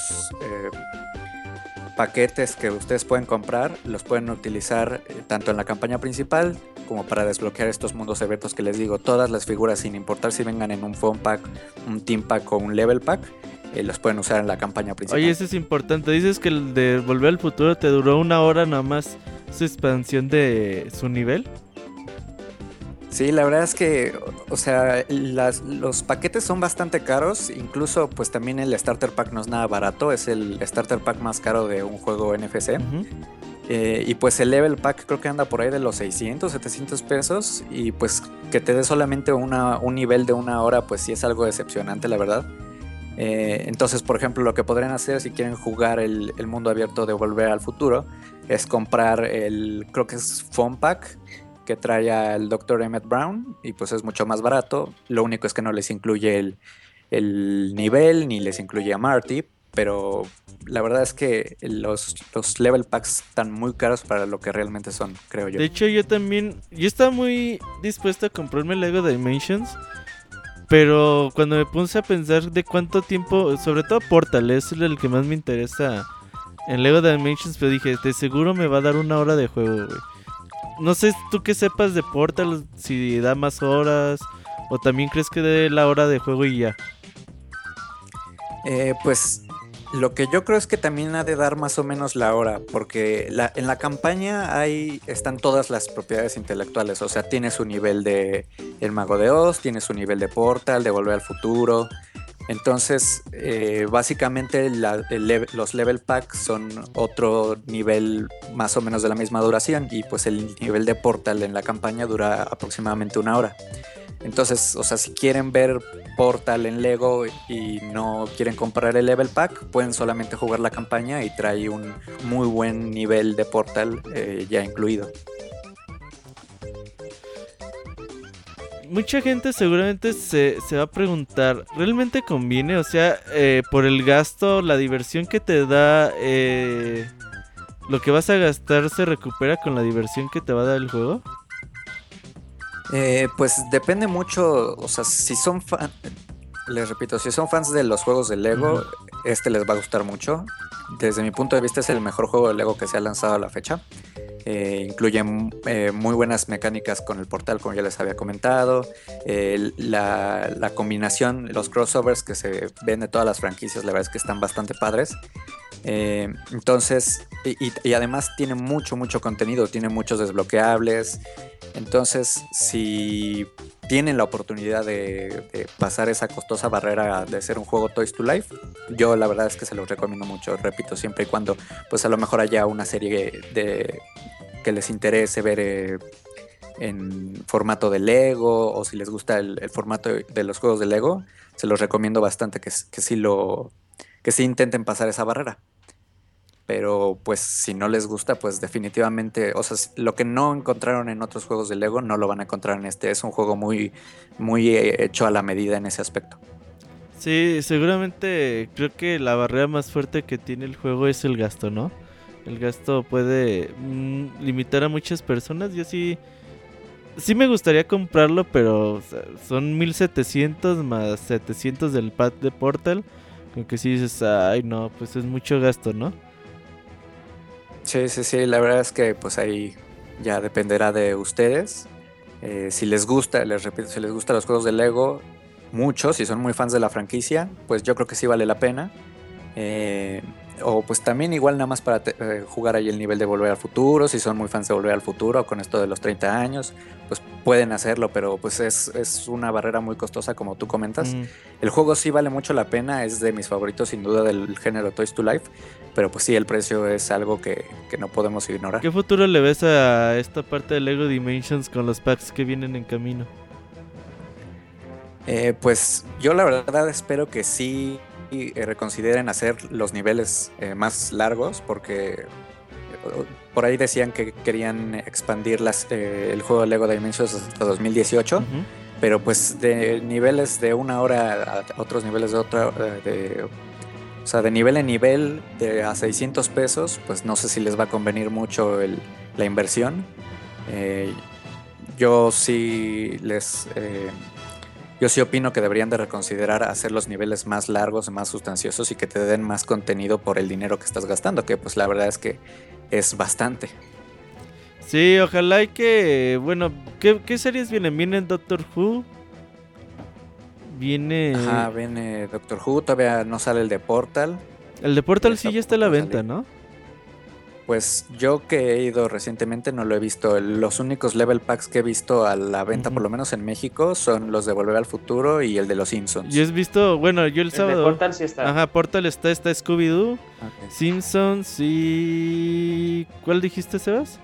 paquetes que ustedes pueden comprar los pueden utilizar tanto en la campaña principal como para desbloquear estos mundos abiertos que les digo. Todas las figuras, sin importar si vengan en un Fun Pack, un Team Pack o un Level Pack, los pueden usar en la campaña principal. Oye, eso es importante. Dices que el de Volver al Futuro te duró 1 hora nada más su expansión de su nivel. Sí, la verdad es que, o sea, los paquetes son bastante caros. Incluso pues también el Starter Pack no es nada barato. Es el Starter Pack más caro de un juego NFC. Uh-huh. Y pues el Level Pack creo que anda por ahí de los 600, 700 pesos. Y pues que te dé solamente un nivel de 1 hora, pues sí es algo decepcionante, la verdad. Entonces, por ejemplo, lo que podrían hacer si quieren jugar el mundo abierto de Volver al Futuro es comprar creo que es Fun Pack, que trae al Dr. Emmett Brown, y pues es mucho más barato. Lo único es que no les incluye el nivel, ni les incluye a Marty, pero la verdad es que los level packs están muy caros para lo que realmente son, creo yo. De hecho, yo estaba muy dispuesto a comprarme Lego Dimensions, pero cuando me puse a pensar de cuánto tiempo, sobre todo Portal, es el que más me interesa en Lego Dimensions, pero dije, de seguro me va a dar 1 hora de juego, güey. No sé tú qué sepas de Portal, si da más horas, o también crees que dé la hora de juego y ya. Pues Lo que yo creo es que también ha de dar más o menos la hora, porque en la campaña están todas las propiedades intelectuales, o sea, tiene su nivel de El Mago de Oz, tiene su nivel de Portal, de Volver al Futuro. Entonces, básicamente los level packs son otro nivel más o menos de la misma duración, y pues el nivel de Portal en la campaña dura aproximadamente 1 hora. Entonces, o sea, si quieren ver Portal en Lego y no quieren comprar el level pack, pueden solamente jugar la campaña y trae un muy buen nivel de Portal ya incluido. Mucha gente seguramente se va a preguntar, ¿realmente conviene? O sea, por el gasto, la diversión que te da, lo que vas a gastar se recupera con la diversión que te va a dar el juego. Pues depende mucho, o sea, si son les repito, si son fans de los juegos de Lego, este les va a gustar mucho. Desde mi punto de vista es el mejor juego de Lego que se ha lanzado a la fecha. Incluye muy buenas mecánicas con el Portal, como ya les había comentado. La combinación, los crossovers que se ven de todas las franquicias, la verdad es que están bastante padres. Entonces, y además tiene mucho contenido, tiene muchos desbloqueables. Entonces, si tienen la oportunidad de pasar esa costosa barrera de ser un juego Toys to Life, yo la verdad es que se los recomiendo mucho, repito, siempre y cuando pues a lo mejor haya una serie que les interese ver en formato de Lego, o si les gusta el formato de los juegos de Lego, se los recomiendo bastante que sí intenten pasar esa barrera. Pero pues si no les gusta, pues definitivamente, o sea, lo que no encontraron en otros juegos de Lego no lo van a encontrar en este. Es un juego muy hecho a la medida en ese aspecto. Sí, seguramente creo que la barrera más fuerte que tiene el juego es el gasto, ¿no? El gasto puede limitar a muchas personas. Yo sí me gustaría comprarlo, pero o sea, son 1700 más 700 del pad de Portal. Como que si dices, ay no, pues es mucho gasto, ¿no? Sí, la verdad es que pues ahí ya dependerá de ustedes. Si les gusta, les repito, si les gustan los juegos de Lego, muchos, si son muy fans de la franquicia, pues yo creo que sí vale la pena. O pues también igual nada más para jugar ahí el nivel de Volver al Futuro, si son muy fans de Volver al Futuro con esto de los 30 años, pues pueden hacerlo, pero pues es una barrera muy costosa como tú comentas. El juego sí vale mucho la pena, es de mis favoritos sin duda del género Toys to Life, pero pues sí, el precio es algo que no podemos ignorar. ¿Qué futuro le ves a esta parte de Lego Dimensions con los packs que vienen en camino? Pues yo la verdad espero que sí reconsideren hacer los niveles más largos, porque por ahí decían que querían expandir el juego de Lego Dimensions hasta 2018, pero pues de niveles de 1 hora a otros niveles de otra, o sea, de nivel en nivel a 600 pesos, pues no sé si les va a convenir mucho la inversión. Yo sí opino que deberían de reconsiderar hacer los niveles más largos, más sustanciosos y que te den más contenido por el dinero que estás gastando, que pues la verdad es que es bastante. Sí, ojalá y que, bueno, ¿qué series vienen? ¿Viene Doctor Who? Viene Doctor Who, todavía no sale el de Portal. El de Portal sí ya está a la venta, ¿no? Pues yo que he ido recientemente no lo he visto. Los únicos level packs que he visto a la venta, por lo menos en México, son los de Volver al Futuro y el de los Simpsons. Yo he visto, bueno, yo el sábado. De Portal sí está. Ajá, Portal está Scooby-Doo, okay. Simpsons y... ¿Cuál dijiste, Sebas?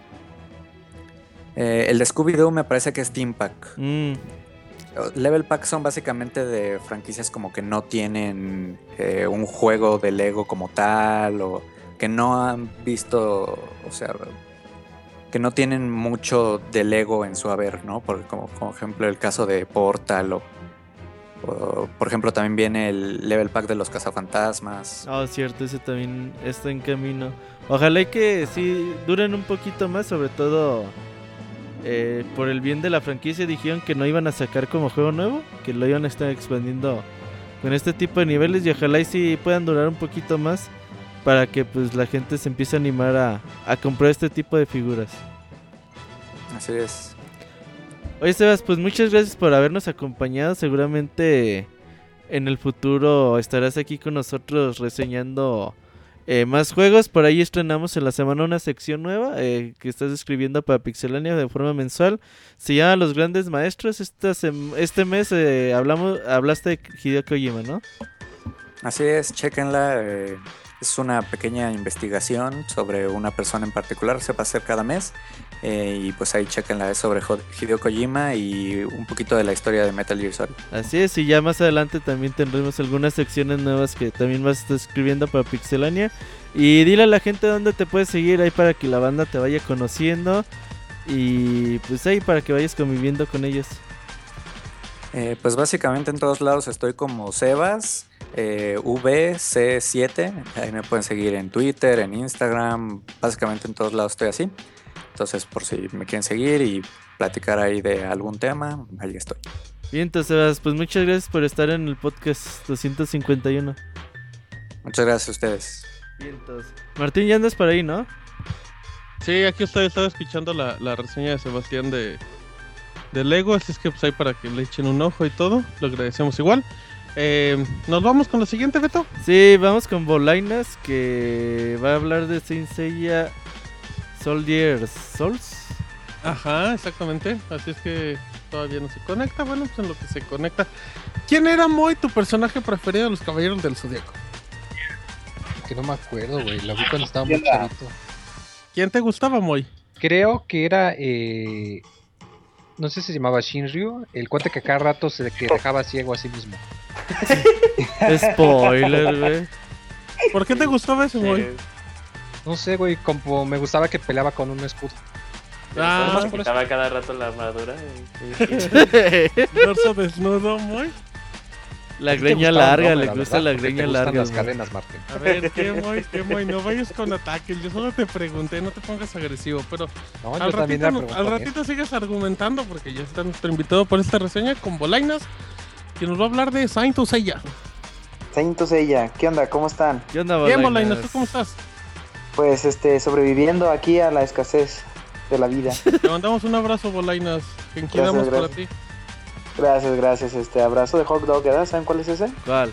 El de Scooby-Doo me parece que es Team Pack. Level Pack son básicamente de franquicias como que no tienen un juego de Lego como tal, o que no han visto, o sea, que no tienen mucho de Lego en su haber, ¿no? Como ejemplo el caso de Portal o por ejemplo también viene el Level Pack de los Cazafantasmas. Cierto, ese también está en camino. Ojalá y que sí duren un poquito más, sobre todo por el bien de la franquicia. Dijeron que no iban a sacar como juego nuevo, que lo iban a estar expandiendo con este tipo de niveles, y ojalá y sí puedan durar un poquito más, para que pues la gente se empiece a animar a comprar este tipo de figuras. Así es. Oye, Sebas, pues muchas gracias por habernos acompañado. Seguramente en el futuro estarás aquí con nosotros reseñando más juegos. Por ahí estrenamos en la semana una sección nueva que estás escribiendo para Pixelania de forma mensual. Se llama Los Grandes Maestros. Este mes hablaste de Hideo Kojima, ¿no? Así es, chéquenla. Es una pequeña investigación sobre una persona en particular, se va a hacer cada mes. Y pues ahí chéquenla, es sobre Hideo Kojima y un poquito de la historia de Metal Gear Solid. Así es, y ya más adelante también tendremos algunas secciones nuevas que también vas a estar escribiendo para Pixelania. Y dile a la gente dónde te puedes seguir ahí para que la banda te vaya conociendo. Y pues ahí para que vayas conviviendo con ellos. Pues básicamente en todos lados estoy como Sebas, VC7. Ahí me pueden seguir en Twitter, en Instagram. Básicamente en todos lados estoy así. Entonces, por si me quieren seguir y platicar ahí de algún tema, ahí estoy. Bien, entonces, pues muchas gracias por estar en el podcast 251. Muchas gracias a ustedes. Bien, entonces. Martín, ya andas por ahí, ¿no? Sí, aquí estaba escuchando la reseña de Sebastián de Lego, así es que pues ahí para que le echen un ojo y todo, lo agradecemos igual. ¿Nos vamos con lo siguiente, Beto? Sí, vamos con Bolainas, que va a hablar de Saint Seiya Soldier Souls. Ajá, exactamente. Así es que todavía no se conecta. Bueno, pues en lo que se conecta. ¿Quién era, Moy, tu personaje preferido de los Caballeros del Zodíaco? Que no me acuerdo, güey. Lo vi cuando estaba muy chavito. ¿Quién te gustaba, Moy? Creo que era... no sé si se llamaba Shinryu, el cuate que cada rato que dejaba ciego a sí mismo. Spoiler, güey. ¿Por qué te gustaba ese, Moy? No sé, güey, como me gustaba que peleaba con un escudo. Se quitaba cada rato la armadura. Dorso desnudo, Moy. La greña larga, le gusta la greña larga. Las cadenas, Martín. A ver, ¿qué, Moy? No vayas con ataques. Yo solo te pregunté, no te pongas agresivo. Pero no, al ratito sigues argumentando porque ya está nuestro invitado por esta reseña con Bolainas, que nos va a hablar de Saint Seiya. Saint Seiya, ¿qué onda? ¿Cómo están? ¿Qué onda, Bolainas? Bien, Bolainas, ¿tú cómo estás? Pues sobreviviendo aquí a la escasez de la vida. Te mandamos un abrazo, Bolainas. Que quedamos para ti. Gracias. Abrazo de hot dog, ¿verdad? ¿Saben cuál es ese? ¿Cuál?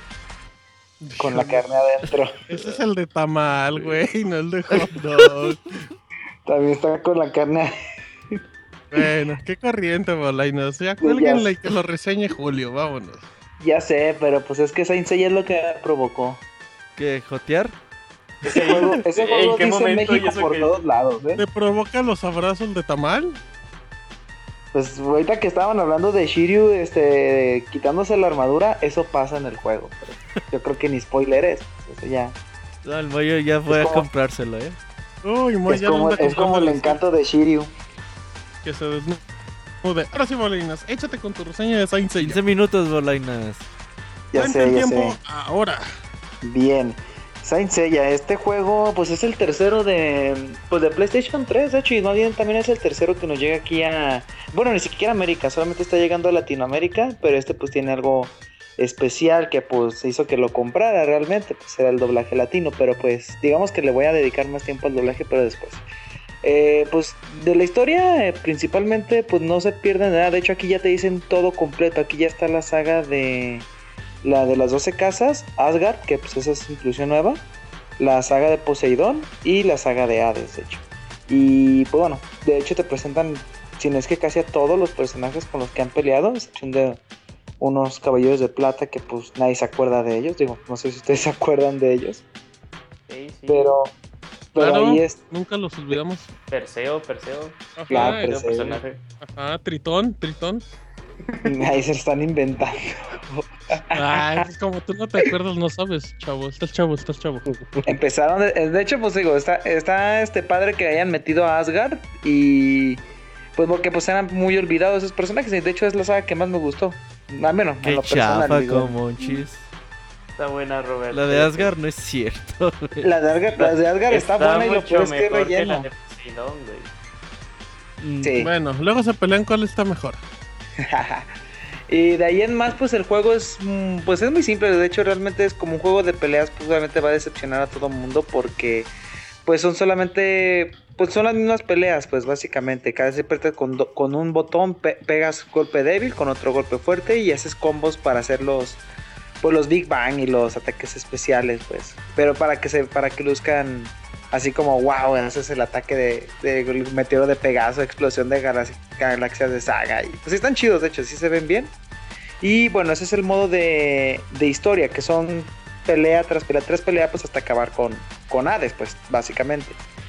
Con la carne adentro. Ese es el de tamal, güey, no el de hot dog. También está con la carne. Bueno, qué corriente, Bolainas. Ya cuélguenle y que lo reseñe Julio, vámonos. Ya sé, pero pues es que Saint Seiya es lo que provocó. ¿Qué? ¿Jotear? Ese juego dice México por todos lados, ¿eh? ¿Te provoca los abrazos de tamal? Pues ahorita que estaban hablando de Shiryu quitándose la armadura, eso pasa en el juego. Pero yo creo que ni spoiler es. Eso ya. No, el Moyo ya fue a comprárselo, ¿eh? Uy, Moy, es como el encanto de Shiryu. Que se desnude. Ahora sí, Bolainas, échate con tu reseña de Saint Seiya. 15 minutos, Bolainas. Ya sé. Ahora. Bien. Saint Seiya, este juego pues es el tercero de PlayStation 3, de hecho, y más bien también es el tercero que nos llega aquí bueno, ni siquiera América, solamente está llegando a Latinoamérica, pero pues tiene algo especial que pues hizo que lo comprara realmente, pues era el doblaje latino, pero pues digamos que le voy a dedicar más tiempo al doblaje, pero después. Pues de la historia principalmente pues no se pierde nada, de hecho aquí ya te dicen todo completo, aquí ya está la saga de las 12 casas, Asgard, que pues esa es inclusión nueva, la saga de Poseidón y la saga de Hades, de hecho. Y pues bueno, de hecho te presentan, si no es que casi a todos los personajes con los que han peleado, a excepción de unos caballeros de plata que pues nadie se acuerda de ellos, digo, no sé si ustedes se acuerdan de ellos. Sí. Pero claro, ahí es... nunca los olvidamos. Perseo. Ajá, claro, Perseo. Ajá, Tritón. Ahí se están inventando. Ay, es como tú no te acuerdas, no sabes, chavo. Estás chavo. Empezaron, de hecho, pues digo, está este padre que hayan metido a Asgard y pues porque pues eran muy olvidados esos personajes y de hecho es la saga que más me gustó. Al menos en lo personal. Qué chafa como un chis. Está buena, Roberto. La de Asgard no es cierto, güey. La de Asgard está buena y lo peor es que es relleno. La de Poseidón, güey. Sí. Bueno, luego se pelean cuál está mejor. Y de ahí en más pues el juego es pues es muy simple, de hecho realmente es como un juego de peleas, pues obviamente va a decepcionar a todo el mundo porque pues son solamente pues son las mismas peleas, pues básicamente cada vez se aprieta con un botón pegas golpe débil con otro golpe fuerte y haces combos para hacer los pues los Big Bang y los ataques especiales, pues. Pero para que luzcan así como wow, ese es el ataque de meteoro de Pegaso, explosión de galaxias de Saga. Y pues están chidos, de hecho, sí se ven bien. Y bueno, ese es el modo de historia, que son pelea tras pelea, pues hasta acabar con Hades, pues, básicamente.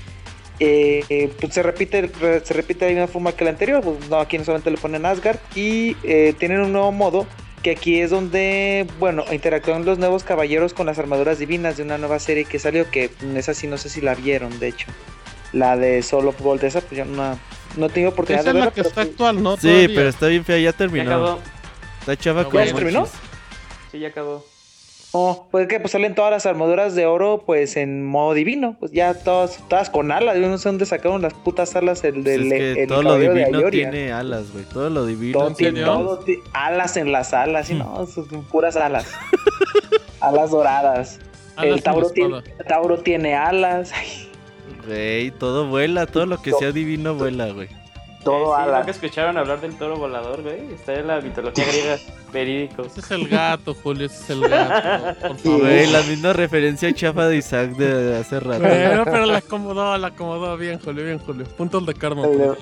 Pues se repite de la misma forma que el anterior, pues no, aquí no solamente le ponen Asgard y tienen un nuevo modo que aquí es donde, bueno, interactúan los nuevos caballeros con las armaduras divinas de una nueva serie que salió, que esa sí no sé si la vieron, de hecho, la de Soul of Gold, esa pues yo no tengo oportunidad de verla. Esa es la que está actual, ¿no? Sí, Todavía. pero está bien fea, ya terminó. Ya acabó. Está chava ¿Ya como se terminó? monchis. Sí, ya acabó. Oh, pues que pues salen todas las armaduras de oro pues en modo divino, pues ya todas con alas. Yo no sé dónde sacaron las putas alas el Pues es que el todo lo caballero de divino Ayoria. tiene alas, güey. Todo lo divino Todo tiene tiene alas. alas en las alas, y no, son puras alas. Alas doradas. Alas El Tauro en la espada. tiene alas. Ay, Güey, todo vuela, todo lo que sea divino vuela, güey. todo Sí, alas. nunca escucharon hablar del toro volador, güey. Está en la mitología griega, verídico. Ese es el gato, Julio, ese es el gato. Por favor. Güey, la misma referencia chafa de Isaac de hace rato. Bueno, pero la acomodó bien, Julio. Puntos de karma. Julio.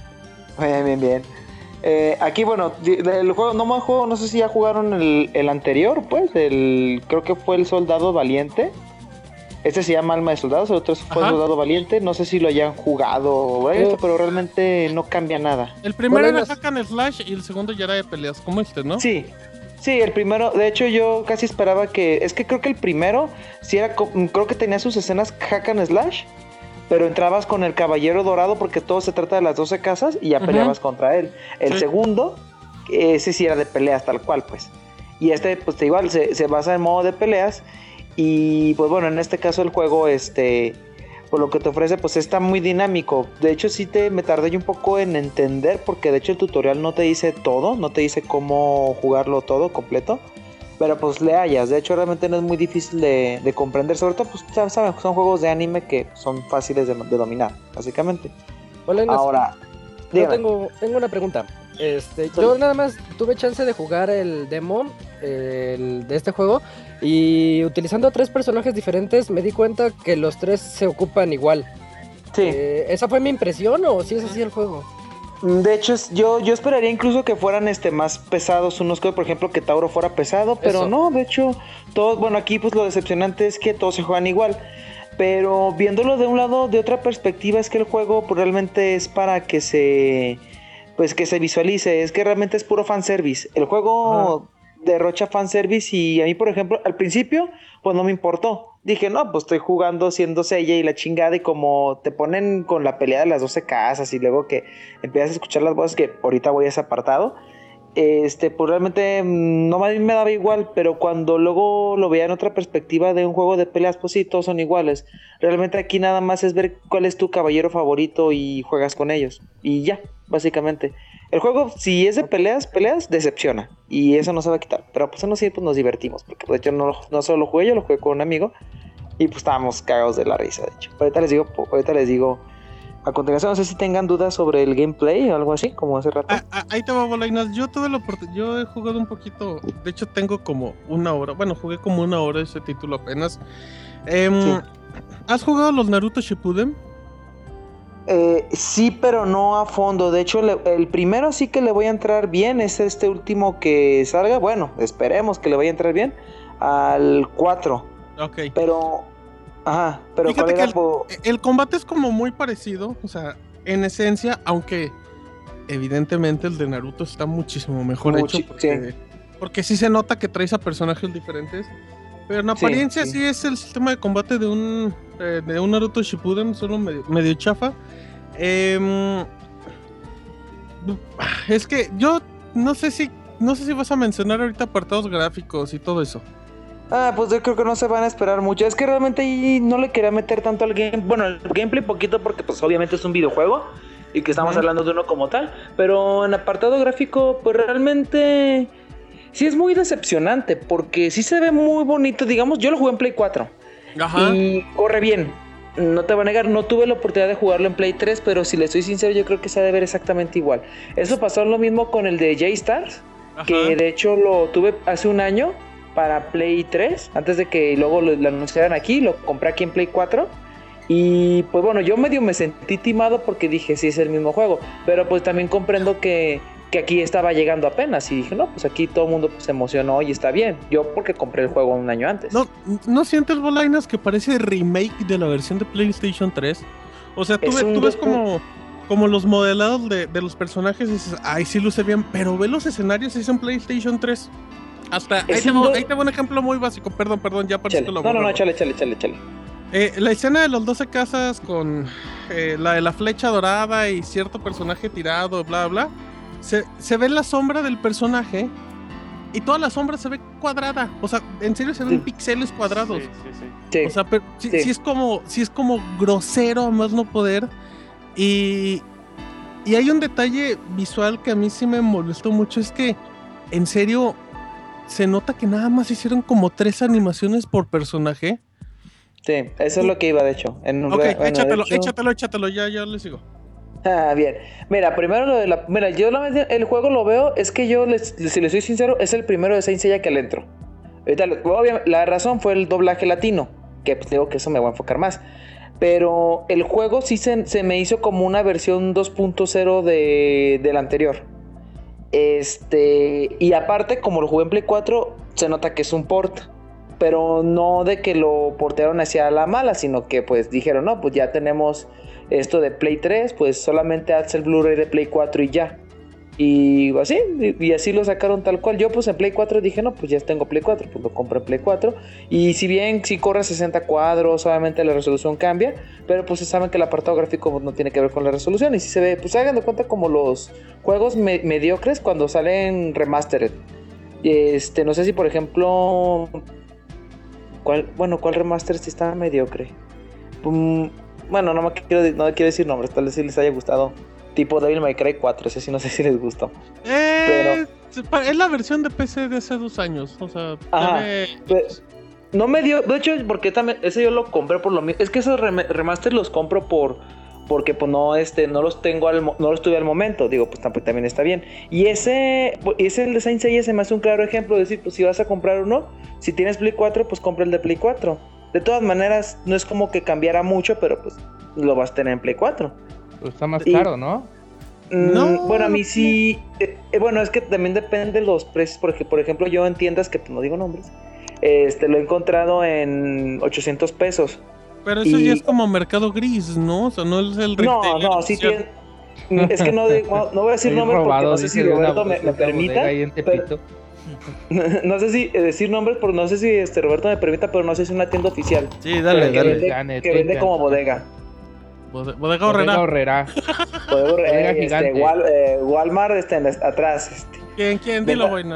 Bien. Aquí, bueno, el juego, no sé si ya jugaron el anterior, pues, creo que fue el Soldado Valiente. Este se llama Alma de Soldados, el otro fue Ajá. Soldado Valiente. No sé si lo hayan jugado, pero realmente no cambia nada. El primero Bueno, era hack and slash y el segundo ya era de peleas, como ¿no? Sí, el primero, de hecho yo casi esperaba es que creo que el primero, sí creo que tenía sus escenas hack and slash, pero entrabas con el Caballero Dorado porque todo se trata de las 12 casas y ya peleabas contra él. El segundo, ese sí era de peleas tal cual, pues. Y este, pues igual, se basa en modo de peleas. Y pues bueno, en este caso el juego, por lo que te ofrece, pues está muy dinámico. De hecho sí me tardé yo un poco en entender, porque de hecho el tutorial no te dice todo, no te dice cómo jugarlo todo completo, pero pues le hallas. De hecho realmente no es muy difícil de comprender, sobre todo pues saben, son juegos de anime que son fáciles de dominar, básicamente. Hola, Inés. Ahora, yo dígame. tengo una pregunta. Yo nada más tuve chance de jugar el demo de este juego, y utilizando 3 personajes diferentes me di cuenta que los 3 se ocupan igual. Sí. ¿Esa fue mi impresión o si es así el juego? De hecho, yo esperaría incluso que fueran más pesados unos que, por ejemplo, que Tauro fuera pesado, pero Eso. no, de hecho, todos, bueno, aquí pues lo decepcionante es que todos se juegan igual. Pero viéndolo de un lado, de otra perspectiva, es que el juego pues, realmente es para que se visualice, es que realmente es puro fanservice. El juego derrocha fanservice y a mí, por ejemplo, al principio, pues no me importó. Dije, no, pues estoy jugando siendo Seiya y la chingada, y como te ponen con la pelea de las 12 casas y luego que empiezas a escuchar las voces, que ahorita voy a ese apartado, pues realmente no me daba igual, pero cuando luego lo veía en otra perspectiva de un juego de peleas, pues sí, todos son iguales. Realmente aquí nada más es ver cuál es tu caballero favorito y juegas con ellos. Y ya, básicamente. El juego, si es de peleas, decepciona. Y eso no se va a quitar. Pero pues no sí, pues nos divertimos. Porque de hecho no solo lo jugué, yo lo jugué con un amigo. Y pues estábamos cagados de la risa, de hecho. Ahorita les digo a continuación, no sé si tengan dudas sobre el gameplay o algo así, como hace rato. Ahí te va, Bolainas. Yo he jugado un poquito. De hecho, tengo como una hora. Bueno, jugué como una hora ese título apenas. Sí. ¿Has jugado los Naruto Shippuden? Sí, pero no a fondo. De hecho, el primero sí que le voy a entrar bien. Es este último que salga. Bueno, esperemos que le vaya a entrar bien. Al 4. Ok. Pero Fíjate ¿cuál era? que el combate es como muy parecido. O sea, en esencia, aunque evidentemente el de Naruto está muchísimo mejor hecho. Porque sí se nota que traes a personajes diferentes. Pero en apariencia sí es el sistema de combate de un Naruto Shippuden, solo medio chafa. Es que yo no sé si vas a mencionar ahorita apartados gráficos y todo eso. Pues yo creo que no se van a esperar mucho. Es que realmente ahí no le quería meter tanto al game. Bueno, el gameplay poquito porque pues obviamente es un videojuego y que estamos hablando de uno como tal. Pero en apartado gráfico pues realmente sí es muy decepcionante porque sí se ve muy bonito. Digamos, yo lo jugué en Play 4. Ajá. Y corre bien. No te voy a negar, no tuve la oportunidad de jugarlo en Play 3, pero si le estoy sincero, yo creo que se ha de ver exactamente igual. Eso pasó lo mismo con el de J-Stars, que de hecho lo tuve hace un año para Play 3, antes de que luego lo anunciaran aquí, lo compré aquí en Play 4. Y pues bueno, yo medio me sentí timado porque dije, sí es el mismo juego, pero pues también comprendo que aquí estaba llegando apenas y dije, no, pues aquí todo el mundo se emocionó y está bien. Yo porque compré el juego un año antes. ¿No sientes, Bolainas, que parece remake de la versión de PlayStation 3? O sea, tú ves como los modelados de los personajes y dices, ay, sí luce bien, pero ve los escenarios y son PlayStation 3. Hasta, ahí te voy un ejemplo muy básico, perdón, ya parece que lo No, échale. La escena de los 12 casas con la de la flecha dorada y cierto personaje tirado, bla, bla. Se ve la sombra del personaje y toda la sombra se ve cuadrada. O sea, en serio se ven píxeles cuadrados. Sí. O sea, pero sí es como grosero a más no poder. Y hay un detalle visual que a mí sí me molestó mucho. Es que, en serio, se nota que nada más hicieron como 3 animaciones por personaje. Sí, eso es lo que iba, de hecho. Échatelo, ya le sigo. Bien. Mira, primero yo el juego lo veo, es que yo, si les soy sincero, es el primero de Saint Seiya que le entro. Ahorita, obviamente, la razón fue el doblaje latino, que pues, digo que eso me voy a enfocar más. Pero el juego sí se me hizo como una versión 2.0 del anterior. Y aparte, como lo jugué en Play 4, se nota que es un port. Pero no de que lo portearon hacia la mala, sino que pues dijeron, no, pues ya tenemos esto de Play 3, pues solamente hace el Blu-ray de Play 4 y ya. Y así lo sacaron tal cual. Yo pues en Play 4 dije, no, pues ya tengo Play 4, pues lo compré en Play 4. Y si bien si corre 60 cuadros, obviamente la resolución cambia, pero pues se saben que el apartado gráfico no tiene que ver con la resolución. Y si se ve, pues hagan de cuenta como los juegos mediocres cuando salen remastered. No sé si por ejemplo... ¿Cuál remaster sí está mediocre? Bueno, no quiero decir nombres, tal vez si les haya gustado. Tipo Devil May Cry 4, ese sí no sé si les gustó. Pero... Es la versión de PC de hace 2 años, o sea... No me dio... De hecho, porque también ese yo lo compré por lo mismo. Es que esos remasters los compro porque pues no los tengo no los tuve al momento. Digo, pues también está bien. Y ese el de Saint Seiya se me hace un claro ejemplo de decir, pues si vas a comprar uno, si tienes Play 4, pues compra el de Play 4. De todas maneras, no es como que cambiara mucho, pero pues lo vas a tener en Play 4. Pues está más caro, ¿no? No. Bueno, a mí sí. Bueno, es que también depende de los precios. Porque, por ejemplo, yo en tiendas que no digo nombres, lo he encontrado en 800 pesos. Pero eso ya es como mercado gris, ¿no? O sea, no es el retail. No, sí tiene. Es que no voy a decir nombres porque no sé si Roberto me permita. No sé si decir nombres, porque no sé si Roberto me permita, pero no sé si es una tienda oficial. Sí, dale. Que vende como bodega. Bodega Horrera. Bodega gigante. Walmart atrás. ¿Quién? Dilo, güey.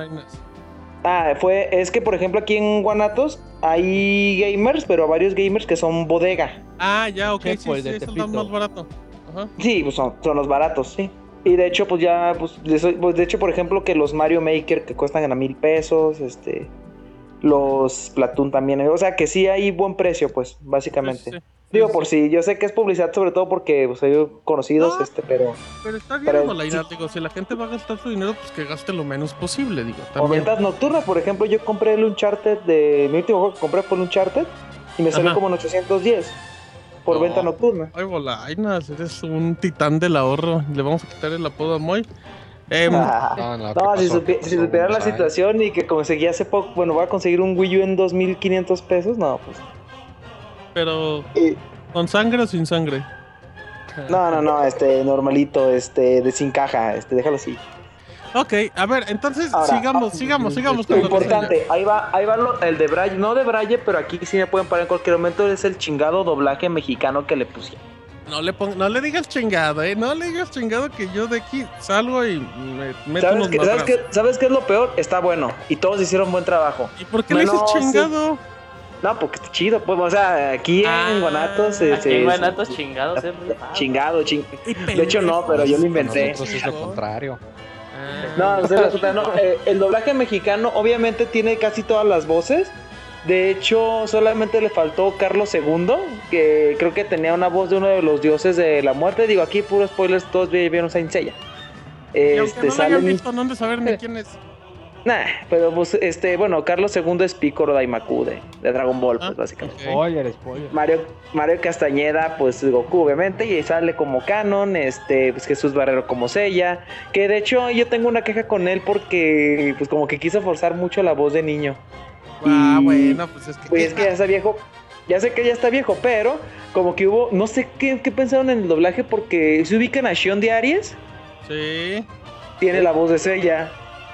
Es que por ejemplo aquí en Guanatos hay gamers, pero varios gamers que son bodega. Ya, ok, sí, es el más barato. Ajá. Sí, pues son los baratos, sí. Y de hecho, pues ya, de hecho, por ejemplo, que los Mario Maker que cuestan a 1,000 pesos, los Splatoon también, o sea que sí hay buen precio, pues, básicamente. Sí. Digo, por si, yo sé que es publicidad sobre todo porque pues hay conocidos, pero... Pero está bien, digo, si la gente va a gastar su dinero, pues que gaste lo menos posible, digo. También. O ventas nocturnas, por ejemplo, yo compré el Uncharted mi último juego que compré fue el Uncharted y me salió como en 810 por venta nocturna. Ay, Bolainas, eres un titán del ahorro, le vamos a quitar el apodo a Moy. Si supieran la situación y que conseguí hace poco, bueno, voy a conseguir un Wii U en 2,500 pesos, no, pues... Pero, ¿con sangre o sin sangre? No, normalito, de sin caja, déjalo así. Ok, a ver, entonces sigamos con lo importante. Ahí va el de Braille, no de Braille, pero aquí sí me pueden parar en cualquier momento, es el chingado doblaje mexicano que le pusieron. No le digas chingado, no le digas chingado que yo de aquí salgo y me meto unos madrazos. ¿Sabes qué es lo peor? Está bueno, y todos hicieron buen trabajo. ¿Y por qué le dices chingado? Sí. No, porque está chido, pues, o sea, aquí en Guanatos... Aquí en Guanatos chingados, Chingado. De hecho no, pero yo lo inventé. Nosotros es lo contrario. No, el doblaje mexicano obviamente tiene casi todas las voces. De hecho, solamente le faltó Carlos II, que creo que tenía una voz de uno de los dioses de la muerte. Digo, aquí puro spoilers, todos vieron Saint Seiya. Y aunque no lo hayan visto, no han de saber ni quién es. Nah, pero pues, bueno, Carlos II es Piccolo Daimaku de Dragon Ball, pues básicamente. Spoiler. Mario Castañeda, pues Goku, obviamente, y sale como canon, pues Jesús Barrero como Seiya, que de hecho yo tengo una queja con él porque, pues como que quiso forzar mucho la voz de niño. Bueno, pues es que... Pues es que ya está viejo, ya sé que ya está viejo, pero como que hubo, no sé qué pensaron en el doblaje, porque se ubican a Shion de Aries, Sí. tiene la voz de Seiya.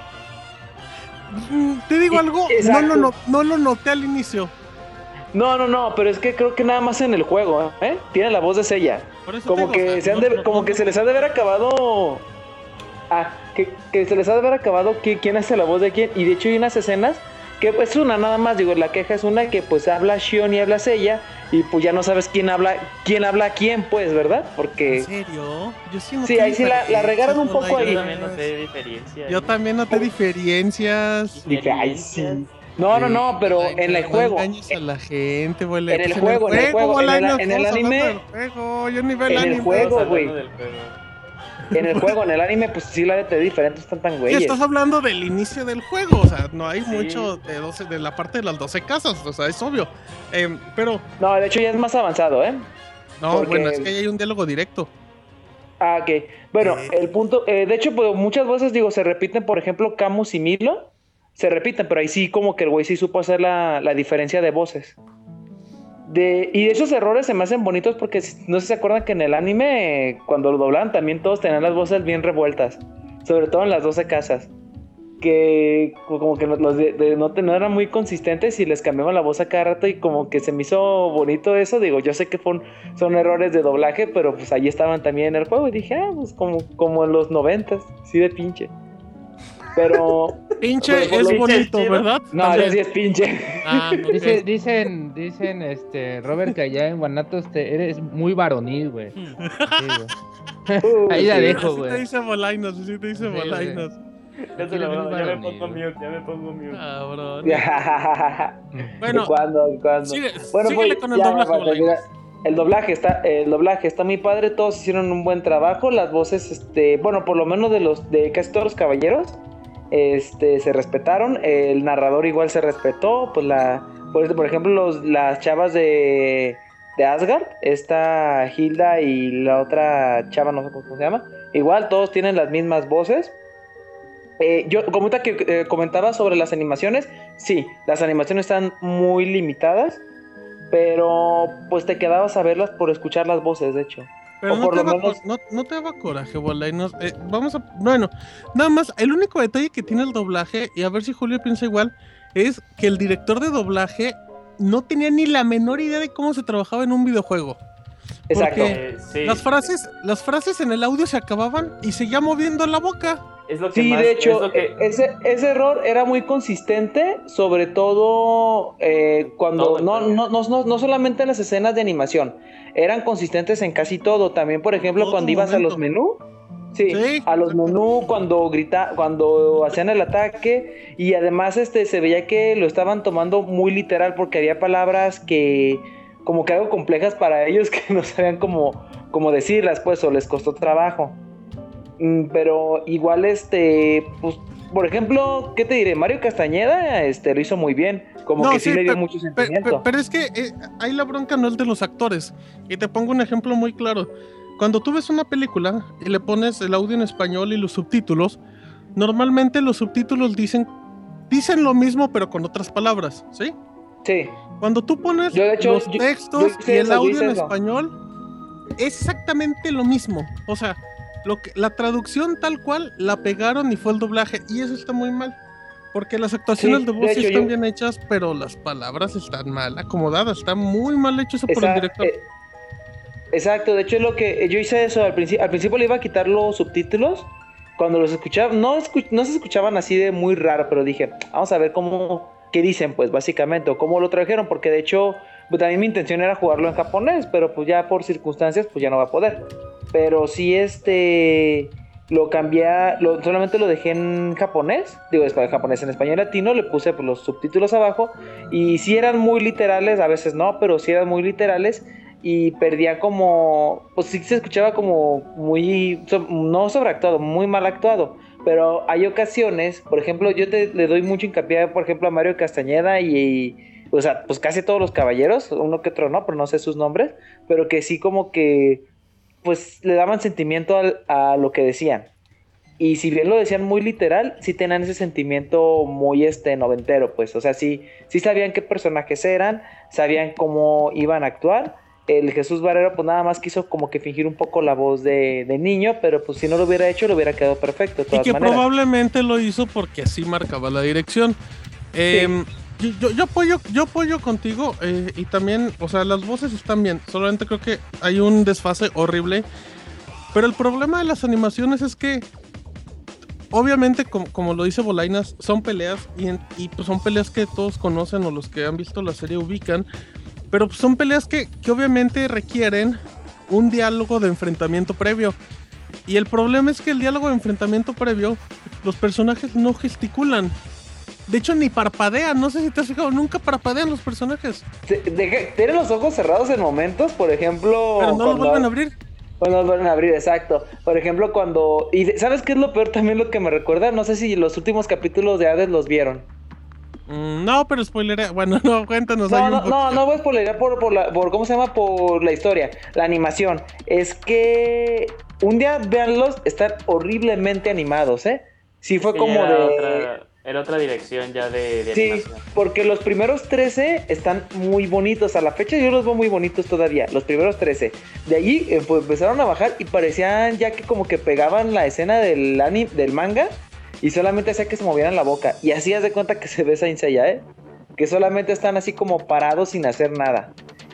Te digo algo, Exacto. no lo noté al inicio. No, pero es que creo que nada más en el juego, ¿eh? Tiene la voz de Seiya. Por eso Como te que digo, o sea, se les ha de haber acabado. Que se les ha de haber acabado quién hace la voz de quién. Y de hecho hay unas escenas que es una nada más, digo, la queja es una que pues habla Shion y habla Seiya. Y pues ya no sabes quién habla a quién, pues, ¿verdad? Porque. ¿En serio? Yo sí Sí, ahí sí la regaron un poco ahí. Yo también noté diferencias. Yo también noté diferencias. Dije, ay, sí. No, pero en el juego. No engañes a la gente, güey. En el juego, en el anime. Yo ni veo el En anime. el juego, güey. Del juego. En el juego, en el anime, pues sí la de diferentes, están tan Sí, güeyes. estás hablando del inicio del juego, o sea, no hay Sí. mucho de la parte de las 12 casas, o sea, es obvio. Pero, No, de hecho ya es más avanzado, ¿eh? no, Porque- bueno, es que ahí hay un diálogo directo. Ok. Bueno, el punto, de hecho, pues muchas veces digo, se repiten, por ejemplo, Camus y Milo, se repiten, pero ahí sí como que el güey sí supo hacer la diferencia de voces. Y esos errores se me hacen bonitos porque no sé si se acuerdan que en el anime, cuando lo doblaban, también todos tenían las voces bien revueltas, sobre todo en las 12 casas. Que como que no eran muy consistentes y les cambiaban la voz a cada rato y como que se me hizo bonito eso. Digo, yo sé que son errores de doblaje, pero pues ahí estaban también en el juego y dije, pues como en los 90s, sí de pinche. Pero... Pinche pero por es lo- bonito, chido. ¿verdad? No, También. sí es pinche. Ah, ok. Dicen, Robert, que allá en Guanatos eres muy varonil, güey. Sí, güey. Ahí la Sí. dejo, Así te güey. dice Bolainos, así te dice Sí, Bolainos. Ya te Eres lo muy ya me varonil, pongo güey. mute, ya me pongo mute. Cabrón. ¿De cuándo? Sigue, Bueno, síguele pues, con el ya, doblaje, para Bolainos. terminar, el doblaje está muy padre, todos hicieron un buen trabajo, las voces, bueno, por lo menos de casi todos los caballeros, se respetaron, el narrador igual se respetó, pues por ejemplo, las chavas de Asgard, esta Hilda y la otra chava, no sé cómo se llama, igual todos tienen las mismas voces. Yo, como ahorita que comentaba sobre las animaciones, sí, las animaciones están muy limitadas, pero pues te quedabas a verlas por escuchar las voces, de hecho. Pero O no por te, lo daba menos- no te daba coraje, Bolainos. Bueno, nada más, el único detalle que tiene el doblaje, y a ver si Julio piensa igual, es que el director de doblaje no tenía ni la menor idea de cómo se trabajaba en un videojuego. Exacto. Porque Sí. las frases en el audio se acababan y seguía moviendo la boca. Es lo que Sí, más, de es hecho, lo que... ese error era muy consistente, sobre todo cuando Todo el juego. no solamente en las escenas de animación, eran consistentes en casi todo. También, por ejemplo, Todo cuando ibas a los momento. menús, sí, Sí, a los exacto. menús, cuando hacían el ataque, y además se veía que lo estaban tomando muy literal porque había palabras que como que algo complejas para ellos que no sabían cómo decirlas, pues, o les costó trabajo. Pero igual, pues, por ejemplo, ¿qué te diré? Mario Castañeda, lo hizo muy bien, como No, que sí le dio pe- mucho pe- sentimiento. pero es que ahí la bronca no es de los actores. Y te pongo un ejemplo muy claro. Cuando tú ves una película y le pones el audio en español y los subtítulos, normalmente los subtítulos dicen lo mismo pero con otras palabras, ¿sí? Sí, Cuando tú pones Yo, de hecho, los yo textos hice y el eso, yo audio hice en eso. español, es exactamente lo mismo. O sea, la traducción tal cual la pegaron y fue el doblaje. Y eso está muy mal. Porque las actuaciones Sí, de de voz sí hecho, están yo- bien hechas, pero las palabras están mal acomodadas. Está muy mal hecho eso por el director. Exacto, de hecho es lo que yo hice eso al principio le iba a quitar los subtítulos. Cuando los escuchaba, no se escuchaban así de muy raro, pero dije, vamos a ver qué dicen, pues, básicamente, o cómo lo trajeron, porque de hecho, pues, también mi intención era jugarlo en japonés, pero pues ya por circunstancias, pues ya no va a poder. Pero sí, lo cambié, solamente lo dejé en japonés, digo, en japonés, en español latino, le puse pues, los subtítulos abajo, y sí eran muy literales, a veces no, pero sí eran muy literales, y perdía pues sí se escuchaba como muy, no sobreactuado, muy mal actuado, pero hay ocasiones, por ejemplo, le doy mucho hincapié, por ejemplo, a Mario Castañeda o sea, pues casi todos los caballeros, uno que otro no, pero no sé sus nombres, pero que sí como que, pues le daban sentimiento a lo que decían. Y si bien lo decían muy literal, sí tenían ese sentimiento muy noventero, pues. O sea, sí sabían qué personajes eran, sabían cómo iban a actuar. El Jesús Barrero pues nada más quiso como que fingir un poco la voz de niño, pero pues si no lo hubiera hecho, le hubiera quedado perfecto de todas y que maneras. Probablemente lo hizo porque así marcaba la dirección. Sí. Yo apoyo contigo, y también, o sea, las voces están bien, solamente creo que hay un desfase horrible. Pero el problema de las animaciones es que obviamente, como lo dice Bolainas, son peleas y pues son peleas que todos conocen o los que han visto la serie ubican, pero pues son peleas que obviamente requieren un diálogo de enfrentamiento previo. Y el problema es que el diálogo de enfrentamiento previo, los personajes no gesticulan. De hecho, ni parpadean, no sé si te has fijado, nunca parpadean los personajes. Tienen los ojos cerrados en momentos, por ejemplo... Pero no los vuelven a abrir. Bueno, los vuelven a abrir, exacto. Por ejemplo, cuando... ¿Y sabes qué es lo peor también lo que me recuerda? No sé si los últimos capítulos de Hades los vieron. No, pero spoileré. Bueno, no, cuéntanos. No voy a spoilerar por ¿cómo se llama? Por la historia, la animación. Es que... Un día, véanlos, están horriblemente animados, ¿eh? Sí fue como Era otra dirección ya de sí, animación. porque los primeros 13 están muy bonitos. A la fecha yo los veo muy bonitos todavía. Los primeros 13. De allí pues empezaron a bajar y parecían ya que como que pegaban la escena del manga y solamente hacía que se movieran la boca. Y así haz de cuenta que se ve Saint Seiya, ¿eh? Que solamente están así como parados sin hacer nada.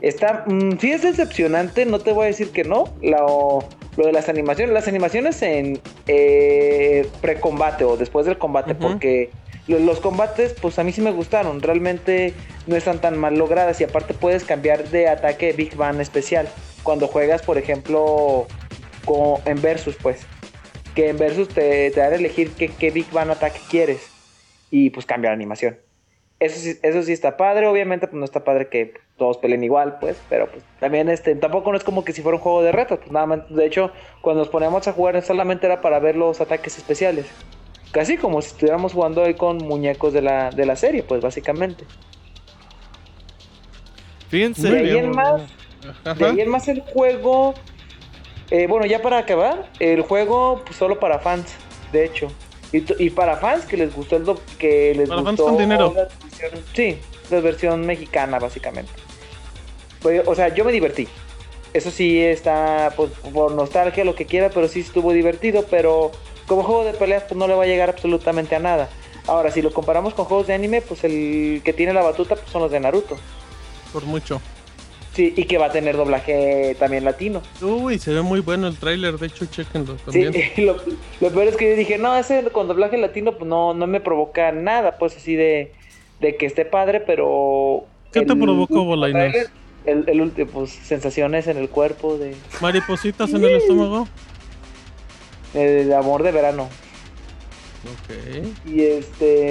Sí es decepcionante, no te voy a decir que no. Lo de las animaciones en pre-combate o después del combate, porque los combates, pues a mí sí me gustaron. Realmente no están tan mal logradas y aparte puedes cambiar de ataque Big Bang especial cuando juegas, por ejemplo, en Versus, pues. Que en Versus te dan a elegir qué Big Bang ataque quieres y pues cambia la animación. Eso sí está padre, obviamente pues no está padre que todos peleen igual, pues, pero pues también tampoco no es como que si fuera un juego de retos, pues nada más, de hecho, cuando nos poníamos a jugar solamente era para ver los ataques especiales. Casi como si estuviéramos jugando ahí con muñecos de la serie, pues básicamente. Fíjense. De ahí en más el juego, bueno, ya para acabar, el juego pues solo para fans, de hecho. Y para fans que les gustó para fans con dinero. La versión mexicana básicamente. Pues, o sea, yo me divertí. Eso sí está pues, por nostalgia, lo que quiera, pero sí estuvo divertido. Pero como juego de peleas pues no le va a llegar absolutamente a nada. Ahora, si lo comparamos con juegos de anime, pues el que tiene la batuta pues, son los de Naruto. Por mucho. Sí, y que va a tener doblaje también latino. Uy, se ve muy bueno el tráiler, de hecho, chéquenlo también. Sí, lo peor es que yo dije, no, ese con doblaje latino pues no me provoca nada, pues así de que esté padre, pero... ¿Qué te provocó, Bolainas? El último, pues sensaciones en el cuerpo de... ¿Maripositas en el estómago? El amor de verano. Ok. Y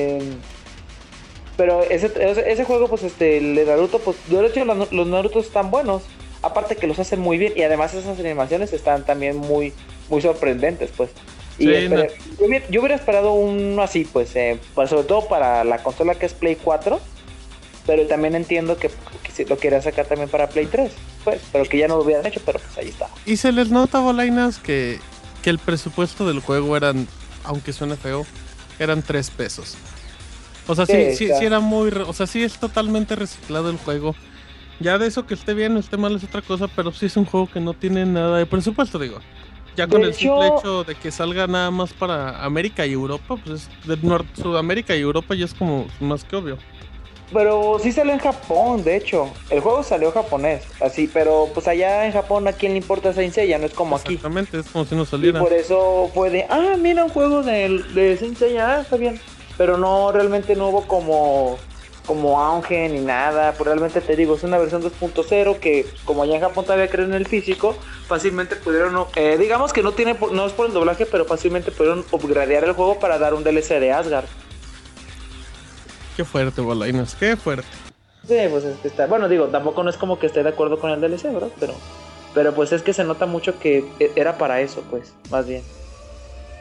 pero ese juego, pues el de Naruto, pues de hecho los Narutos están buenos. Aparte que los hacen muy bien y además esas animaciones están también muy, muy sorprendentes, pues. Y sí, yo hubiera esperado uno así, pues, sobre todo para la consola que es Play 4. Pero también entiendo que lo quieran sacar también para Play 3, pues, pero que ya no lo hubieran hecho, pero pues ahí está. Y se les nota, Bolainas, que el presupuesto del juego eran, aunque suene feo, eran 3 pesos. O sea, sí era muy... O sea, sí es totalmente reciclado el juego. Ya de eso que esté bien o esté mal es otra cosa, pero sí es un juego que no tiene nada de presupuesto, digo. Ya con el simple hecho de que salga nada más para América y Europa, pues de Sudamérica y Europa ya es como más que obvio. Pero sí salió en Japón, de hecho. El juego salió japonés, así, pero pues allá en Japón a quién le importa Saint Seiya, no es como aquí. Exactamente, es como si no saliera. Y por eso fue de, mira un juego de Saint Seiya, está bien. Pero no, realmente no hubo como auge ni nada. Pues realmente te digo, es una versión 2.0 que como allá en Japón todavía creen en el físico, fácilmente pudieron, digamos que no es por el doblaje, pero fácilmente pudieron upgradear el juego para dar un DLC de Asgard. Qué fuerte, Bolainas, qué fuerte. Sí, pues es que está, bueno, digo, tampoco no es como que esté de acuerdo con el DLC, ¿verdad? Pero pues es que se nota mucho que era para eso, pues, más bien.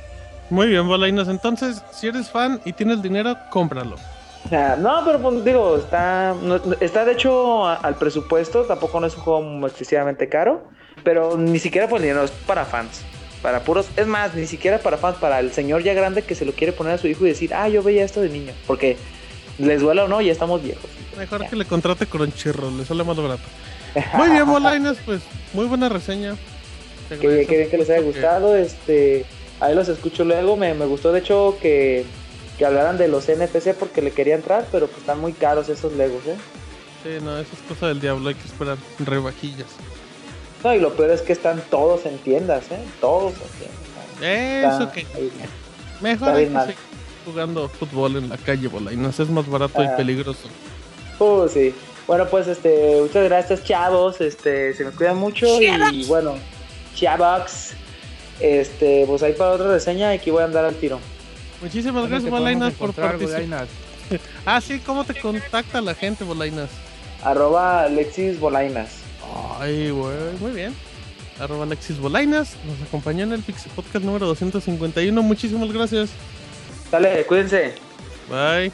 Muy bien, Bolainas. Entonces, si eres fan y tienes dinero, cómpralo. O sea, no, pero pues, digo, está de hecho al presupuesto, tampoco no es un juego excesivamente caro, pero ni siquiera por el dinero, es para fans, para puros, es más, ni siquiera para fans, para el señor ya grande que se lo quiere poner a su hijo y decir, yo veía esto de niño, porque les duela o no, ya estamos viejos. Mejor que le contrate Crunchyroll, le sale más barato. Muy bien, Bolainas, pues, muy buena reseña. Qué bien que les haya gustado, ahí los escucho luego, me gustó de hecho que hablaran de los NPC porque le quería entrar, pero pues están muy caros esos Legos, Sí, no, eso es cosa del diablo, hay que esperar rebajillas. No, y lo peor es que están todos en tiendas, todos en tiendas. Eso que... Mejor hay que seguir jugando fútbol en la calle, Bolainas, es más barato y peligroso. Sí. Bueno, pues, muchas gracias, chavos, se me cuidan mucho y bueno, chavos, pues ahí para otra reseña aquí voy a andar al tiro. Muchísimas gracias, Bolainas, por participar. Sí, ¿cómo te contacta la gente, Bolainas? @Alexis Bolainas. Ay, güey, muy bien. @Alexis Bolainas, nos acompañó en el Pixel Podcast número 251. Muchísimas gracias. Dale, cuídense. Bye.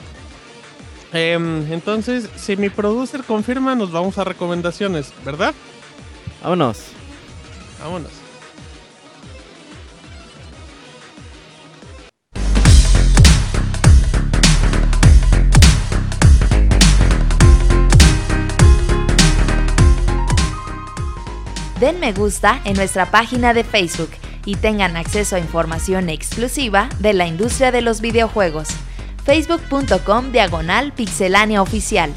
Entonces, si mi producer confirma, nos vamos a recomendaciones, ¿verdad? Vámonos. Den me gusta en nuestra página de Facebook y tengan acceso a información exclusiva de la industria de los videojuegos. facebook.com/Pixelania Oficial.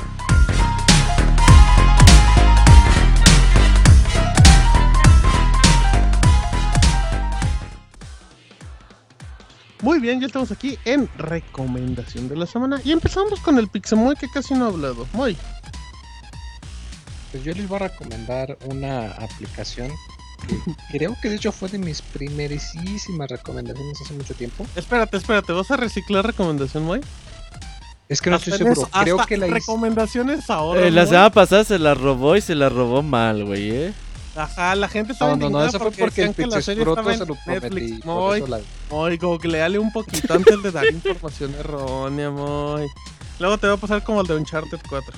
Muy bien, ya estamos aquí en recomendación de la semana y empezamos con el Pixemoy que casi no ha hablado. Moy. Pues yo les voy a recomendar una aplicación que creo que de hecho fue de mis primerísimas recomendaciones hace mucho tiempo. Espérate, ¿vas a reciclar recomendación, Moy? Es que no estoy seguro, creo que la recomendaciones ahora. La semana pasada se la robó y se la robó mal, güey, Ajá, la gente estaba No, eso fue porque el Pixescroto se lo prometí. Moy, googleale un poquito antes de dar información errónea, Moy. Luego te va a pasar como el de Uncharted 4.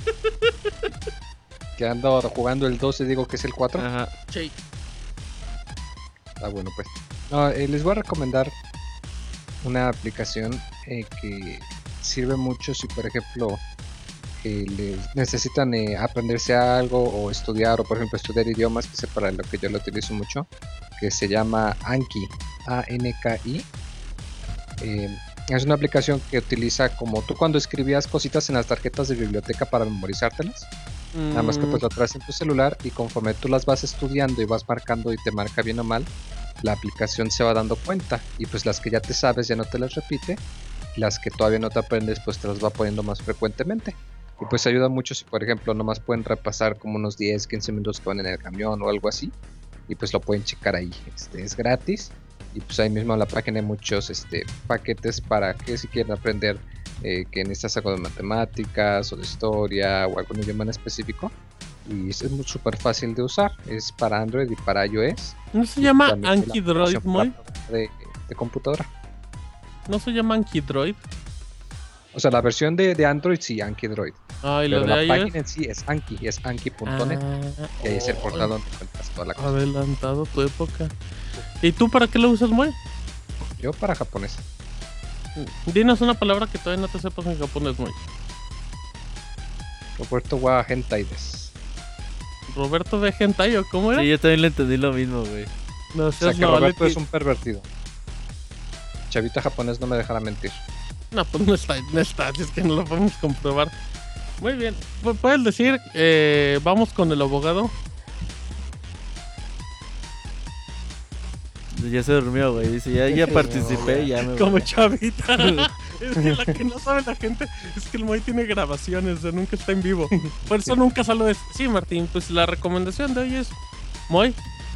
Que ando jugando el 2 y digo que es el 4. Ajá. Sí. Bueno, pues. No, les voy a recomendar una aplicación que sirve mucho si, por ejemplo, necesitan aprenderse algo o estudiar, o por ejemplo estudiar idiomas, que es para lo que yo lo utilizo mucho, que se llama Anki, ANKI. Es una aplicación que utiliza como tú cuando escribías cositas en las tarjetas de biblioteca para memorizártelas. Nada más que pues lo traes en tu celular y conforme tú las vas estudiando y vas marcando y te marca bien o mal, la aplicación se va dando cuenta y pues las que ya te sabes ya no te las repite, las que todavía no te aprendes pues te las va poniendo más frecuentemente. Y pues ayuda mucho si por ejemplo nomás pueden repasar como unos 10-15 minutos que van en el camión o algo así, y pues lo pueden checar ahí, es gratis. Y pues ahí mismo en la página hay muchos paquetes para que si quieren aprender que necesitas algo de matemáticas o de historia o algún idioma en específico. Y es súper fácil de usar, es para Android y para iOS. ¿No se llama Anki Droid, Moy? De computadora. ¿No se llama Anki Droid? O sea, la versión de Android sí, Anki Droid. ¿Y pero lo de la iOS? página en sí es Anki, es anki.net. Y ahí es el portal donde encuentras toda la cosa. Adelantado tu época. ¿Y tú para qué lo usas, Moy? Yo para japonés. Dinos una palabra que todavía no te sepas en japonés, Moy. Roberto wa hentai desu. ¿Roberto de hentai o cómo era? Sí, yo también le entendí lo mismo, güey. No O sea seas que Roberto no, es un pervertido. Chavita japonés no me dejará mentir. No, pues no está, es que no lo podemos comprobar. Muy bien, puedes decir, vamos con el abogado. Ya se durmió, güey. Dice, ya participé, ya me voy. Como Chavita. Es que la que no sabe la gente es que el Moy tiene grabaciones, o sea, nunca está en vivo. Por eso nunca salió de... Sí, Martín, pues la recomendación de hoy es... Moy.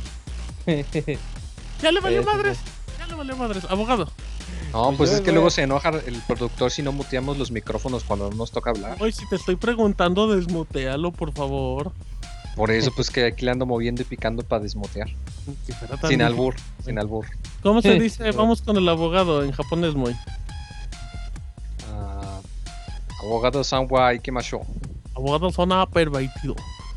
Ya le valió madres. Abogado. No, pues es que luego se enoja el productor si no muteamos los micrófonos cuando no nos toca hablar. Moy, si te estoy preguntando, desmutealo, por favor. Por eso, pues que aquí le ando moviendo y picando para desmutear. Sin albur. ¿Cómo se dice? Vamos con el abogado en japonés, muy. Abogado Sanwa Ikemashou. Abogado Zona pervertido.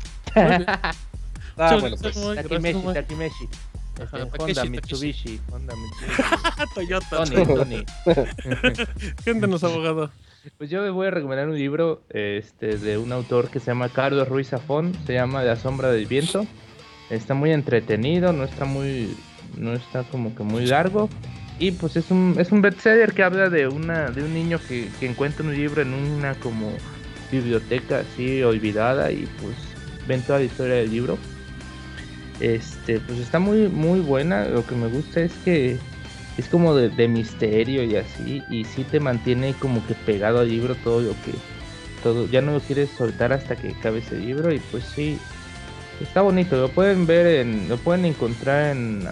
Bueno, pues. Takimeshi. Ajá, Honda, Takeshi. Mitsubishi. Toyota. Tony. Cuéntanos, abogado. Pues yo me voy a recomendar un libro de un autor que se llama Carlos Ruiz Zafón. Se llama La sombra del viento. Está muy entretenido, no está como que muy largo. Y pues es un bestseller que habla de un niño que encuentra un libro en una como biblioteca así olvidada y pues ven toda la historia del libro. Pues está muy muy buena. Lo que me gusta es que es como de misterio y así, y sí te mantiene como que pegado al libro todo, ya no lo quieres soltar hasta que acabe ese libro. Y pues sí, está bonito. Lo pueden encontrar en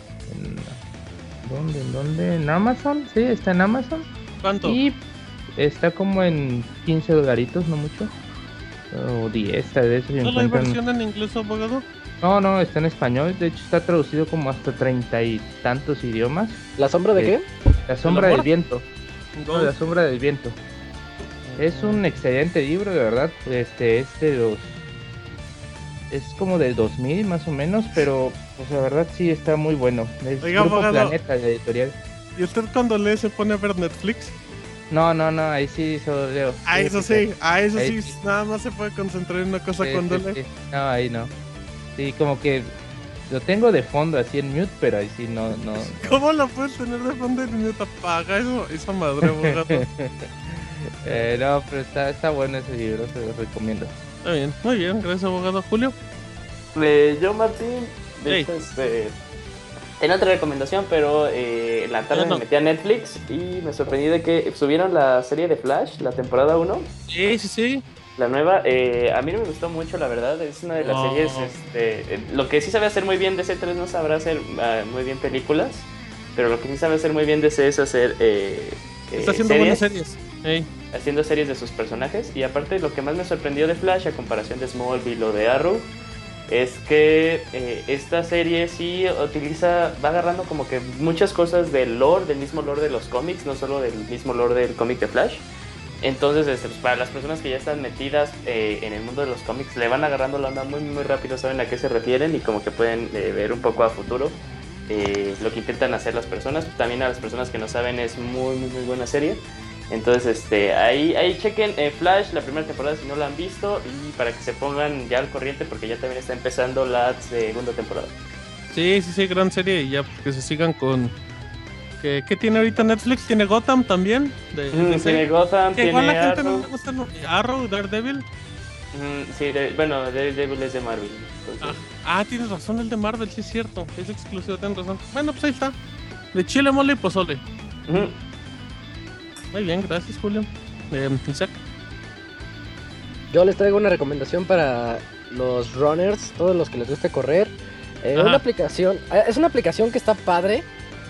¿dónde? ¿En Amazon? Sí, está en Amazon. ¿Cuánto? Y está como en $15, no mucho. O 10, tal vez. ¿No hay versión en inglés, abogado? No, está en español. De hecho, está traducido como hasta 30 y tantos idiomas. ¿La sombra de qué? La sombra ¿El del amor? viento. No, La sombra del viento. Es un excelente libro, de verdad. Es como del 2000 más o menos, pero pues la verdad sí está muy bueno. Es Oiga, Grupo abogado. Planeta, la editorial. ¿Y usted cuando lee se pone a ver Netflix? No, ahí sí solo leo. Eso sí, Ahí sí, sí. nada más se puede concentrar en una cosa cuando lee. Sí. No, ahí no. Sí, como que lo tengo de fondo así en mute, pero ahí sí no. ¿Cómo lo puedes tener de fondo en mute? Apaga esa madre, abogado. No, pero está bueno ese libro, se lo recomiendo. Está bien, muy bien, gracias, abogado. Julio. Yo, Martín, de Hey. hecho, tenía otra recomendación, pero en la tarde No. me metí a Netflix y me sorprendí de que subieron la serie de Flash, la temporada 1. Sí. La nueva, a mí no me gustó mucho, la verdad. Es una de las series. Lo que sí sabe hacer muy bien DC tal vez no sabrá hacer muy bien películas, pero lo que sí sabe hacer muy bien DC es hacer Está haciendo buenas series. Hey. haciendo series de sus personajes. Y aparte, lo que más me sorprendió de Flash, a comparación de Smallville o de Arrow, es que esta serie sí va agarrando como que muchas cosas del mismo lore de los cómics, no solo del mismo lore del cómic de Flash. Entonces, pues para las personas que ya están metidas en el mundo de los cómics, le van agarrando la onda muy muy rápido, saben a qué se refieren y como que pueden ver un poco a futuro lo que intentan hacer las personas. También a las personas que no saben, es muy muy muy buena serie. Entonces, ahí chequen Flash, la primera temporada si no la han visto, y para que se pongan ya al corriente porque ya también está empezando la segunda temporada. Sí, gran serie. Y ya que se sigan con... ¿Qué tiene ahorita Netflix? ¿Tiene Gotham también? Tiene Gotham, que igual tiene la gente Arrow. no le gusta, ¿no? Arrow, Daredevil. Sí, Daredevil es de Marvel. Entonces... Tienes razón, el de Marvel, sí es cierto. Es exclusivo, tienes razón. Bueno, pues ahí está. De chile, mole y pozole. Muy bien, gracias, Julio. Isaac. Yo les traigo una recomendación para los runners, todos los que les guste correr. Una aplicación, es una aplicación que está padre.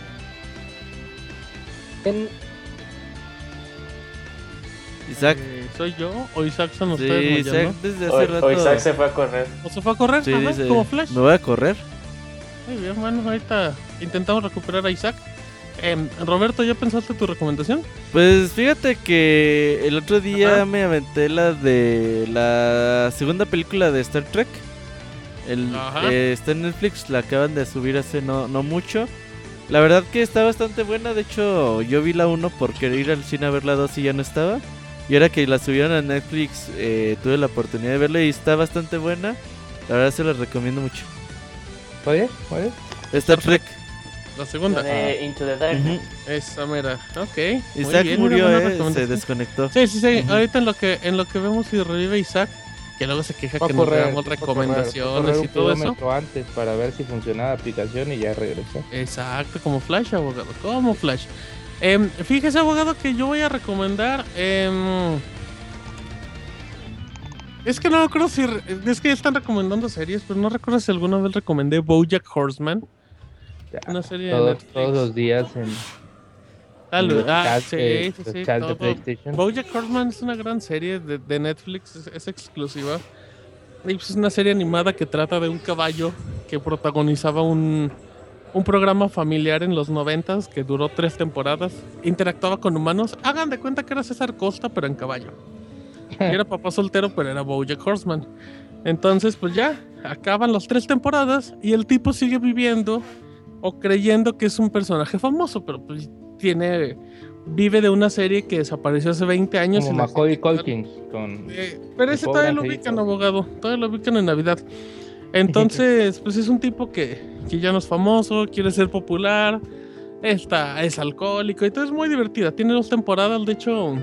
Isaac. ¿Soy yo o Isaac son Sí, ustedes? Isaac desde hace rato. O Isaac se fue a correr. ¿O se fue a correr? Sí, Ajá, dice, como Flash. me voy a correr. Muy bien, bueno, ahorita intentamos recuperar a Isaac. Roberto, ¿ya pensaste tu recomendación? Pues fíjate que el otro día me aventé la de la segunda película de Star Trek. Está en Netflix, la acaban de subir hace no mucho. La verdad que está bastante buena. De hecho, yo vi la 1 por querer ir al cine a ver la 2 y ya no estaba. Y ahora que la subieron a Netflix, tuve la oportunidad de verla y está bastante buena. La verdad se la recomiendo mucho. ¿Oye? Star Trek. La segunda. Into the Darkness. Esa mera. Ok. Isaac bien, murió, recomendación. se desconectó. Sí. Ahorita en lo que vemos si revive Isaac, que luego se queja que nos damos recomendaciones y todo eso. Antes para ver si funciona la aplicación y ya regresó. Exacto, como Flash, abogado. Como Flash. Fíjese, abogado, que yo voy a recomendar. Es que no recuerdo si. Es que ya están recomendando series, pero no recuerdo si alguna vez recomendé BoJack Horseman. Una serie de Netflix. Todos los días en. Sí. De PlayStation. BoJack Horseman es una gran serie de Netflix, es exclusiva. Y pues es una serie animada que trata de un caballo que protagonizaba un un programa familiar en los 90s que duró 3 temporadas, interactuaba con humanos. Hagan de cuenta que era César Costa, pero en caballo. Y era papá soltero, pero era BoJack Horseman. Entonces, pues ya, acaban las 3 temporadas y el tipo sigue viviendo o creyendo que es un personaje famoso, pero pues vive de una serie que desapareció hace 20 años. Como Macaulay Culkin. Pero ese todavía lo ubican, abogado. Todavía lo ubican en Navidad. Entonces, pues es un tipo que ya no es famoso, quiere ser popular, es alcohólico y todo es muy divertida. Tiene 2 temporadas, de hecho,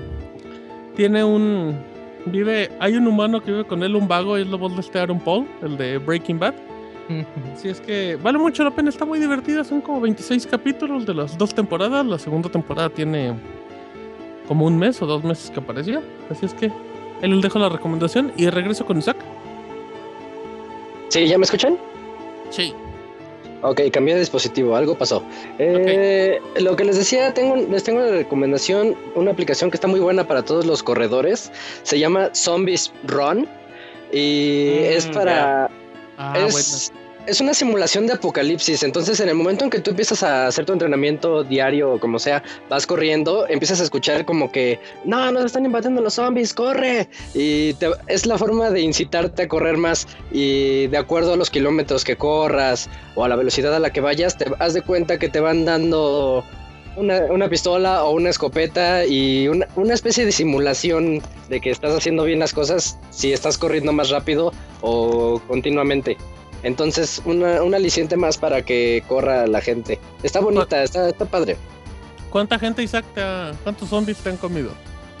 hay un humano que vive con él, un vago, y es la voz de Aaron Paul, el de Breaking Bad. Así es que vale mucho la pena, está muy divertida. Son como 26 capítulos de las 2 temporadas. La segunda temporada tiene como 1 mes o 2 meses que apareció. Así es que ahí les dejo la recomendación y regreso con Isaac. Sí, ¿ya me escuchan? Sí. Ok, cambié de dispositivo, algo pasó. Lo que les decía, les tengo una recomendación, una aplicación que está muy buena para todos los corredores. Se llama Zombies Run y es para... Es una simulación de apocalipsis. Entonces, en el momento en que tú empiezas a hacer tu entrenamiento diario o como sea, vas corriendo, empiezas a escuchar como que no, nos están invadiendo los zombies, corre. Y es la forma de incitarte a correr más. Y de acuerdo a los kilómetros que corras o a la velocidad a la que vayas, te haz de cuenta que te van dando una pistola o una escopeta y una especie de simulación de que estás haciendo bien las cosas si estás corriendo más rápido o continuamente. Entonces, un aliciente más para que corra la gente. Está bonita, está padre. ¿Cuánta gente, Isaac, cuántos zombies te han comido?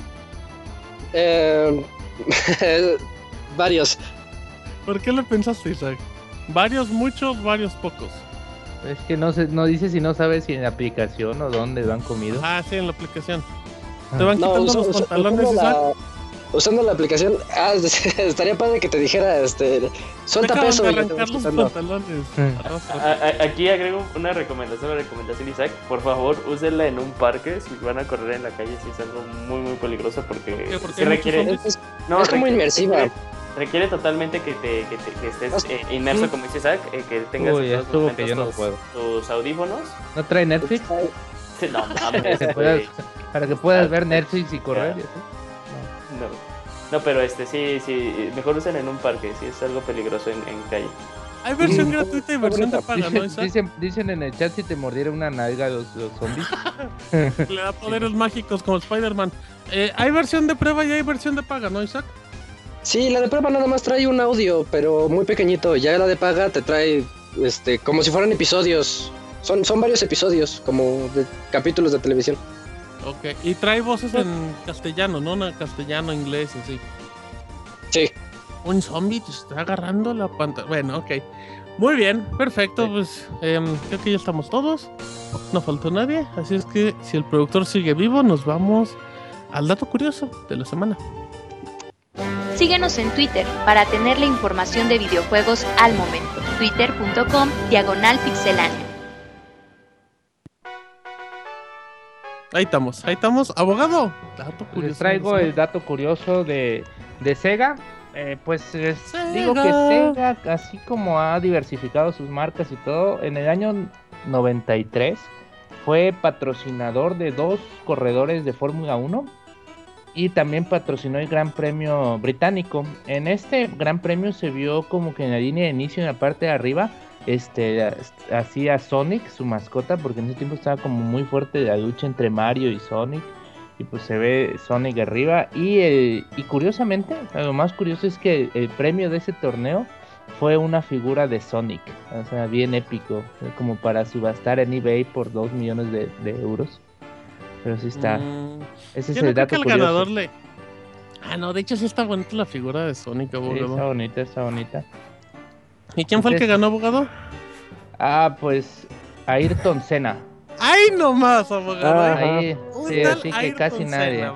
Varios. ¿Por qué lo pensaste, Isaac? ¿Varios, muchos, varios, pocos? Es que no dice si no sabes si en la aplicación o dónde lo han comido. Ah, sí, en la aplicación. ¿Te van quitando los pantalones, Isaac? Usando la aplicación, estaría padre que te dijera, suelta peso. Arrancar los pantalones. Aquí agrego una recomendación, Isaac. Por favor, úsenla en un parque. Si van a correr en la calle, sí es algo muy, muy peligroso porque sí requiere... Es como inmersiva. Requiere totalmente que estés inmerso, como dice Isaac, que tengas tus audífonos. ¿No trae Netflix? No, mames. Para que puedas ver Netflix y correr. No, pero sí, mejor usen en un parque, sí es algo peligroso en calle. Hay versión gratuita y versión de paga, ¿no, Isaac? Dicen en el chat si te mordiera una nalga los zombies. Le da poderes mágicos como Spider-Man. Hay versión de prueba y hay versión de paga, ¿no, Isaac? Sí, la de prueba nada más trae un audio, pero muy pequeñito. Ya la de paga te trae como si fueran episodios. Son varios episodios, como de capítulos de televisión. Ok, y trae voces en castellano, ¿no? Castellano, inglés, así. Sí. Un zombie te está agarrando la pantalla. Bueno, ok. Muy bien, perfecto. Sí. Pues creo que ya estamos todos. No faltó nadie. Así es que si el productor sigue vivo, nos vamos al dato curioso de la semana. Síguenos en Twitter para tener la información de videojuegos al momento. Twitter.com/pixelania. Ahí estamos. Abogado, dato curioso. Les traigo el dato curioso de Sega. Digo que Sega, así como ha diversificado sus marcas y todo, en el año 93 fue patrocinador de 2 corredores de Fórmula 1 y también patrocinó el Gran Premio británico. En este Gran Premio se vio como que en la línea de inicio, en la parte de arriba, hacía Sonic, su mascota, porque en ese tiempo estaba como muy fuerte la lucha entre Mario y Sonic, y pues se ve Sonic arriba, y curiosamente, lo más curioso es que el premio de ese torneo fue una figura de Sonic, o sea, bien épico, como para subastar en eBay por 2 millones de euros, pero sí está, ese es el dato curioso. Ganador no, de hecho sí está bonita la figura de Sonic, abogado. Sí, está bonita. ¿Y quién fue el que ganó, abogado? Pues Ayrton Senna. ¡Ay, nomás, abogado! Sí, así que casi nadie.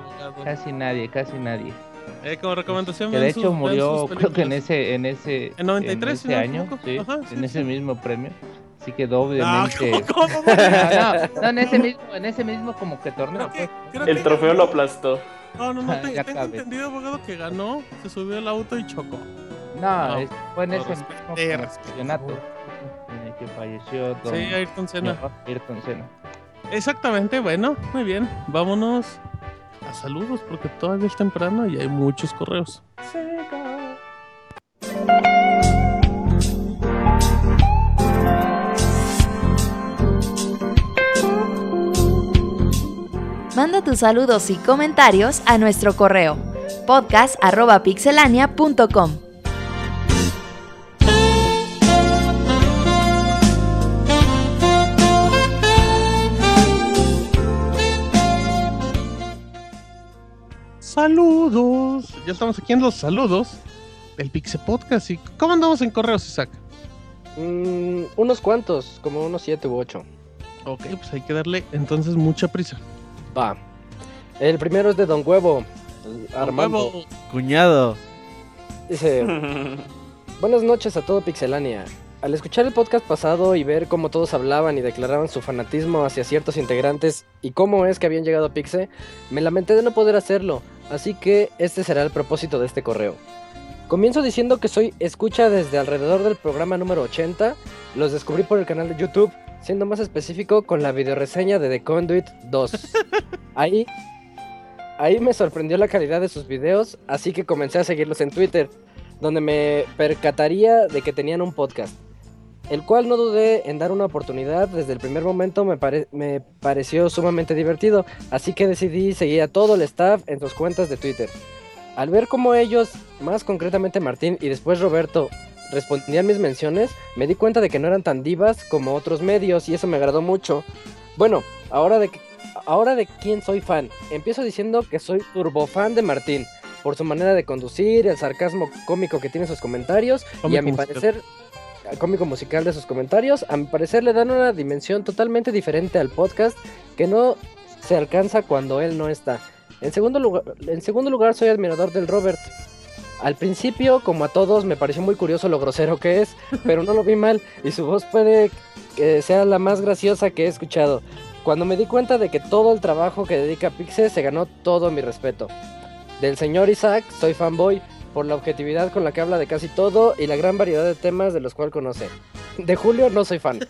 Como recomendación, que de hecho murió, creo que en ese ¿En 93? En ese año, sí, en ese mismo premio. Así que doblemente. No, en ese mismo como que torneo. El trofeo lo aplastó. No, tengo entendido, abogado, que ganó, se subió al auto y chocó. No, fue en ese mismo campeonato en el el que falleció. Sí, Ayrton Senna. Ayrton Senna. Exactamente, bueno, muy bien. Vámonos a saludos porque todavía es temprano y hay muchos correos. Manda tus saludos y comentarios a nuestro correo podcast@pixelania.com. Saludos. Ya estamos aquí en los saludos del Pixel Podcast. ¿Y cómo andamos en correos, Isaac? Unos cuantos, como unos 7 u 8. Ok, pues hay que darle entonces mucha prisa. Va. El primero es de Don Huevo, Armando. Huevo. Cuñado. Dice: buenas noches a todo Pixelania. Al escuchar el podcast pasado y ver cómo todos hablaban y declaraban su fanatismo hacia ciertos integrantes y cómo es que habían llegado a Pixel, me lamenté de no poder hacerlo, así que este será el propósito de este correo. Comienzo diciendo que soy escucha desde alrededor del programa número 80, los descubrí por el canal de YouTube, siendo más específico con la videoreseña de The Conduit 2. Ahí me sorprendió la calidad de sus videos, así que comencé a seguirlos en Twitter, donde me percataría de que tenían un podcast, el cual no dudé en dar una oportunidad. Desde el primer momento me pareció sumamente divertido, así que decidí seguir a todo el staff en sus cuentas de Twitter. Al ver cómo ellos, más concretamente Martín y después Roberto, respondían mis menciones, me di cuenta de que no eran tan divas como otros medios y eso me agradó mucho. Bueno, ahora de quién soy fan. Empiezo diciendo que soy turbofan de Martín, por su manera de conducir, el sarcasmo cómico que tiene sus comentarios y a mi parecer, cómico musical de sus comentarios, a mi parecer le dan una dimensión totalmente diferente al podcast que no se alcanza cuando él no está. En segundo lugar, soy admirador del Robert. Al principio, como a todos, me pareció muy curioso lo grosero que es, pero no lo vi mal y su voz puede que sea la más graciosa que he escuchado. Cuando me di cuenta de que todo el trabajo que dedica a Pixel se ganó todo mi respeto. Del señor Isaac, soy fanboy por la objetividad con la que habla de casi todo y la gran variedad de temas de los cuales conoce. De Julio no soy fan.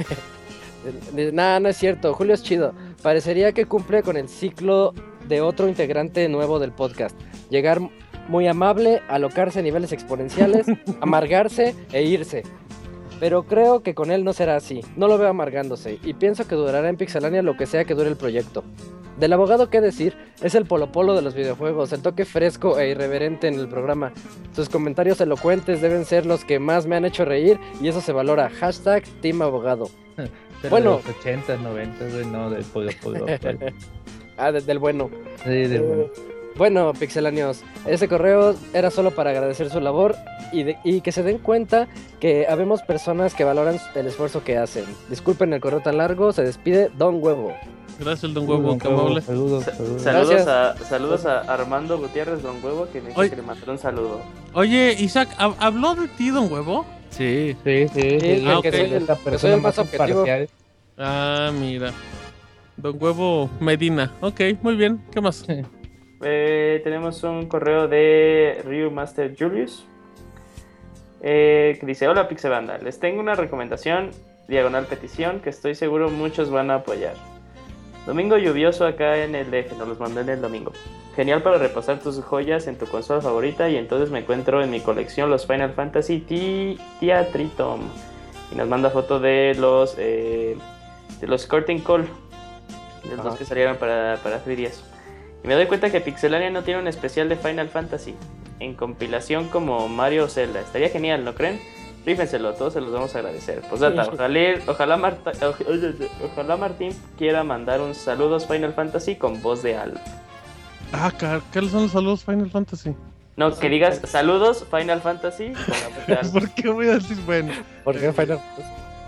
Nah, no es cierto, Julio es chido. Parecería que cumple con el ciclo de otro integrante nuevo del podcast. Llegar muy amable, alocarse a niveles exponenciales, amargarse e irse. Pero creo que con él no será así, no lo veo amargándose y pienso que durará en Pixelania lo que sea que dure el proyecto. Del abogado, qué decir, es el polo de los videojuegos, el toque fresco e irreverente en el programa. Sus comentarios elocuentes deben ser los que más me han hecho reír y eso se valora. Hashtag Team Abogado. Pero Bueno. de los 80, 90, güey, no del polo actual. Del bueno. Sí, del bueno. Bueno, pixelanios, ese correo era solo para agradecer su labor y que se den cuenta que habemos personas que valoran el esfuerzo que hacen. Disculpen el correo tan largo, se despide Don Huevo. Gracias, Don Huevo, qué amable. Saludos. Saludos a Armando Gutiérrez, Don Huevo, que me dijo que le mandó un saludo. Oye, Isaac, ¿habló de ti, Don Huevo? Sí. Sí. Ah, que okay. Soy el más objetivo. imparcial. Ah, mira. Don Huevo Medina. Ok, muy bien. ¿Qué más? Tenemos un correo de Ryu Master Julius que dice: hola Pixebanda, les tengo una recomendación / petición que estoy seguro muchos van a apoyar. Domingo lluvioso acá en el DF, nos los mandé en el domingo. Genial para repasar tus joyas en tu consola favorita y entonces me encuentro en mi colección los Final Fantasy Theatritom y nos manda foto de los Curtain Call, de los que salieron para 3DS. Y me doy cuenta que Pixelania no tiene un especial de Final Fantasy en compilación como Mario o Zelda. Estaría genial, ¿no creen? Rífenselo, todos se los vamos a agradecer. Pues ojalá Martín quiera mandar un saludos Final Fantasy con voz de Alf. Ah, ¿qué son los saludos Final Fantasy? No, que digas saludos Final Fantasy con la voz de Alf. ¿Por qué voy a decir bueno? ¿Por qué Final Fantasy?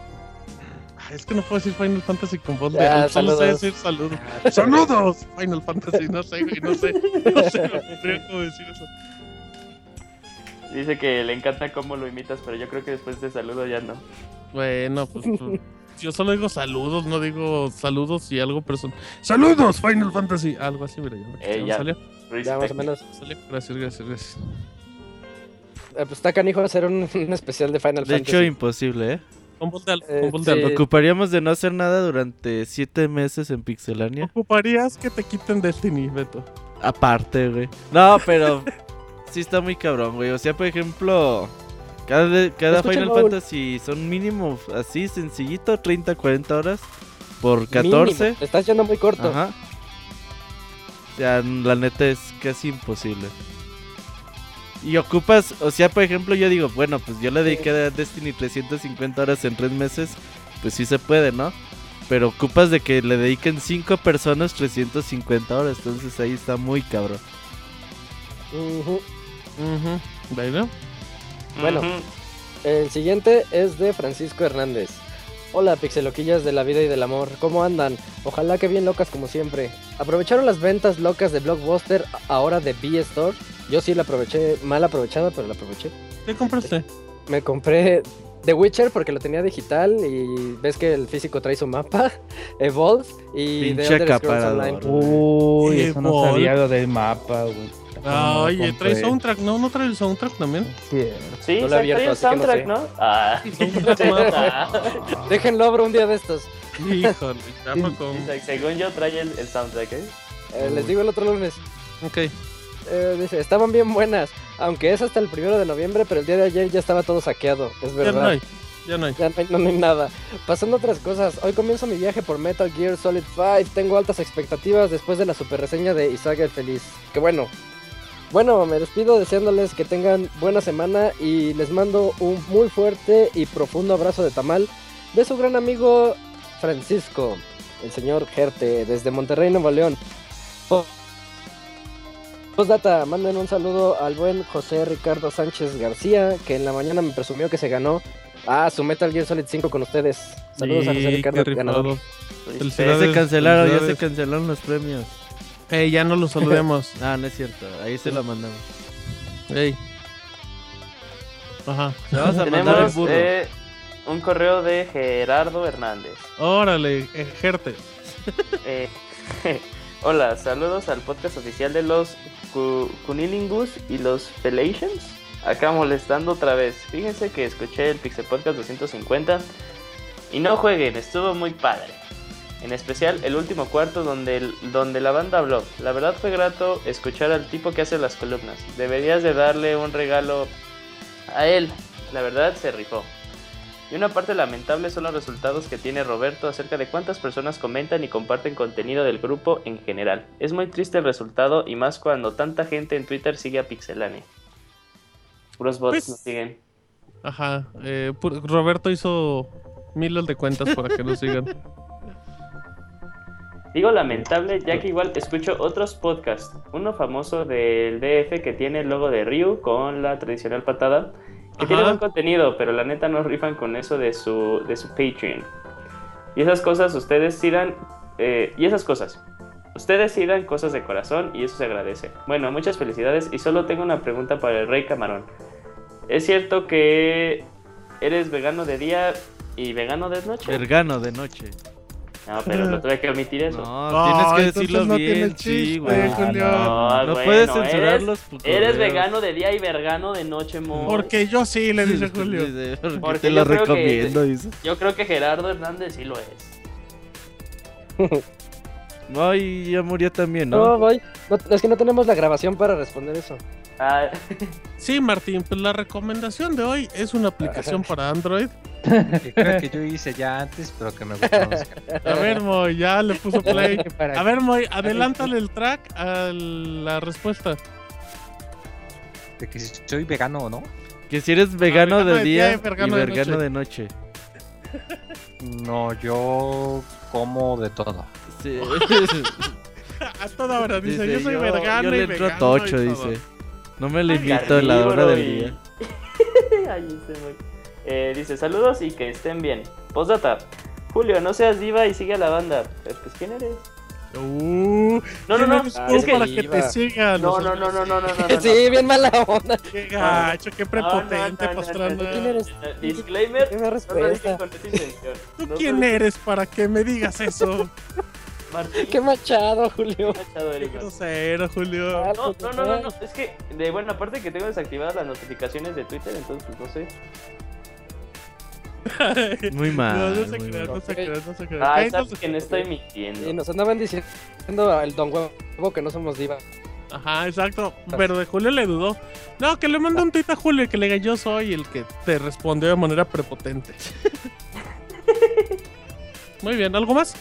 Es que no puedo decir Final Fantasy con voz de Alf, solo sé decir saludos. ¡Saludos! Final Fantasy, no sé, güey, no sé cómo decir eso. Dice que le encanta cómo lo imitas, pero yo creo que después de saludo ya no. Bueno, pues yo solo digo saludos, no digo saludos y algo personal. ¡Saludos, Final Fantasy! Algo así, mira, ya salió. Ya más o menos. Salió. Gracias. Pues está canijo hacer un especial de Final Fantasy. De hecho, imposible, ¿eh? Con voz de alto. Ocuparíamos de no hacer nada durante 7 meses en Pixelania. Ocuparías que te quiten Destiny, Beto. Aparte, güey. No, pero sí está muy cabrón, güey. O sea, por ejemplo, cada Final Fantasy son mínimo así, sencillito, 30, 40 horas por 14. Mínimo. Te estás yendo muy corto. Ajá. O sea, la neta es casi imposible. Y ocupas, o sea, por ejemplo, yo digo, bueno, pues yo le dediqué a Destiny 350 horas en 3 meses, pues sí se puede, ¿no? Pero ocupas de que le dediquen 5 personas 350 horas, entonces ahí está muy cabrón. Bueno, el siguiente es de Francisco Hernández. Hola, pixeloquillas de la vida y del amor, ¿cómo andan? Ojalá que bien locas como siempre. ¿Aprovecharon las ventas locas de Blockbuster ahora de B-Store? Yo sí la aproveché, mal aprovechada, pero la aproveché. ¿Qué compraste? Me compré The Witcher porque lo tenía digital y ves que el físico trae su mapa, Evolve y The Elder Scrolls Online. Uy, eso no sabía lo del mapa, güey. Oye, ¿trae soundtrack? ¿No trae el soundtrack también? Sí, no lo he abierto, trae el soundtrack, que no ¿no? Ah. Déjenlo abro un día de estos. Híjole, según yo trae el soundtrack, les digo el otro lunes. Ok. Dice, estaban bien buenas, aunque es hasta el 1 de noviembre, pero el día de ayer ya estaba todo saqueado, es verdad. Ya no hay. No hay nada. Pasando a otras cosas, hoy comienzo mi viaje por Metal Gear Solid 5, tengo altas expectativas después de la super reseña de Isaac el Feliz. Que bueno. Bueno, me despido deseándoles que tengan buena semana y les mando un muy fuerte y profundo abrazo de tamal de su gran amigo Francisco, el señor Gerte, desde Monterrey, Nuevo León. Postdata, manden un saludo al buen José Ricardo Sánchez García, que en la mañana me presumió que se ganó su Metal Gear Solid 5 con ustedes. Saludos a José Ricardo, ganador. Ya se cancelaron los premios. Ya no los saludemos. No es cierto, ahí se lo mandamos. Ajá. Le vamos a mandar el burro. Un correo de Gerardo Hernández. Órale, Gerte. Hola, saludos al podcast oficial de los Cunilingus y los Felations. Acá molestando otra vez. Fíjense que escuché el Pixel Podcast 250 y no jueguen, estuvo muy padre. En especial el último cuarto donde la banda habló. La verdad fue grato escuchar al tipo que hace las columnas. Deberías de darle un regalo a él. La verdad se rifó. Y una parte lamentable son los resultados que tiene Roberto acerca de cuántas personas comentan y comparten contenido del grupo en general. Es muy triste el resultado y más cuando tanta gente en Twitter sigue a Pixelania. Puros bots nos siguen. Ajá, Roberto hizo miles de cuentas para que nos sigan. Digo lamentable ya que igual escucho otros podcasts. Uno famoso del DF que tiene el logo de Ryu con la tradicional patada. Que tiene buen contenido, pero la neta no rifan con eso de su Patreon. Y esas cosas ustedes sí dan... Ustedes sí dan cosas de corazón y eso se agradece. Bueno, muchas felicidades y solo tengo una pregunta para el Rey Camarón. ¿Es cierto que eres vegano de día y vegano de noche? Vegano de noche. No, pero no tuve que omitir eso. No, tienes que decirlo no bien, sí, güey. No, puedes censurarlos. Eres vegano de día y vegano de noche, mo. Porque yo sí, le dice Julio. Porque te lo recomiendo, dice. Yo creo que Gerardo Hernández sí lo es. No, y ya murió también, ¿no? No, es que no tenemos la grabación para responder eso. Sí, Martín, pues la recomendación de hoy es una aplicación para Android. Que creo que yo hice ya antes, pero que me gustó. A ver, Moy, ya le puso play. A ver, Moy, adelántale el track a la respuesta. De que si soy vegano o no. Que si eres vegano de día y vegano de noche. No, yo como de todo. Sí. A toda hora, dice, yo soy vegano yo y le entro vegano tocho, y dice. No me limito en la hora del día. Dice, saludos y que estén bien. Postdata, Julio, no seas diva y sigue a la banda. Pues, ¿quién eres? No, es que para que te sigan. No. Sí, bien mala onda. Qué gacho, qué prepotente, Pastrana. ¿Quién eres? Disclaimer, ¿Qué me respuesta? ¿Tú quién eres para que me digas eso? Martín. Qué machado, Julio. Qué grosero, Julio. No. Es que, aparte que tengo desactivadas las notificaciones de Twitter, entonces pues no sé. Muy mal. No se crean. Ay, sabes que no estoy mintiendo. Y nos andaban diciendo al Don Huevo que no somos diva. Ajá, exacto. Pero de Julio le dudó. No, que le mande un tuit a Julio y que le diga yo soy el que te respondió de manera prepotente. Muy bien, ¿algo más?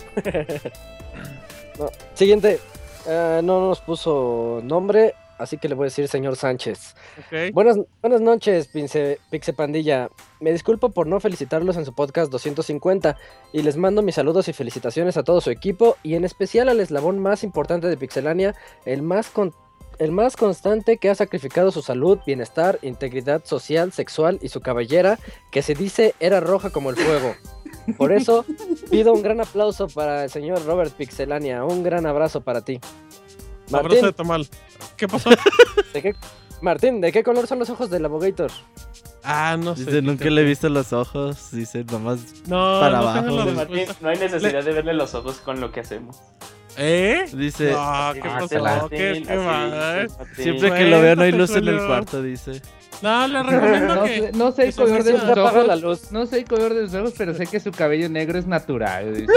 No. Siguiente. No nos puso nombre, así que le voy a decir señor Sánchez. Okay. Buenas noches, Pixe Pandilla. Me disculpo por no felicitarlos en su podcast 250 y les mando mis saludos y felicitaciones a todo su equipo y en especial al eslabón más importante de Pixelania, el más constante que ha sacrificado su salud, bienestar, integridad social, sexual y su cabellera, que se dice era roja como el fuego. Por eso pido un gran aplauso para el señor Robert Pixelania. Un gran abrazo para ti. Abrazo de tamal. ¿Qué pasó? Martín, ¿de qué color son los ojos del Abogator? No sé. Dice, nunca le he visto los ojos. Dice, nomás no, para no abajo. Martín, no hay necesidad de verle los ojos con lo que hacemos. Dice, ¿qué pasó? ¿Qué mal? Siempre que lo veo no hay luz en el cuarto, dice. No, le recomiendo que... No sé el color de sus ojos, la luz. no sé el color de sus ojos, pero sé que su cabello negro es natural. Dice.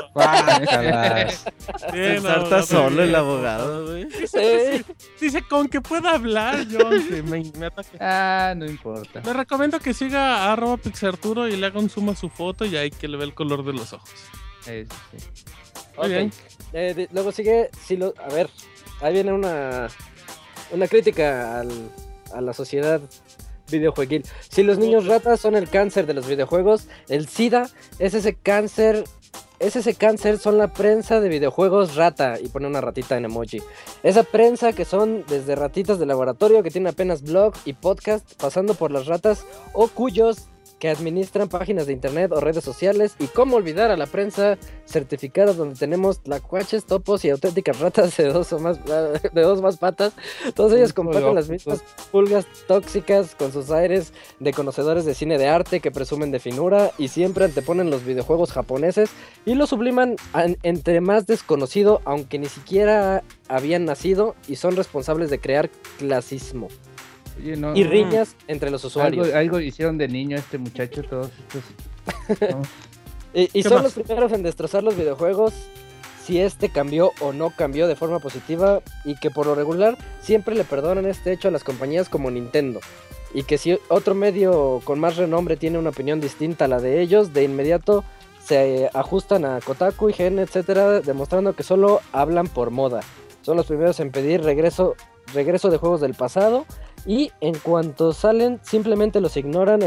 Salta solo el abogado, güey. Dice, con que pueda hablar yo, que me ataque. No importa. Le recomiendo que siga a @pixarturo y le haga un zoom a su foto y ahí que le ve el color de los ojos. Sí. Muy bien. Luego sigue, a ver, ahí viene una crítica a la sociedad videojueguil. Si los niños ratas son el cáncer de los videojuegos, el SIDA es ese cáncer son la prensa de videojuegos rata, y pone una ratita en emoji. Esa prensa que son desde ratitas de laboratorio que tienen apenas blog y podcast, pasando por las ratas o cuyos que administran páginas de internet o redes sociales, y cómo olvidar a la prensa certificada donde tenemos tlacuaches, topos y auténticas ratas de dos más patas. Todos ellos comparten las mismas pulgas tóxicas con sus aires de conocedores de cine de arte que presumen de finura y siempre anteponen los videojuegos japoneses y lo subliman entre más desconocido, aunque ni siquiera habían nacido, y son responsables de crear clasismo. Oye, y riñas entre los usuarios. Algo hicieron de niño este muchacho, todos estos. ¿No? y son los primeros en destrozar los videojuegos, si este cambió o no cambió de forma positiva, y que por lo regular siempre le perdonan este hecho a las compañías como Nintendo. Y que si otro medio con más renombre tiene una opinión distinta a la de ellos, de inmediato se ajustan a Kotaku, IGN, etcétera, demostrando que solo hablan por moda. Son los primeros en pedir regreso de juegos del pasado, y en cuanto salen simplemente los ignoran.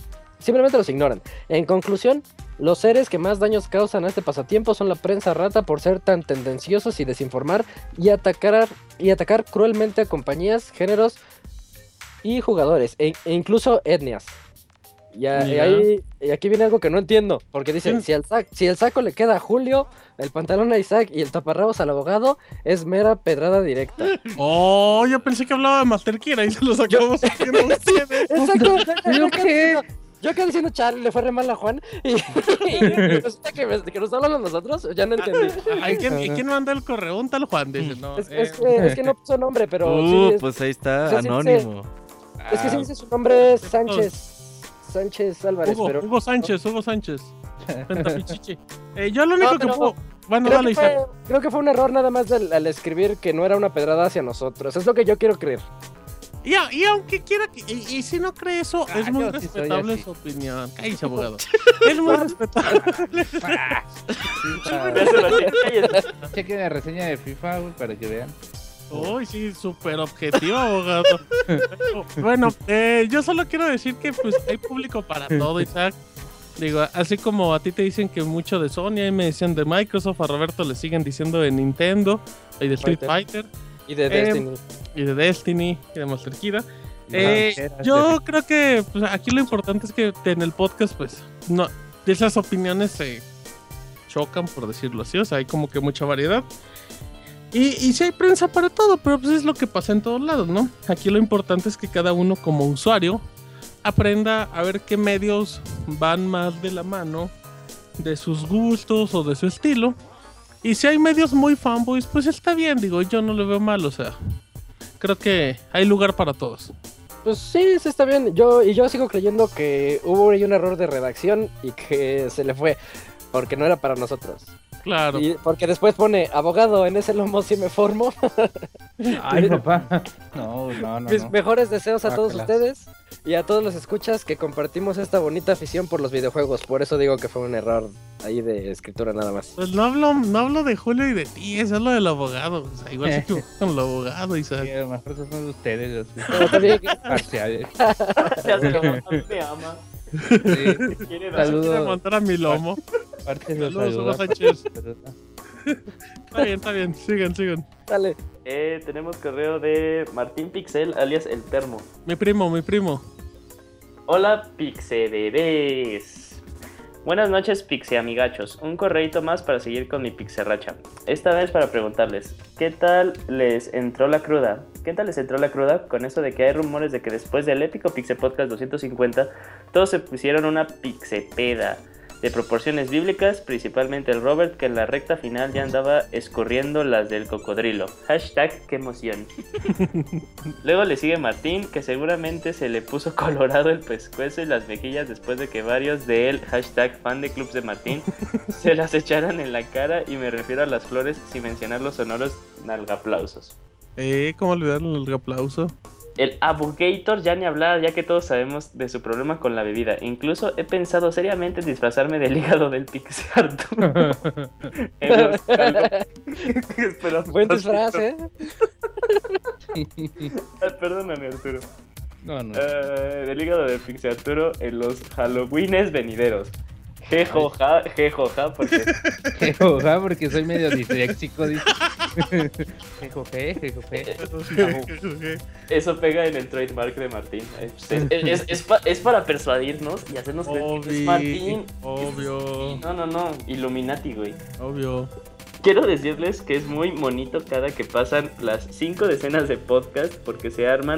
En conclusión, los seres que más daños causan a este pasatiempo son la prensa rata por ser tan tendenciosos y desinformar y atacar cruelmente a compañías, géneros y jugadores e incluso etnias. Y aquí viene algo que no entiendo, porque dicen, si el saco le queda a Julio, el pantalón a Isaac y el taparrabos al abogado, es mera pedrada directa. Oh, yo pensé que hablaba de Master Kira y se lo sacamos haciendo ustedes. Exacto. Yo quedé diciendo, Charlie, le fue re mal a Juan, y resulta que nos hablan a nosotros, ya no entendí. ¿Y quién mandó el correo? Un tal Juan, dice, no. Es que no puso nombre, pero sí. Pues ahí está, anónimo. Es que sí dice su nombre, Sánchez Álvarez, Hugo, pero... Hugo Sánchez. Yo lo único que puedo... Bueno, dale, Isaac. Creo que fue un error nada más al escribir que no era una pedrada hacia nosotros. Es lo que yo quiero creer. Y aunque quiera... Y si no cree eso, es muy respetable su opinión. Cállese, abogado. Es muy respetable. Chequen la reseña de FIFA, güey, para que vean. Uy, sí, súper objetivo, abogado. Bueno, yo solo quiero decir que pues hay público para todo, Isaac. Digo, así como a ti te dicen que mucho de Sony, ahí me decían de Microsoft, a Roberto le siguen diciendo de Nintendo, y de Street Fighter. Y de Destiny. Y de Master Kira. Yo creo que pues, aquí lo importante es que en el podcast, pues, no, esas opiniones se chocan, por decirlo así. O sea, hay como que mucha variedad. Y sí hay prensa para todo, pero pues es lo que pasa en todos lados, ¿no? Aquí lo importante es que cada uno como usuario aprenda a ver qué medios van más de la mano de sus gustos o de su estilo. Y si hay medios muy fanboys, pues está bien, digo, yo no lo veo mal, o sea, creo que hay lugar para todos. Pues sí, sí está bien. Yo sigo creyendo que hubo ahí un error de redacción y que se le fue, porque no era para nosotros. Claro. Y porque después pone abogado, en ese lomo sí me formo. Ay, papá. No. Mis mejores deseos a todos Guácalas. ustedes y a todos los escuchas que compartimos esta bonita afición por los videojuegos. Por eso digo que fue un error ahí de escritura nada más. Pues no hablo de Julio y de ti, eso es lo del abogado. O sea, igual se equivocó con el abogado, Isaac. Sí, a lo mejor esos son ustedes. Así. Pero también Parciales. Ya sé cómo me ama. Sí. Quiere No se quiere Saludos. montar a mi lomo. Parte de los Saludos, Hugo saludos. Sánchez. Está bien. Sigan. dale. Tenemos correo de Martín Pixel, alias El Termo. Mi primo. Hola, Pixebebés. Buenas noches, Pixeamigachos. Un correíto más para seguir con mi Pixerracha. Esta vez para preguntarles, ¿qué tal les entró la cruda? Con eso de que hay rumores de que después del épico Pixe Podcast 250, todos se pusieron una Pixepeda de proporciones bíblicas, principalmente el Robert, que en la recta final ya andaba escurriendo las del cocodrilo. # qué emoción. Luego le sigue Martín, que seguramente se le puso colorado el pescuezo y las mejillas después de que varios de él, # fan de clubs de Martín, se las echaran en la cara, y me refiero a las flores sin mencionar los sonoros nalgaplausos. ¿Cómo olvidarle el aplauso? El Abugator ya ni hablar, ya que todos sabemos de su problema con la bebida. Incluso he pensado seriamente en disfrazarme del hígado del Pixie Arturo. Buen disfraz, ¿eh? Perdóname, Arturo. No. Del hígado del Pixie Arturo en los Halloweenes venideros. Jejoja, porque... Jejoja, porque soy medio disléxico. Dice. Jejoje. Eso pega en el trademark de Martín. Es para persuadirnos y hacernos creer que es Martín. Obvio. No. Illuminati, güey. Obvio. Quiero decirles que es muy bonito cada que pasan las 5 decenas de podcasts porque se arma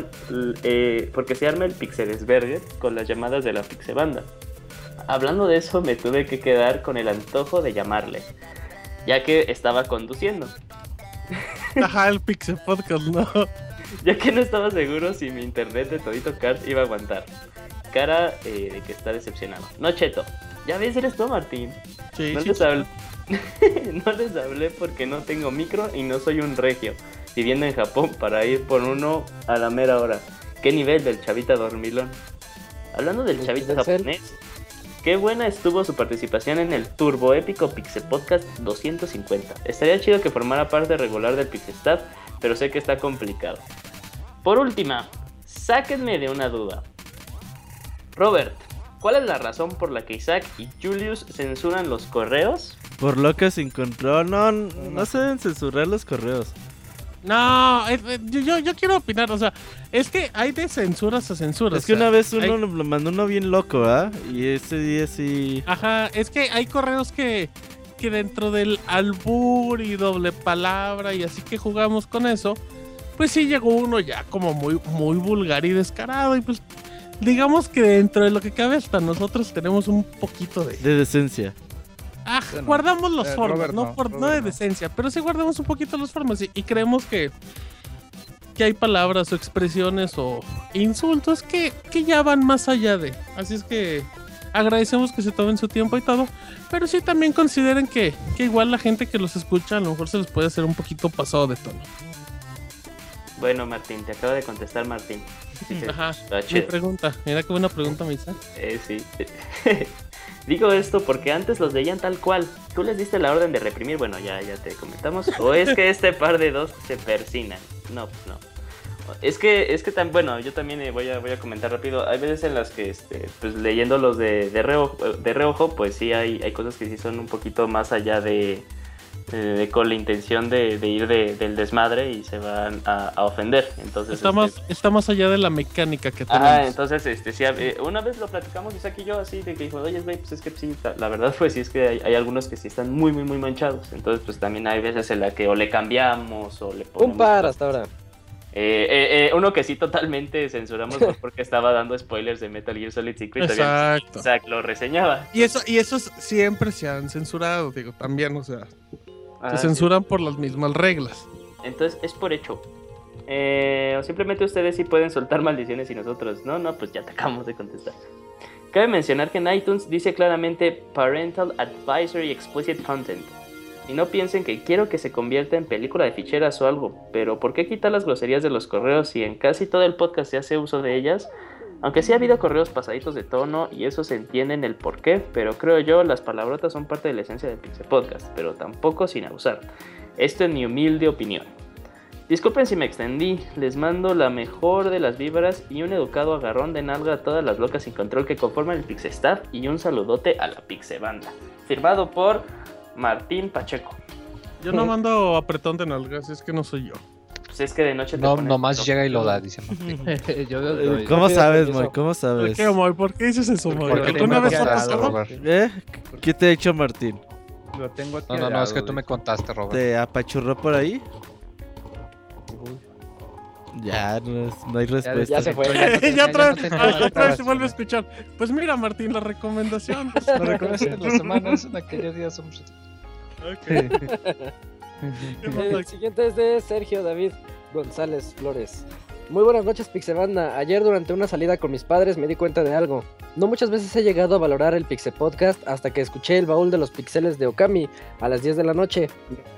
el Pixedesvergue con las llamadas de la Pixebanda. Hablando de eso, me tuve que quedar con el antojo de llamarle, ya que estaba conduciendo. Ajá, el Pixel Podcast, ¿no? Ya que no estaba seguro si mi internet de Todito Kart iba a aguantar. Cara de que está decepcionado. No, Cheto, ya ves, eres tú, Martín. Sí, No les hablé porque no tengo micro y no soy un regio, viviendo en Japón para ir por uno a la mera hora. ¿Qué nivel del chavita dormilón? Hablando del chavita japonés, qué buena estuvo su participación en el turbo épico Pixel Podcast 250. Estaría chido que formara parte regular del Pixel Staff, pero sé que está complicado. Por última, sáquenme de una duda. Robert, ¿cuál es la razón por la que Isaac y Julius censuran los correos? Por loca sin control. No se deben censurar los correos. No, yo quiero opinar, o sea, es que hay de censuras a censuras. Es que una vez uno hay... lo mandó uno bien loco, ¿ah? Y ese día sí... Ajá, es que hay correos que dentro del albur y doble palabra y así que jugamos con eso, pues sí llegó uno ya como muy vulgar y descarado y pues digamos que dentro de lo que cabe hasta nosotros tenemos un poquito de decencia. Bueno, guardamos las formas, Robert no de decencia, pero sí guardamos un poquito las formas y creemos que hay palabras o expresiones o insultos que ya van más allá de. Así es que agradecemos que se tomen su tiempo y todo, pero sí también consideren que igual la gente que los escucha a lo mejor se les puede hacer un poquito pasado de tono. Bueno, Martín, te acabo de contestar, Martín. Sí, Ajá, está mi chido. pregunta, mira qué buena pregunta me hizo. Sí. Digo esto porque antes los veían tal cual. Tú les diste la orden de reprimir, bueno, ya te comentamos. ¿O es que este par de dos se persinan? No, pues no. Es que bueno, yo también voy a comentar rápido. Hay veces en las que, pues leyendo los de reojo, pues sí hay cosas que sí son un poquito más allá de con la intención de ir del desmadre y se van a ofender. Entonces está más allá de la mecánica que tenemos. Entonces sí, una vez lo platicamos Isaac y yo así de que dijo, oye, güey, pues es que sí, la verdad pues sí es que hay algunos que sí están muy manchados. Entonces pues también hay veces en la que o le cambiamos o le ponemos un par hasta ahora. Uno que sí totalmente censuramos porque estaba dando spoilers de Metal Gear Solid 5 y Exacto. Isaac lo reseñaba. Y esos siempre se han censurado, digo, también, o sea, se censuran por las mismas reglas. Entonces es por hecho O simplemente ustedes sí pueden soltar maldiciones y nosotros no, pues ya te acabamos de contestar. Cabe mencionar que en iTunes dice claramente Parental Advisory Explicit Content. Y no piensen que quiero que se convierta en película de ficheras o algo, pero ¿por qué quitar las groserías de los correos si en casi todo el podcast se hace uso de ellas? Aunque sí ha habido correos pasaditos de tono y eso se entiende en el porqué, pero creo yo las palabrotas son parte de la esencia del Pixel Podcast, pero tampoco sin abusar. Esto es mi humilde opinión. Disculpen si me extendí, les mando la mejor de las vibras y un educado agarrón de nalga a todas las locas sin control que conforman el Pixestaff y un saludote a la Pixebanda. Firmado por Martín Pacheco. Yo no mando apretón de nalgas, es que no soy yo. Pues es que de noche te No, pones nomás loco. llega y lo da, dice Martín. ¿Cómo sabes, Moy? ¿Cómo sabes? ¿Por qué, Moy? ¿Por qué dices eso, Moy? Porque ¿Alguna vez ha contaste, pasado? Robert. ¿Qué te ha dicho Martín? Lo tengo aquí. No, es que tú me contaste, Robert. ¿Te apachurró por ahí? Ya, no hay respuesta. Ya se fue. Ya otra no vez se vuelve a escuchar. Pues mira, Martín, la recomendación. La recomendación de la semana es en aquellos días somos... Ok. El siguiente es de Sergio David González Flores. Muy buenas noches, Pixebanda. Ayer durante una salida con mis padres me di cuenta de algo. No muchas veces he llegado a valorar el Pixel Podcast hasta que escuché el baúl de los pixeles de Okami a las 10 de la noche.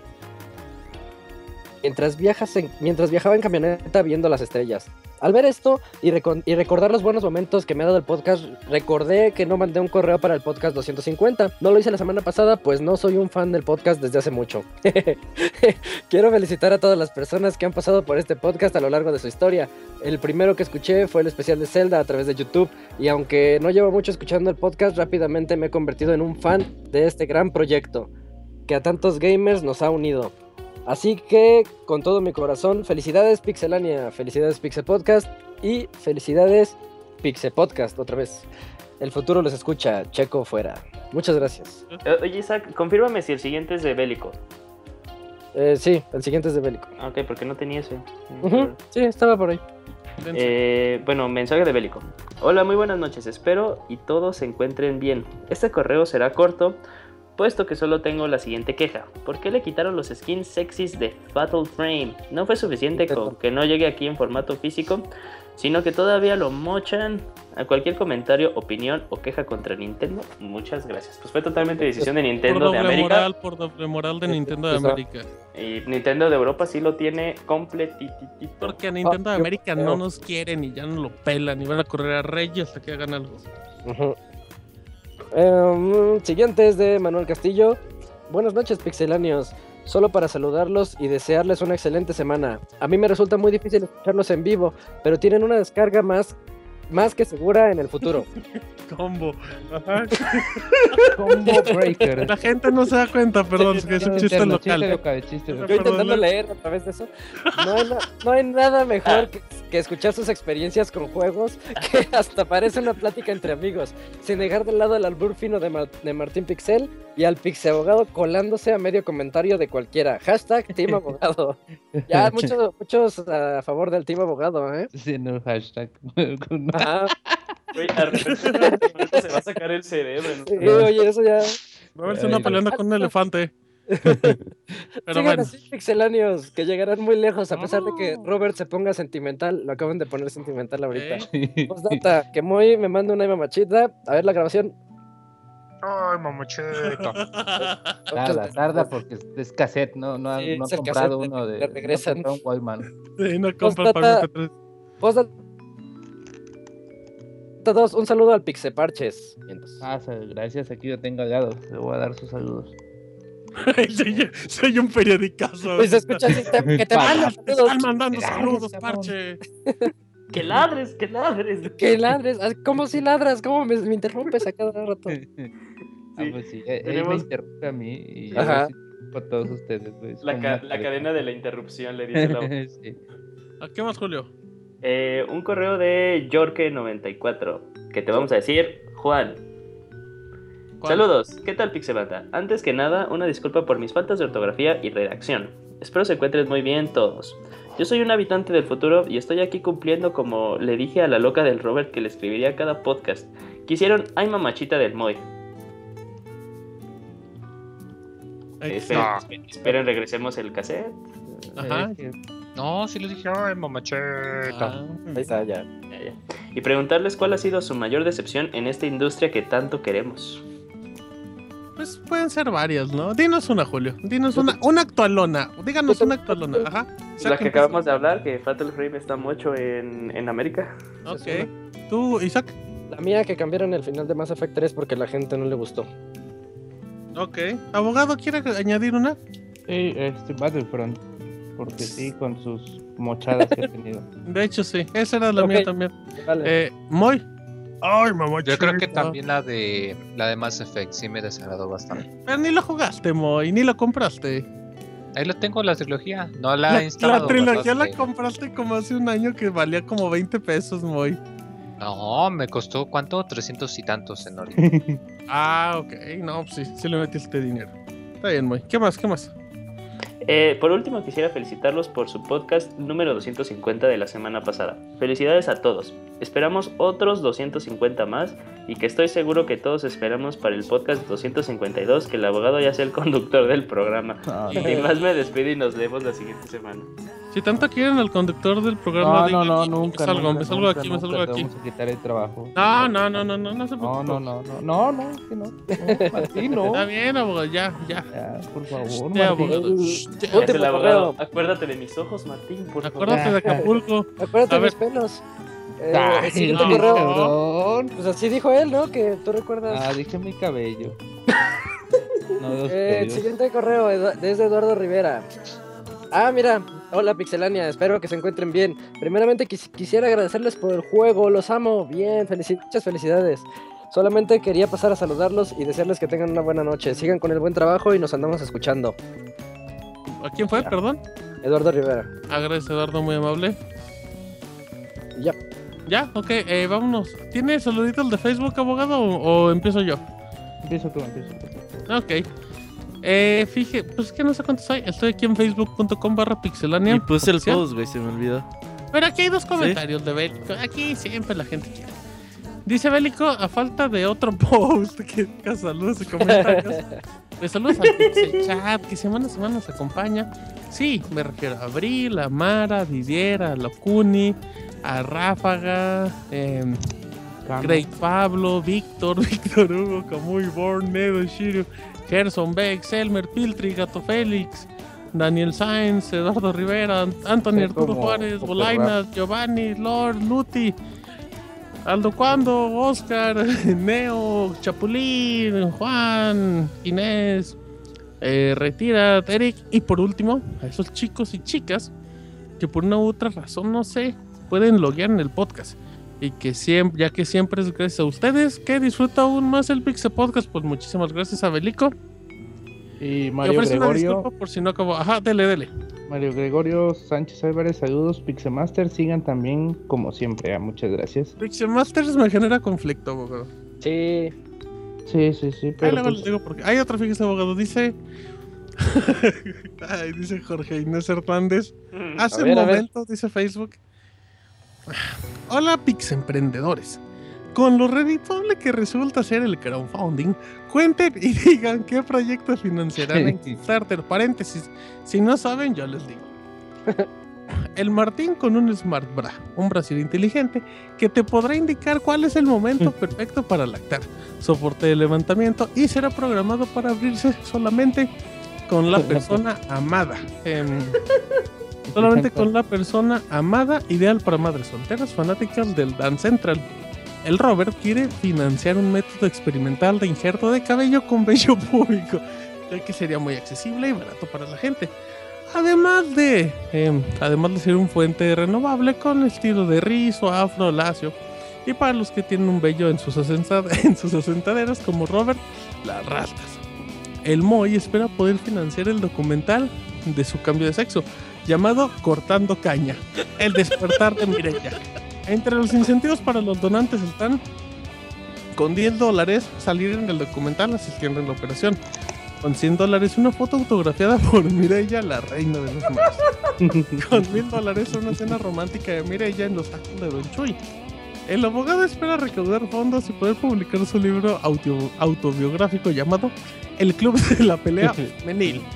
Mientras viajaba en camioneta viendo las estrellas. Al ver esto y recordar los buenos momentos que me ha dado el podcast, recordé que no mandé un correo para el podcast 250. No lo hice la semana pasada, pues no soy un fan del podcast desde hace mucho. Quiero felicitar a todas las personas que han pasado por este podcast a lo largo de su historia. El primero que escuché fue el especial de Zelda a través de YouTube, y aunque no llevo mucho escuchando el podcast, rápidamente me he convertido en un fan de este gran proyecto que a tantos gamers nos ha unido. Así que, con todo mi corazón, felicidades Pixelania, felicidades Pixel Podcast y felicidades Pixel Podcast otra vez. El futuro los escucha, Checo fuera. Muchas gracias. Oye, Isaac, confírmame si el siguiente es de Bélico. Sí, el siguiente es de Bélico. Ok, porque no tenía ese. Sí, estaba por ahí. Bueno, mensaje de Bélico. Hola, muy buenas noches, espero y todos se encuentren bien. Este correo será corto, puesto que solo tengo la siguiente queja. ¿Por qué le quitaron los skins sexys de Fatal Frame? No fue suficiente con que no llegue aquí en formato físico, sino que todavía lo mochan. A cualquier comentario, opinión o queja contra Nintendo, muchas gracias. Pues fue totalmente decisión de Nintendo de América. Por doble moral de Nintendo de América. Y Nintendo de Europa sí lo tiene completito. Porque a Nintendo de América no nos quieren y ya no lo pelan y van a correr a Reyes hasta que hagan algo. Siguiente es de Manuel Castillo. Buenas noches, pixelanios. Solo para saludarlos y desearles una excelente semana. A mí me resulta muy difícil escucharlos en vivo, pero tienen una descarga más que segura en el futuro. Combo. Ajá. Combo breaker. La gente no se da cuenta, perdón, es que es un chiste local. Yo intentando leer a través de eso. No hay nada mejor que escuchar sus experiencias con juegos, que hasta parece una plática entre amigos, sin dejar de lado el albur fino de Martín Pixel y al Pixabogado colándose a medio comentario de cualquiera. Hashtag Team Abogado. Ya, muchos a favor del Team Abogado, ¿eh? Sí, no, hashtag. Oye, de repente se va a sacar el cerebro, ¿no? Sí, oye, eso ya. Va a verse una peleando con un elefante. Pero sigan bueno. así, pixelanios, que llegarán muy lejos, a pesar de que Robert se ponga sentimental. Lo acaban de poner sentimental ahorita. Postdata, que Moy me manda una mamachita. A ver la grabación. Ay, mamachito. Tarda porque es cassette, no ha comprado uno de. Le regresan. No un Wallman. Sí, no compra para MP3. Postdata 2, un saludo al Pixeparches. Gracias, aquí lo tengo al lado. Le voy a dar sus saludos. Soy un periodicazo. Pues escucha así, que te mandan saludos. Están mandando saludos, parche. Que ladres. Que ladres. ¿Cómo si ladras? ¿Cómo me interrumpes a cada rato? Pues sí, él me interrumpe a mí y yo a todos ustedes. Pues, la cadena de la interrupción, le dice la sí. ¿A qué más, Julio? Un correo de Yorke94, que te vamos a decir, Juan. ¿Cuál? Saludos, ¿qué tal Pixebata? Antes que nada, una disculpa por mis faltas de ortografía y redacción. Espero se encuentren muy bien todos. Yo soy un habitante del futuro y estoy aquí cumpliendo como le dije a la loca del Robert que le escribiría cada podcast. Quisieron ay mamachita del Moy. Esperen, regresemos el cassette. Ajá. No, sí lo dije, ay, mamacheta. Ahí está, ya. Y preguntarles cuál ha sido su mayor decepción en esta industria que tanto queremos. Pues pueden ser varias, ¿no? Dinos una, Julio. Dinos una actualona. Díganos una actualona. Ajá. La que acabamos de hablar, que Fatal Frame está mucho en América. Ok. ¿Tú, Isaac? La mía, que cambiaron el final de Mass Effect 3 porque a la gente no le gustó. Ok. ¿Abogado quiere añadir una? Sí, Battlefront. Porque sí, con sus mochadas que ha tenido. De hecho, sí. Esa era la mía también. Vale. Moy. Ay, mamá. Yo creo que también la de Mass Effect sí me desagradó bastante. Pero ni lo jugaste, Moy, ni lo compraste. Ahí lo tengo, la trilogía. No la he instalado. La trilogía la ¿verdad? compraste como hace un año que valía como 20 pesos, Moy. No, me costó, ¿cuánto? 300 y tantos en oro. Ok. No, pues sí le metiste dinero. Está bien, Moy. ¿Qué más? Por último, quisiera felicitarlos por su podcast número 250 de la semana pasada. Felicidades a todos. Esperamos otros 250 más y que estoy seguro que todos esperamos para el podcast 252 que el abogado ya sea el conductor del programa. Y sin más me despido y nos vemos la siguiente semana. Si tanto quieren al conductor del programa, No, nunca. Me salgo aquí. Te vamos a quitar el trabajo. No se preocupe. No, que no. Martín, no. Está bien, abogado, ya. Por favor, Ya, Martín. abogado. Ya es el abogado. Acuérdate de mis ojos, Martín, por favor. Acuérdate de Acapulco. Acuérdate A de ver. mis pelos. Ay, Siguiente no, correo. cabrón. Pues así dijo él, ¿no? Que tú recuerdas. Dije mi cabello. No, los El pelos. siguiente correo desde Eduardo Rivera. Mira, hola Pixelania, espero que se encuentren bien. Primeramente quisiera agradecerles por el juego, los amo, bien, muchas felicidades. Solamente quería pasar a saludarlos y desearles que tengan una buena noche. Sigan con el buen trabajo y nos andamos escuchando. ¿A quién fue, perdón? Eduardo Rivera. Gracias, Eduardo, muy amable. Ya. ¿Ya? Ok, vámonos. ¿Tiene saluditos de Facebook, abogado, o empiezo yo? Empiezo tú. Ok. Fíjate, pues que no sé cuántos hay. Estoy aquí en facebook.com/pixelania. Y puse el oficial. post, güey, se me olvidó. Pero aquí hay dos comentarios de Bélico. Aquí siempre la gente quiere. Dice Bélico, a falta de otro post que saludos y comentarios. Le saludos al Pixel Chat, que semana a semana nos acompaña. Sí, me refiero a Abril, a Mara, a Didier, a Locuni, a Ráfaga, Greg Pablo, Víctor Hugo, Camuy, Born, Nedo, Shiryu, Gerson, Bex, Elmer, Piltri, Gato Félix, Daniel Sainz, Eduardo Rivera, Anthony Arturo Juárez, Bolainas, Giovanni, Lord, Luti, Aldo Cuando, Oscar, Neo, Chapulín, Juan, Inés, Retira, Eric, y por último, a esos chicos y chicas que por una u otra razón, no sé, pueden loguear en el podcast. Y que siempre, ya que siempre es gracias a ustedes que disfruta aún más el Pixel Podcast, pues muchísimas gracias a Bélico. Y Mario ofrezco una Gregorio. disculpa por si no acabó. Ajá, dele. Mario Gregorio Sánchez Álvarez, saludos. Pixelmaster, sigan también como siempre. Muchas gracias. Pixel Masters me genera conflicto, abogado. Sí. Sí, Ahí pero luego pues, les digo porque hay otra, fíjese, abogado, dice dice Jorge Inés Hernández. Hace un momento, dice Facebook. Hola Pixemprendedores. Con lo redituable que resulta ser el crowdfunding, cuenten y digan qué proyectos financiarán en Kickstarter. Paréntesis, si no saben, yo les digo. El Martín con un Smart Bra, un Brasil inteligente que te podrá indicar cuál es el momento perfecto para lactar, soporte de levantamiento y será programado para abrirse solamente con la persona amada. Solamente con la persona amada, ideal para madres solteras fanáticas del Dance Central. El Robert quiere financiar un método experimental de injerto de cabello con vello púbico, ya que sería muy accesible y barato para la gente. Además de ser un fuente renovable con estilo de rizo, afro, lacio. Y para los que tienen un vello en sus asentaderos como Robert, las rastas. El Moy espera poder financiar el documental de su cambio de sexo, llamado Cortando Caña, el despertar de Mireya. Entre los incentivos para los donantes están con $10 salir en el documental asistiendo en la operación. Con $100 una foto autografiada por Mireya, la reina de los mares. Con $1000 una cena romántica de Mireya en los tacos de Don Chuy. El abogado espera recaudar fondos y poder publicar su libro autobiográfico llamado El Club de la Pelea Femenil.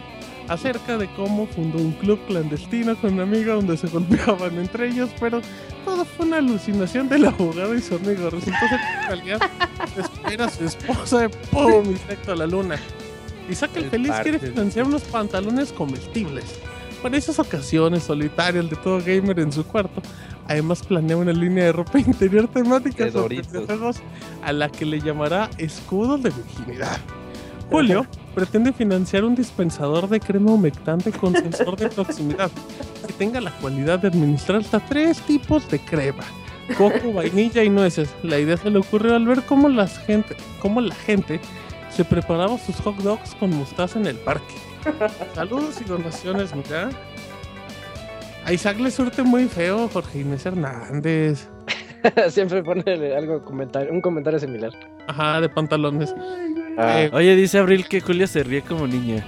acerca de cómo fundó un club clandestino con una amiga donde se golpeaban entre ellos, pero todo fue una alucinación del abogado y su amigo. Resultó ser que en realidad espera a su esposa, ¡pum! Directo a la luna. Isaac el Feliz quiere financiar unos pantalones comestibles. Para esas ocasiones solitarias de todo gamer en su cuarto, además planea una línea de ropa interior temática sobre videojuegos a la que le llamará Escudos de Virginidad. Julio pretende financiar un dispensador de crema humectante con sensor de proximidad que tenga la cualidad de administrar hasta 3 tipos de crema: coco, vainilla y nueces. La idea se le ocurrió al ver cómo la gente se preparaba sus hot dogs con mostaza en el parque. Saludos y donaciones, mira. A Isaac le surte muy feo Jorge Inés Hernández. Siempre pone un comentario similar. Ajá, de pantalones. Oye, dice Abril que Julia se ríe como niña.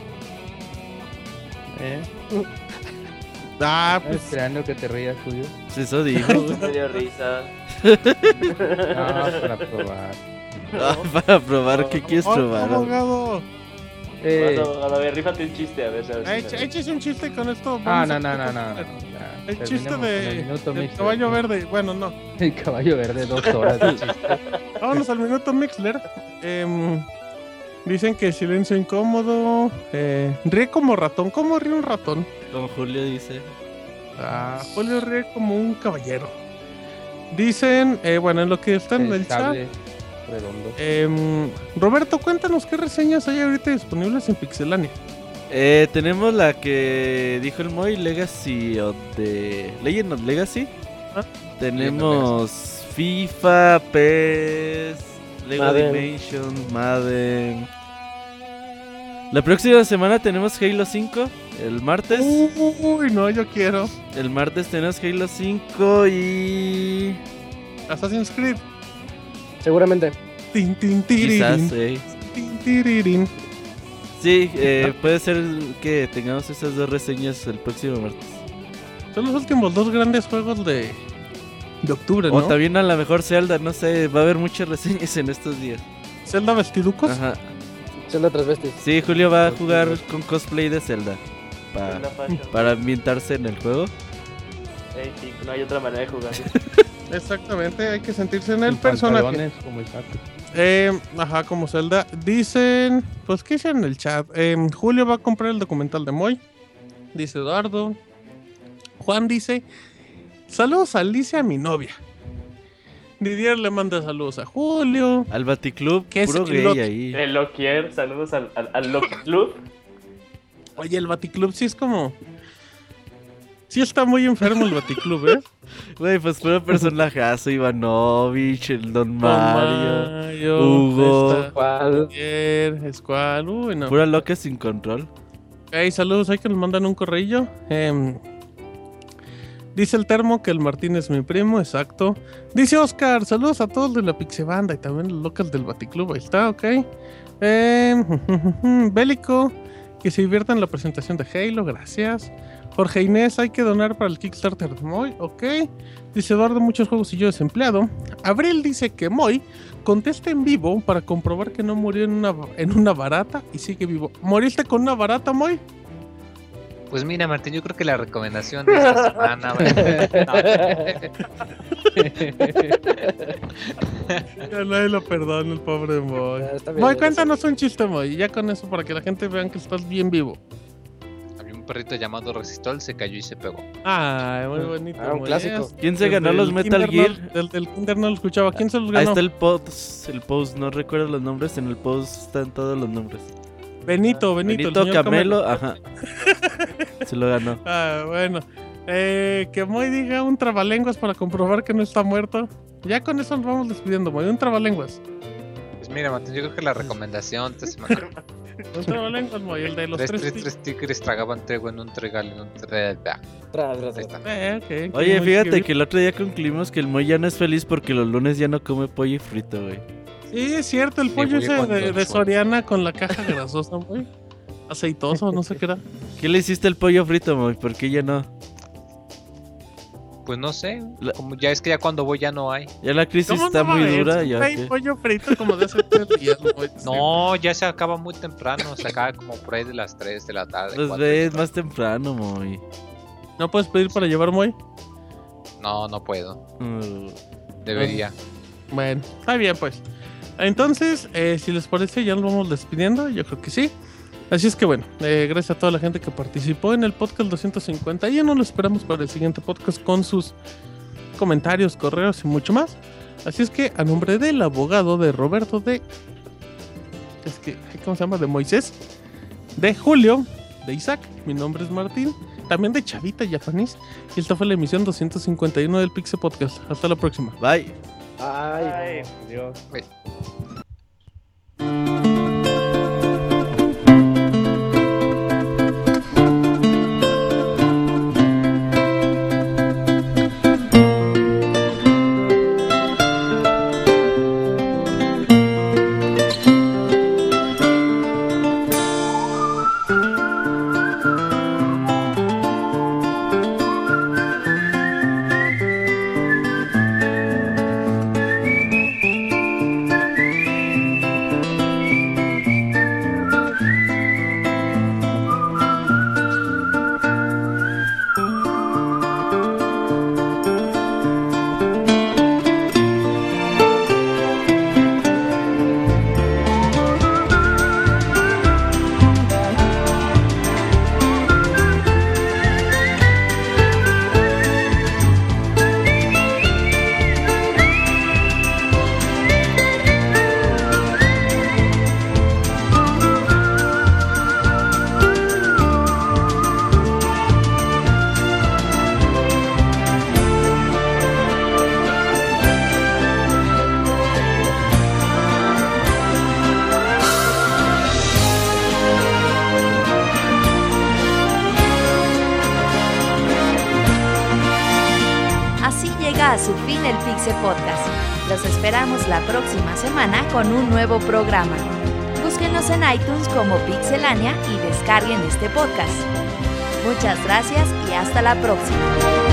Pues esperando que te rías, Julio. Sí, eso dijo. Me dio risa. Para probar. Para probar, ¿qué quieres probar? Abogado. A ver, rífate un chiste, a ver. Échese un chiste con esto. No. El chiste del caballo verde. Bueno, no. El caballo verde, 2 horas de chiste. Vámonos al minuto Mixler. Dicen que silencio incómodo. Ríe como ratón. ¿Cómo ríe un ratón? Como Julio dice. Julio ríe como un caballero. Dicen, bueno, en lo que está en el chat. Redondo. Roberto, cuéntanos qué reseñas hay ahorita disponibles en Pixelania. Tenemos la que dijo el Moy, Legacy of the Legend of Legacy. Tenemos FIFA, PES, Lego Dimension, Madden. La próxima semana tenemos Halo 5, el martes. Uy, no, yo quiero. El martes tenemos Halo 5 y Assassin's Creed. Seguramente. Quizás, sí, puede ser que tengamos esas 2 reseñas el próximo martes. Son los últimos 2 grandes juegos de octubre, ¿no? O también a lo mejor Zelda, no sé, va a haber muchas reseñas en estos días. ¿Zelda Vestiducos? Ajá. Zelda Transvestis. Sí, Julio va a jugar con cosplay de Zelda para ambientarse en el juego. Sí, no hay otra manera de jugar. Exactamente, hay que sentirse en el personaje. Como Isaac. Ajá, como Zelda. Dicen, pues ¿qué dicen en el chat? Julio va a comprar el documental de Moy. Dice Eduardo. Juan dice, saludos a Alicia, mi novia. Didier le manda saludos a Julio. Al Baticlub, ¿qué puro es gay ahí. El Loquier, saludos al Loki Club. Oye, el Baticlub sí es como... Sí está muy enfermo el Baticlub, ¿eh? Güey, pues puro personajazo, Ivanovich, el Don Mario, Hugo, Squall, uy, no. Pura loca sin control. Hey, saludos, hay que nos mandan un correillo. Dice el Termo que el Martín es mi primo, exacto. Dice Oscar, saludos a todos de la Pixebanda y también los locals del Baticlub, ahí está, ok. Bélico, que se diviertan en la presentación de Halo, gracias. Jorge Inés, hay que donar para el Kickstarter de Moy, ok. Dice Eduardo, muchos juegos y yo desempleado. Abril dice que Moy contesta en vivo para comprobar que no murió en una barata y sigue vivo. ¿Moriste con una barata, Moy? Pues mira, Martín, yo creo que la recomendación de esta semana... Ya nadie lo perdona, el pobre Moy. Moy, cuéntanos un chiste, Moy, ya con eso para que la gente vean que estás bien vivo. Perrito llamado Resistol se cayó y se pegó. Ay, muy bonito. Un clásico. ¿Quién se ganó los Metal Gear? El Kinder no lo escuchaba. ¿Quién se los ganó? Ahí está el post, no recuerdo los nombres. En el post están todos los nombres. Benito Camelo, ajá. Se lo ganó. Bueno. Que Moy diga un trabalenguas para comprobar que no está muerto. Ya con eso nos vamos despidiendo, Moy. Un trabalenguas. Pues mira, Martín, yo creo que la recomendación esta semana... Un trabalenguas, Moy, el de los tres tigres tragaban tregua en un tregal, en un tregal. Okay, oye, fíjate que el otro día concluimos que el Moy ya no es feliz porque los lunes ya no come pollo frito, güey. Sí, es cierto, el pollo ese de Soriana con la caja grasosa, güey. Aceitoso, no sé qué era. ¿Qué le hiciste al pollo frito, Moy? ¿Por qué ya no? Pues no sé, como ya es que ya cuando voy ya no hay. Ya la crisis está muy dura. Ya hay pollo frito como de hace No, ya se acaba muy temprano. Se acaba como por ahí de las 3 de la tarde. Pues 4 ves más temprano, Moy. ¿No puedes pedir para llevar Moy? No puedo. Debería. Bueno, está bien pues. Entonces, si les parece, ya nos vamos despidiendo. Yo creo que sí. Así es que bueno, gracias a toda la gente que participó en el podcast 251. Lo esperamos para el siguiente podcast con sus comentarios, correos y mucho más. Así es que a nombre del abogado de Roberto, ¿cómo se llama? De Moisés, de Julio, de Isaac, mi nombre es Martín, también de Chavita Japanese. Y esta fue la emisión 251 del Pixel Podcast. Hasta la próxima. Bye. Ay, Adiós. Bye. A su fin el Pixel Podcast. Los esperamos la próxima semana con un nuevo programa. Búsquenos en iTunes como Pixelania y descarguen este podcast. Muchas gracias y hasta la próxima.